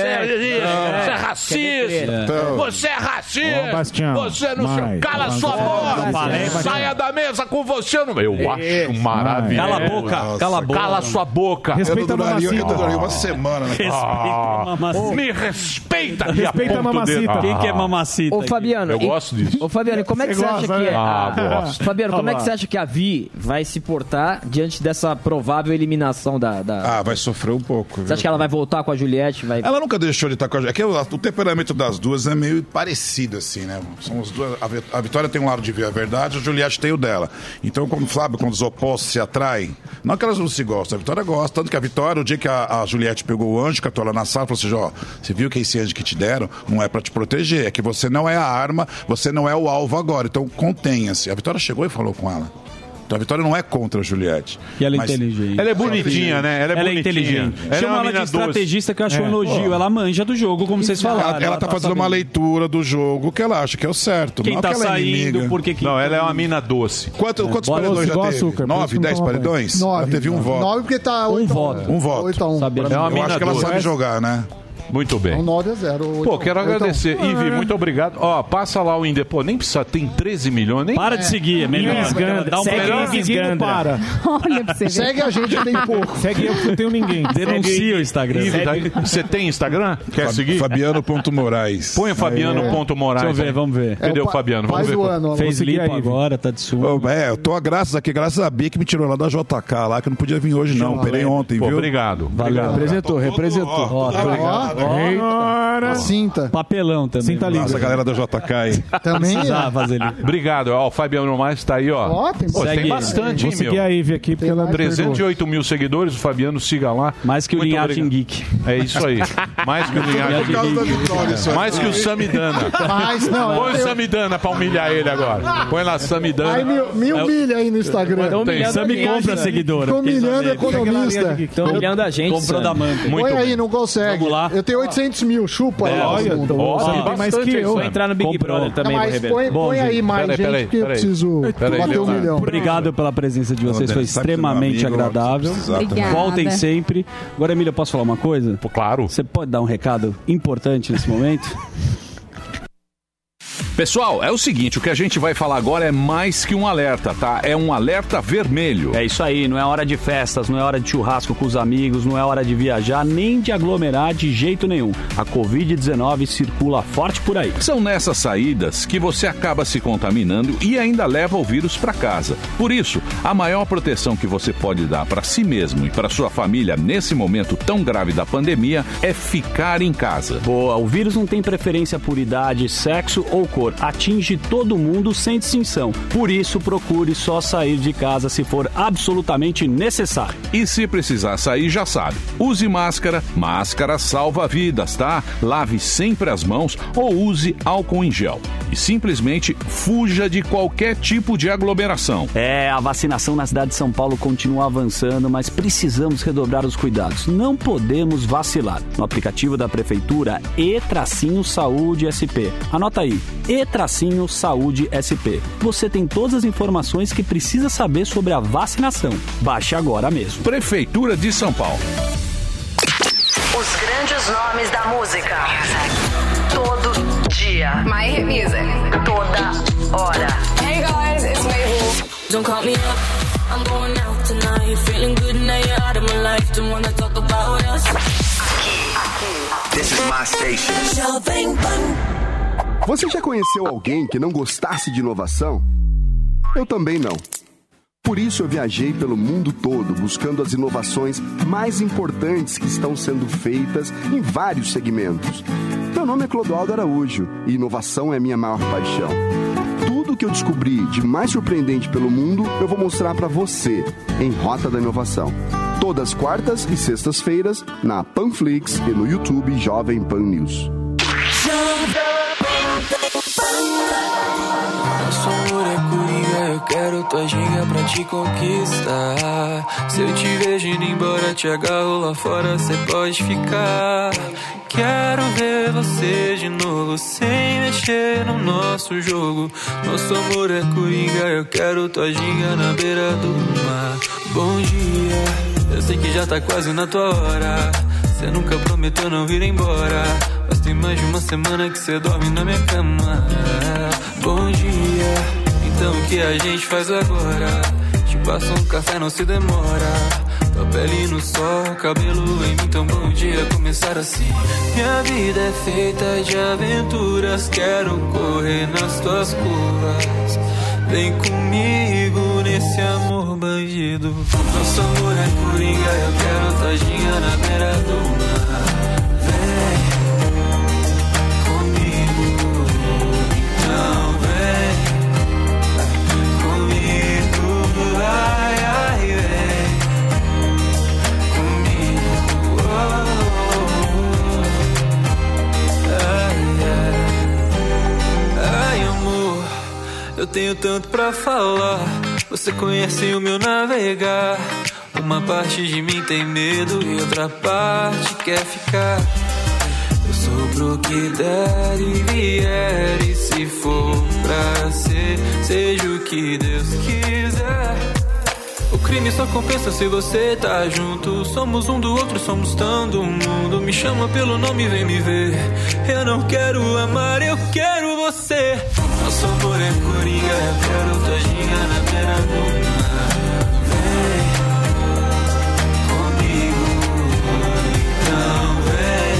É, é racista! Então, Você é racista! Ô, Bastião, Você não sei. mais. Cala sua boca! Saia da mesa com você! Eu acho maravilhoso. Cala a boca, Nossa, cala a boca. Cala sua boca! Respeita a mamacita. Eu duraria uma semana, né? Respeita a mamacita. Me respeita! Respeita a mamacita. Quem que é mamacita? Ô, Fabiano... Eu gosto disso. Ô, Fabiano, como é que Você você acha gosta, que... né? Gosto. Fabiano, como é que Olha você lá. acha que a Vi vai se portar diante dessa provável eliminação da... Ah, vai sofrer um pouco. Você acha que ela vai voltar com a Juliette? Vai... Ela nunca deixou de estar com a Juliette. É que o temperamento das duas é meio parecido, assim, né? São as duas. A Vitória tem um lado de ver a verdade, a Juliette tem o dela. Então, como sabe, quando os opostos se atraem, não que elas não se gostam, a Vitória gosta. Tanto que a Vitória, o dia que a Juliette pegou o anjo, catou ela na sala, falou assim: ó, você viu que esse anjo que te deram não é pra te proteger, é que você não é a arma, você não é o alvo agora. Então, contenha-se. A Vitória chegou e falou com ela. Então a Vitória não é contra a Juliette. E ela é Mas inteligente. Ela é bonitinha, né? Ela é bonitinha. inteligente. Ela é Chama uma ela mina de estrategista, que eu acho um elogio. Ela manja do jogo, como vocês falaram. Ela tá fazendo uma leitura do jogo que ela acha que é o certo. Quem não tá que ela é saindo, inimiga. por que... Não, ela é uma mina doce. Quantos Boa paredões já igual teve? açúcar, por isso 9, que não 10 toma paredões? 9. Ela teve um voto. 9 porque tá 8 voto. Um voto. 8-1. Saber- É uma Eu mina acho que ela doce. sabe jogar, né? Muito bem. Então 9-0. Pô, quero agradecer. Ivi, muito obrigado. Ó, passa lá o Indepô. Nem precisa, tem 13 milhões, nem... Para de seguir, é melhor. Dá um melhor Seguindo, para. Olha pra você ver. Segue a gente, tem pouco. Segue eu que não tenho ninguém. Denuncia o Instagram. Ivi, você tem Instagram? Quer seguir? Fabiano.moraes. Põe o Fabiano.moraes. Deixa eu ver, vamos ver. Cadê o Fabiano? Vamos Faz ver. o ano. Fez seguir lipo aí, agora, tá de sumo. Eu tô graças a Bia que me tirou lá da JK lá, que eu não podia vir hoje não. Operei ontem, Pô, viu? obrigado. Valeu. Representou. Ó, A cinta. papelão também. Cinta livre. Nossa, a galera da JK aí. Também. Precisava fazer ali. Obrigado. Ó, o Fabiano Mais tá aí, ó. Ó, tem Pô, tem Segue. bastante, Vou hein, seguir meu? a Ivy aqui, porque ela 308 mil seguidores, o Fabiano, siga lá. Mais que o Muito Linhagem obrigado. Geek. É isso aí. Mais que o Linhagem Por causa da vitória, isso aí. Mais que o Samidana. Mas, não, Põe o eu- Samidana pra humilhar ele agora. Põe lá Samidana. Aí me humilha aí no Instagram. Não tem. Sammy compra seguidora. Tô humilhando economista. Estão humilhando a gente. Comprou da manga. Muito Põe aí, bem. não consegue. Vamos lá. Eu tenho 800 mil, chupa aí. olha, todo mundo. Ó, tem tem mais bastante que eu. aí, Vou entrar no Big Comprou. Brother também, Não, vou mas revelar. põe aí mais Peraí, gente, peraí, porque eu peraí. preciso Peraí, bater 1 Leonardo. milhão. Obrigado pela presença de vocês, foi Sabe que extremamente meu amigo, agradável. se precisar Obrigada. Voltem sempre. Agora, Emília, eu posso falar uma coisa? Pô, claro. Você pode dar um recado importante nesse momento? Pessoal, é o seguinte, o que a gente vai falar agora é mais que um alerta, tá? É um alerta vermelho. É isso aí, não é hora de festas, não é hora de churrasco com os amigos, não é hora de viajar, nem de aglomerar de jeito nenhum. A Covid-19 circula forte por aí. São nessas saídas que você acaba se contaminando e ainda leva o vírus para casa. Por isso, a maior proteção que você pode dar para si mesmo e para sua família nesse momento tão grave da pandemia é ficar em casa. Boa, o vírus não tem preferência por idade, sexo ou cor. Atinge todo mundo sem distinção. Por isso, procure só sair de casa se for absolutamente necessário. E se precisar sair, já sabe. Use máscara, máscara salva vidas, tá? Lave sempre as mãos ou use álcool em gel. E simplesmente fuja de qualquer tipo de aglomeração. É, a vacinação na cidade de São Paulo continua avançando, mas precisamos redobrar os cuidados. Não podemos vacilar. No aplicativo da Prefeitura, E-Saúde SP. Anota aí, E-Saúde SP. Você tem todas as informações que precisa saber sobre a vacinação. Baixe agora mesmo. Prefeitura de São Paulo. Os grandes nomes da música. Todo dia. My Hit Music. Toda hora. Hey guys, it's Mabel. Don't call me up. I'm going out tonight. Feeling good now you're out of my life. Don't wanna talk about us. This is my station. Jovem Pan. Você já conheceu alguém que não gostasse de inovação? Eu também não. Por isso eu viajei pelo mundo todo buscando as inovações mais importantes que estão sendo feitas em vários segmentos. Meu nome é Clodoaldo Araújo e inovação é minha maior paixão. Tudo que eu descobri de mais surpreendente pelo mundo eu vou mostrar para você em Rota da Inovação. Todas quartas e sextas-feiras na Panflix e no YouTube Jovem Pan News. Nosso amor é coringa, eu quero tua ginga pra te conquistar. Se eu te vejo indo embora, te agarro lá fora, cê pode ficar. Quero ver você de novo, sem mexer no nosso jogo. Nosso amor é coringa, eu quero tua ginga na beira do mar. Bom dia, eu sei que já tá quase na tua hora. Cê nunca prometeu não vir embora, mas tem mais de uma semana que cê dorme na minha cama. Bom dia, então o que a gente faz agora? Te passo um café, não se demora. Tua pele no sol, cabelo em mim, então bom dia começar assim. Minha vida é feita de aventuras, quero correr nas tuas curvas. Vem comigo nesse amor bandido. Nosso amor é coringa, eu quero tua ginga na beira do mar. Vem comigo, então vem comigo, ai, ai, vem comigo, ai, amor, eu tenho tanto pra falar. Você conhece o meu navegar. Uma parte de mim tem medo e outra parte quer ficar. Eu sou pro que der e vier, e se for pra ser, seja o que Deus quiser. O crime só compensa se você tá junto. Somos um do outro, somos tão do mundo. Me chama pelo nome, vem me ver. Eu não quero amar, eu quero você. Nosso amor é coringa, eu quero tua ginga na beira do mar. Vem comigo, então vem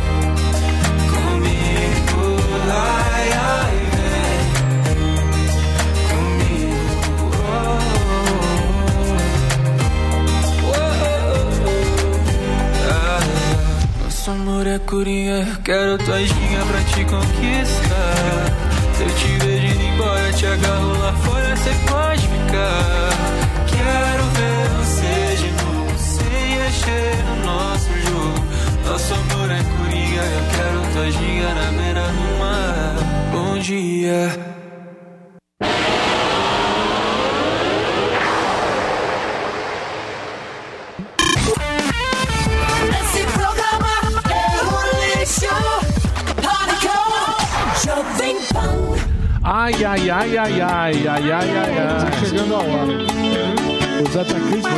comigo, ai, ai, vem comigo, Nosso amor é coringa, eu quero tua ginga pra te conquistar. Se eu te vejo indo embora, te agarro lá fora, cê pode ficar. Quero ver você de novo, sem mexer no nosso jogo. Nosso amor é coringa, eu quero tua ginga na beira do mar. Bom dia. Esse programa é um lixo. Jovem Pan. Ai, ai, ai, ai, ai, ai, ai, ai, ai. Chegando a hora. Os atacantes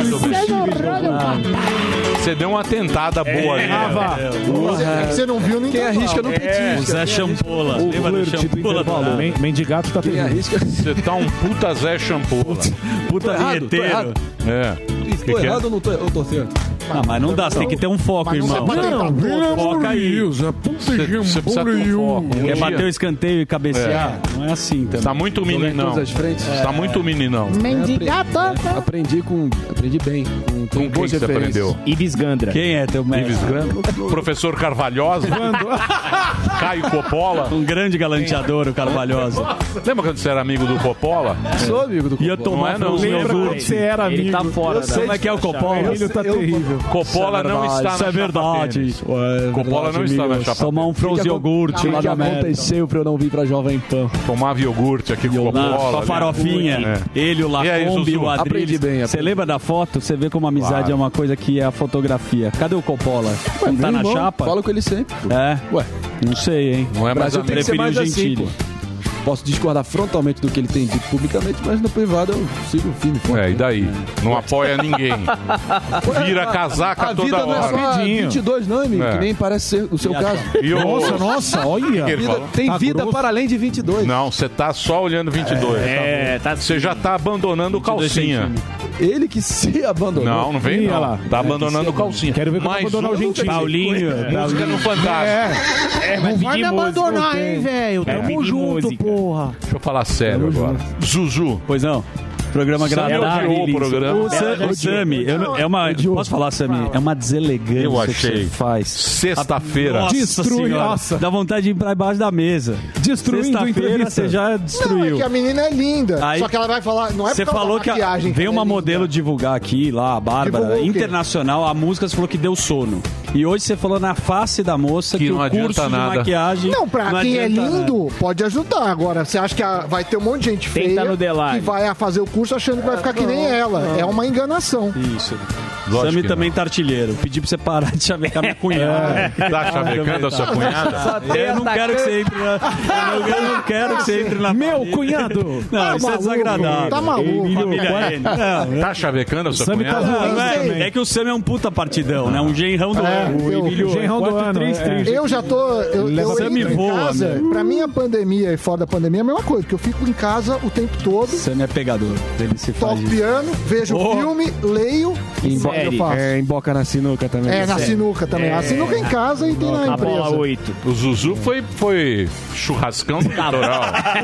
Você deu uma tentada boa ali. É que você não viu ninguém. Quem arrisca não petisca. O Zé Champola. Lembra do Champola? Mendigato tá Quem arrisca... Você tá um puta Zé Champola. Puta vinheteiro. É. Tô errado ou não tô? Eu tô certo. Não, mas não dá, você tem que ter um foco, irmão. Foca aí. Você precisa ter um foco. Quer bater o escanteio e cabecear? Não é assim também. Tá muito meninão. Tá muito meninão. Mendigato. Aprendi bem. Com quem você aprendeu? Ibis Gandra. Quem é teu mestre? Ibis Gandra. Professor Carvalhosa. Caio Coppola. Um grande galanteador, o Carvalhosa. Lembra quando você era amigo do Coppola? Sou amigo do Coppola. Ia tomar Lembra quando você era amigo? Ele tá fora. Como é que é o Coppola? Ele tá terrível. Coppola não está na Isso é verdade. Coppola não está na chapa. Tomar um frozen iogurte lá da meta. Aconteceu pra eu não vir pra Jovem Pan. Tomava iogurte aqui com Coppola. Com a farofinha. Ele, o Lacombe, o Aprendi Adriles. bem. Você lembra da foto? Você vê como a amizade é uma coisa que é a fotografia. Cadê o Coppola? Não tá na chapa? Falo com ele sempre. É? Ué. Não sei, hein? Não é mais Brasil tem que ser mais assim, pô. Posso discordar frontalmente do que ele tem dito publicamente, mas no privado eu sigo firme. E daí? Não apoia ninguém. Vira casaca toda hora. A vida não é só 22 não, amigo, que nem parece ser o seu caso. Nossa, olha. Tem vida para além de 22. Não, você tá só olhando 22. Você já tá abandonando calcinha. Ele que se abandonou. Não vem não. Tá abandonando calcinha. Quero ver como abandonar o gentil. Paulinho. Música no Fantástico. Não vai me abandonar, hein, velho. Tamo junto, porra. Deixa eu falar sério agora. Zuzu. Pois não. Programa agradável. O programa. O Sami, posso falar, Sami? É uma deselegância eu achei. que você faz. Sexta-feira. Destrui, nossa. Dá vontade de ir pra baixo da mesa. Destruindo a entrevista. Você já destruiu. Não, é que a menina é linda. Aí, só que ela vai falar... Não é você por causa falou da que maquiagem veio uma modelo divulgar aqui, lá, a Bárbara, internacional, a música você falou que deu sono. E hoje você falou na face da moça que o curso de maquiagem... Não, pra quem é lindo, pode ajudar. Agora, você acha que vai ter um monte de gente feia que vai fazer o curso achando que vai ficar que nem ela. É uma enganação. Isso. Sami também tá artilheiro. Pedi pra você parar de chavecar minha cunhada. Tá chavecando a sua cunhada? Eu não quero que você entre na... Eu não quero que você entre na... Meu cunhado! Não, isso é desagradável. Tá maluco. Tá chavecando a sua cunhada? É que o Sami é um puta partidão, né? Um genrão do ano. O Emílio, genrão do ano. Eu já tô... Eu Sami voa, casa. Pra mim, a pandemia e fora da pandemia é a mesma coisa, porque eu fico em casa o tempo todo. Sami é pegador. Ele se faz toco piano, vejo filme, leio e eu faço. Emboca na sinuca também. Na sinuca também. A sinuca em casa e tem na empresa. Bola 8. O Zuzu foi churrascão do litoral.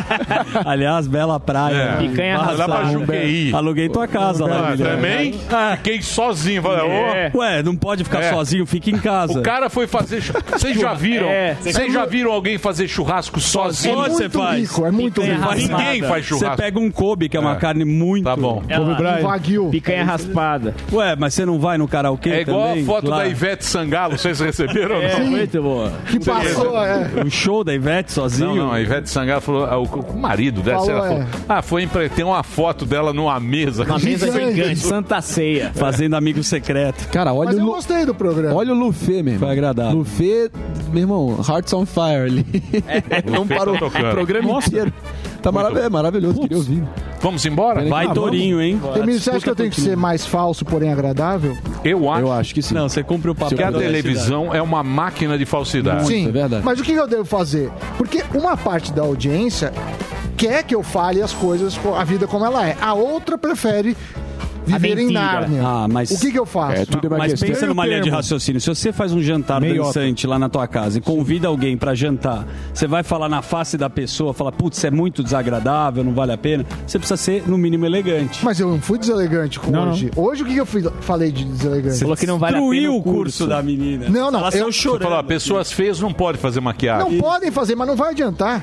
Aliás, bela praia. Picanha lá pra Juqueí. Aluguei tua casa lá. Também? Fiquei sozinho. Ué, não pode ficar sozinho, fica em casa. O cara foi fazer... Vocês já viram? Vocês já viram alguém fazer churrasco sozinho? Onde você faz? Rico, é muito rico. Ninguém faz churrasco. Você pega um Kobe, que é uma carne muito... Tá bom. Wagyu. Picanha raspada. Ué, mas você não vai no karaokê É igual também? a foto da Ivete Sangalo, vocês receberam ou não? Muito boa. Que passou, O show da Ivete sozinho? Não, a Ivete Sangalo falou, o marido dela, falou, tem uma foto dela numa mesa. Uma mesa gigante, Santa Ceia. Fazendo amigo secreto. Cara, olha Mas eu gostei do programa. Olha o Lufê, mesmo. Foi agradável. Lufê, meu irmão, Hearts on Fire ali. Não parou o programa inteiro. Tá maravilhoso, queria ouvir. Vamos embora? Vai, Tourinho, hein? Emílio, você acha que eu tenho que ser mais falso, porém agradável? Eu acho que sim. Não, você cumpre o papel. Porque a televisão é uma máquina de falsidade. Sim, é verdade. Mas o que eu devo fazer? Porque uma parte da audiência quer que eu fale as coisas, a vida como ela é. A outra prefere viver em Nárnia. Mas o que eu faço? Mas pensa numa linha de raciocínio. Se você faz um jantar dançante lá na tua casa e convida alguém pra jantar, você vai falar na face da pessoa, fala, putz, é muito desagradável, não vale a pena. Você precisa ser, no mínimo, elegante. Mas eu não fui deselegante hoje. Não. Hoje o que eu falei de deselegante? Você falou que não vale a pena o curso da menina. Não. Eu chorando. Você falou, pessoas feias não podem fazer maquiagem. Não podem fazer, mas não vai adiantar.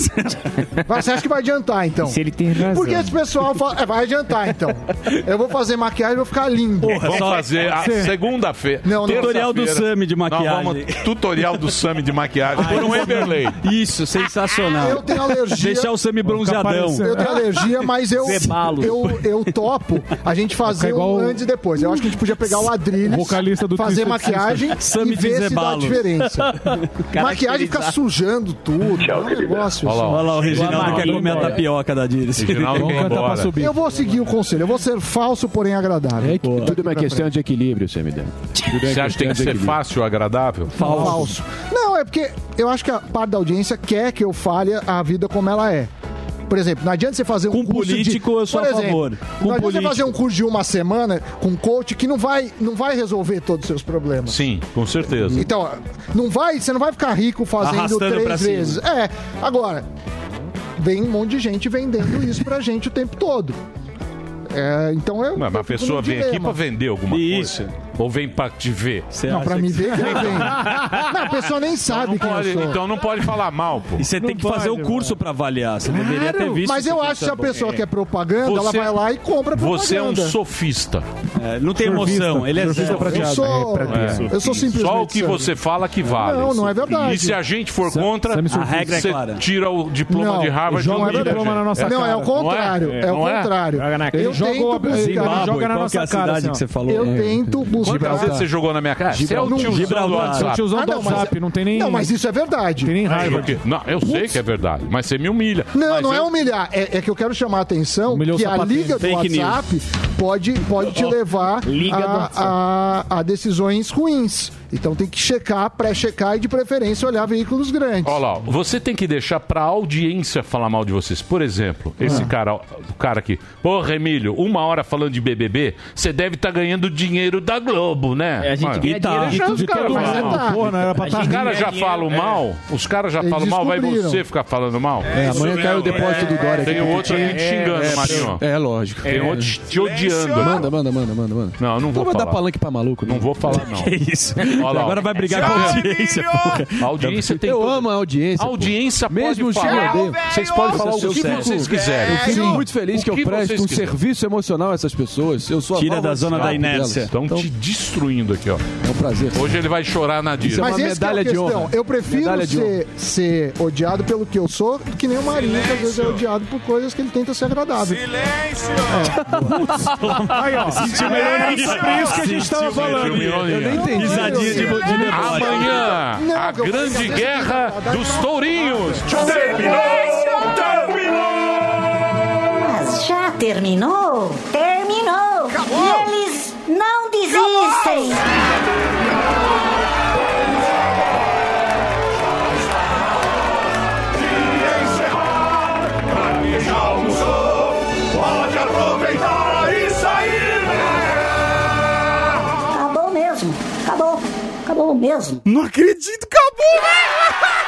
Você acha que vai adiantar, então? Se ele tem razão. Porque esse pessoal fala, vai adiantar, então. Eu vou fazer maquiagem e vou ficar lindo. Vamos fazer a segunda-feira. Tutorial do Sami de maquiagem. Tutorial do Sami de maquiagem por um Eberlei. Isso, sensacional. Eu tenho alergia. Deixar o Sami bronzeadão. Eu tenho alergia, mas eu topo a gente fazer um antes e depois. Eu acho que a gente podia pegar o ladrilho, fazer maquiagem e ver se dá diferença. Maquiagem fica sujando tudo. É um negócio. Olha lá, o Reginaldo quer comer a tapioca da Diris. Eu vou seguir o conselho. Eu vou ser falso, porém agradável. Tudo é uma questão de equilíbrio, Samidã. Você acha que tem que ser fácil ou agradável? Falso. Não, é porque eu acho que a parte da audiência quer que eu fale a vida como ela é. Por exemplo, não adianta você fazer um curso político, eu sou a favor. Não adianta você fazer um curso de uma semana com um coach que não vai resolver todos os seus problemas. Sim, com certeza. Então, você não vai ficar rico fazendo arrastando 3 vezes. Agora, vem um monte de gente vendendo isso pra gente o tempo todo. Então Mas a pessoa vem aqui pra vender alguma coisa. Ou vem pra te ver? Não, pra me ver que ela vem. Não, a pessoa nem sabe quem eu sou. Então não pode falar mal, pô. E você tem que fazer o curso pra avaliar. Você deveria ter visto. Mas eu acho que se a pessoa quer propaganda, ela vai lá e compra propaganda. Você é um sofista. Não tem emoção. Ele é eu sou simplesmente. Só o que você fala que vale. Não é verdade. E se a gente for contra, a regra é clara. Tira o diploma de Harvard. Não é verdade. Não, é o contrário. É o contrário. Eu tento buscar. Joga na nossa cara. Que você falou. Eu tento buscar. Quantas vezes você jogou na minha cara? Você é o tiozão do WhatsApp. Tiozão do WhatsApp, não tem nem... Não, mas isso é verdade. Tem nem raiva. Não, eu sei que é verdade, mas você me humilha. Não é humilhar. É que eu quero chamar a atenção que a liga do WhatsApp pode te levar a decisões ruins. Então tem que checar, pré-checar e de preferência olhar veículos grandes. Olha lá, você tem que deixar pra audiência falar mal de vocês. Por exemplo, esse cara, o cara aqui. Porra, Emílio, 1 hora falando de BBB, você deve estar ganhando dinheiro da Globo. Globo, né? A gente ganha dinheiro achando os caras Os caras já falam mal? Os caras já falam mal? Vai você ficar falando mal? Amanhã cai o depósito do Dória. Tem outro aqui te xingando, Marinho. É, lógico. Tem outro te odiando. Manda. Não vou falar. Vai dar palanque pra maluco. Não vou falar, não. Que isso? Olha lá, Agora vai brigar com a audiência, porra. A audiência tem... Eu amo a audiência. A audiência mesmo pode falar. Vocês podem falar o que vocês quiserem. Eu fico muito feliz que eu presto um serviço emocional a essas pessoas. Eu sou Tira da zona da inércia. Estão te destruindo aqui, ó. É um prazer. Hoje ele vai chorar na Dira. Mas essa é a questão. Eu prefiro ser odiado pelo que eu sou do que nem o Marinho, que às vezes é odiado por coisas que ele tenta ser agradável. Silêncio! Aí, ó. Sentiu melhor isso. É isso que a gente tava falando. Eu nem entendi. Risadinha de deboche. Amanhã, a grande guerra dos tourinhos. Mas já terminou? Terminou! Acabou. E eles não desistem! Pode aproveitar e sair! Acabou mesmo! Acabou! Acabou mesmo! Não acredito, acabou!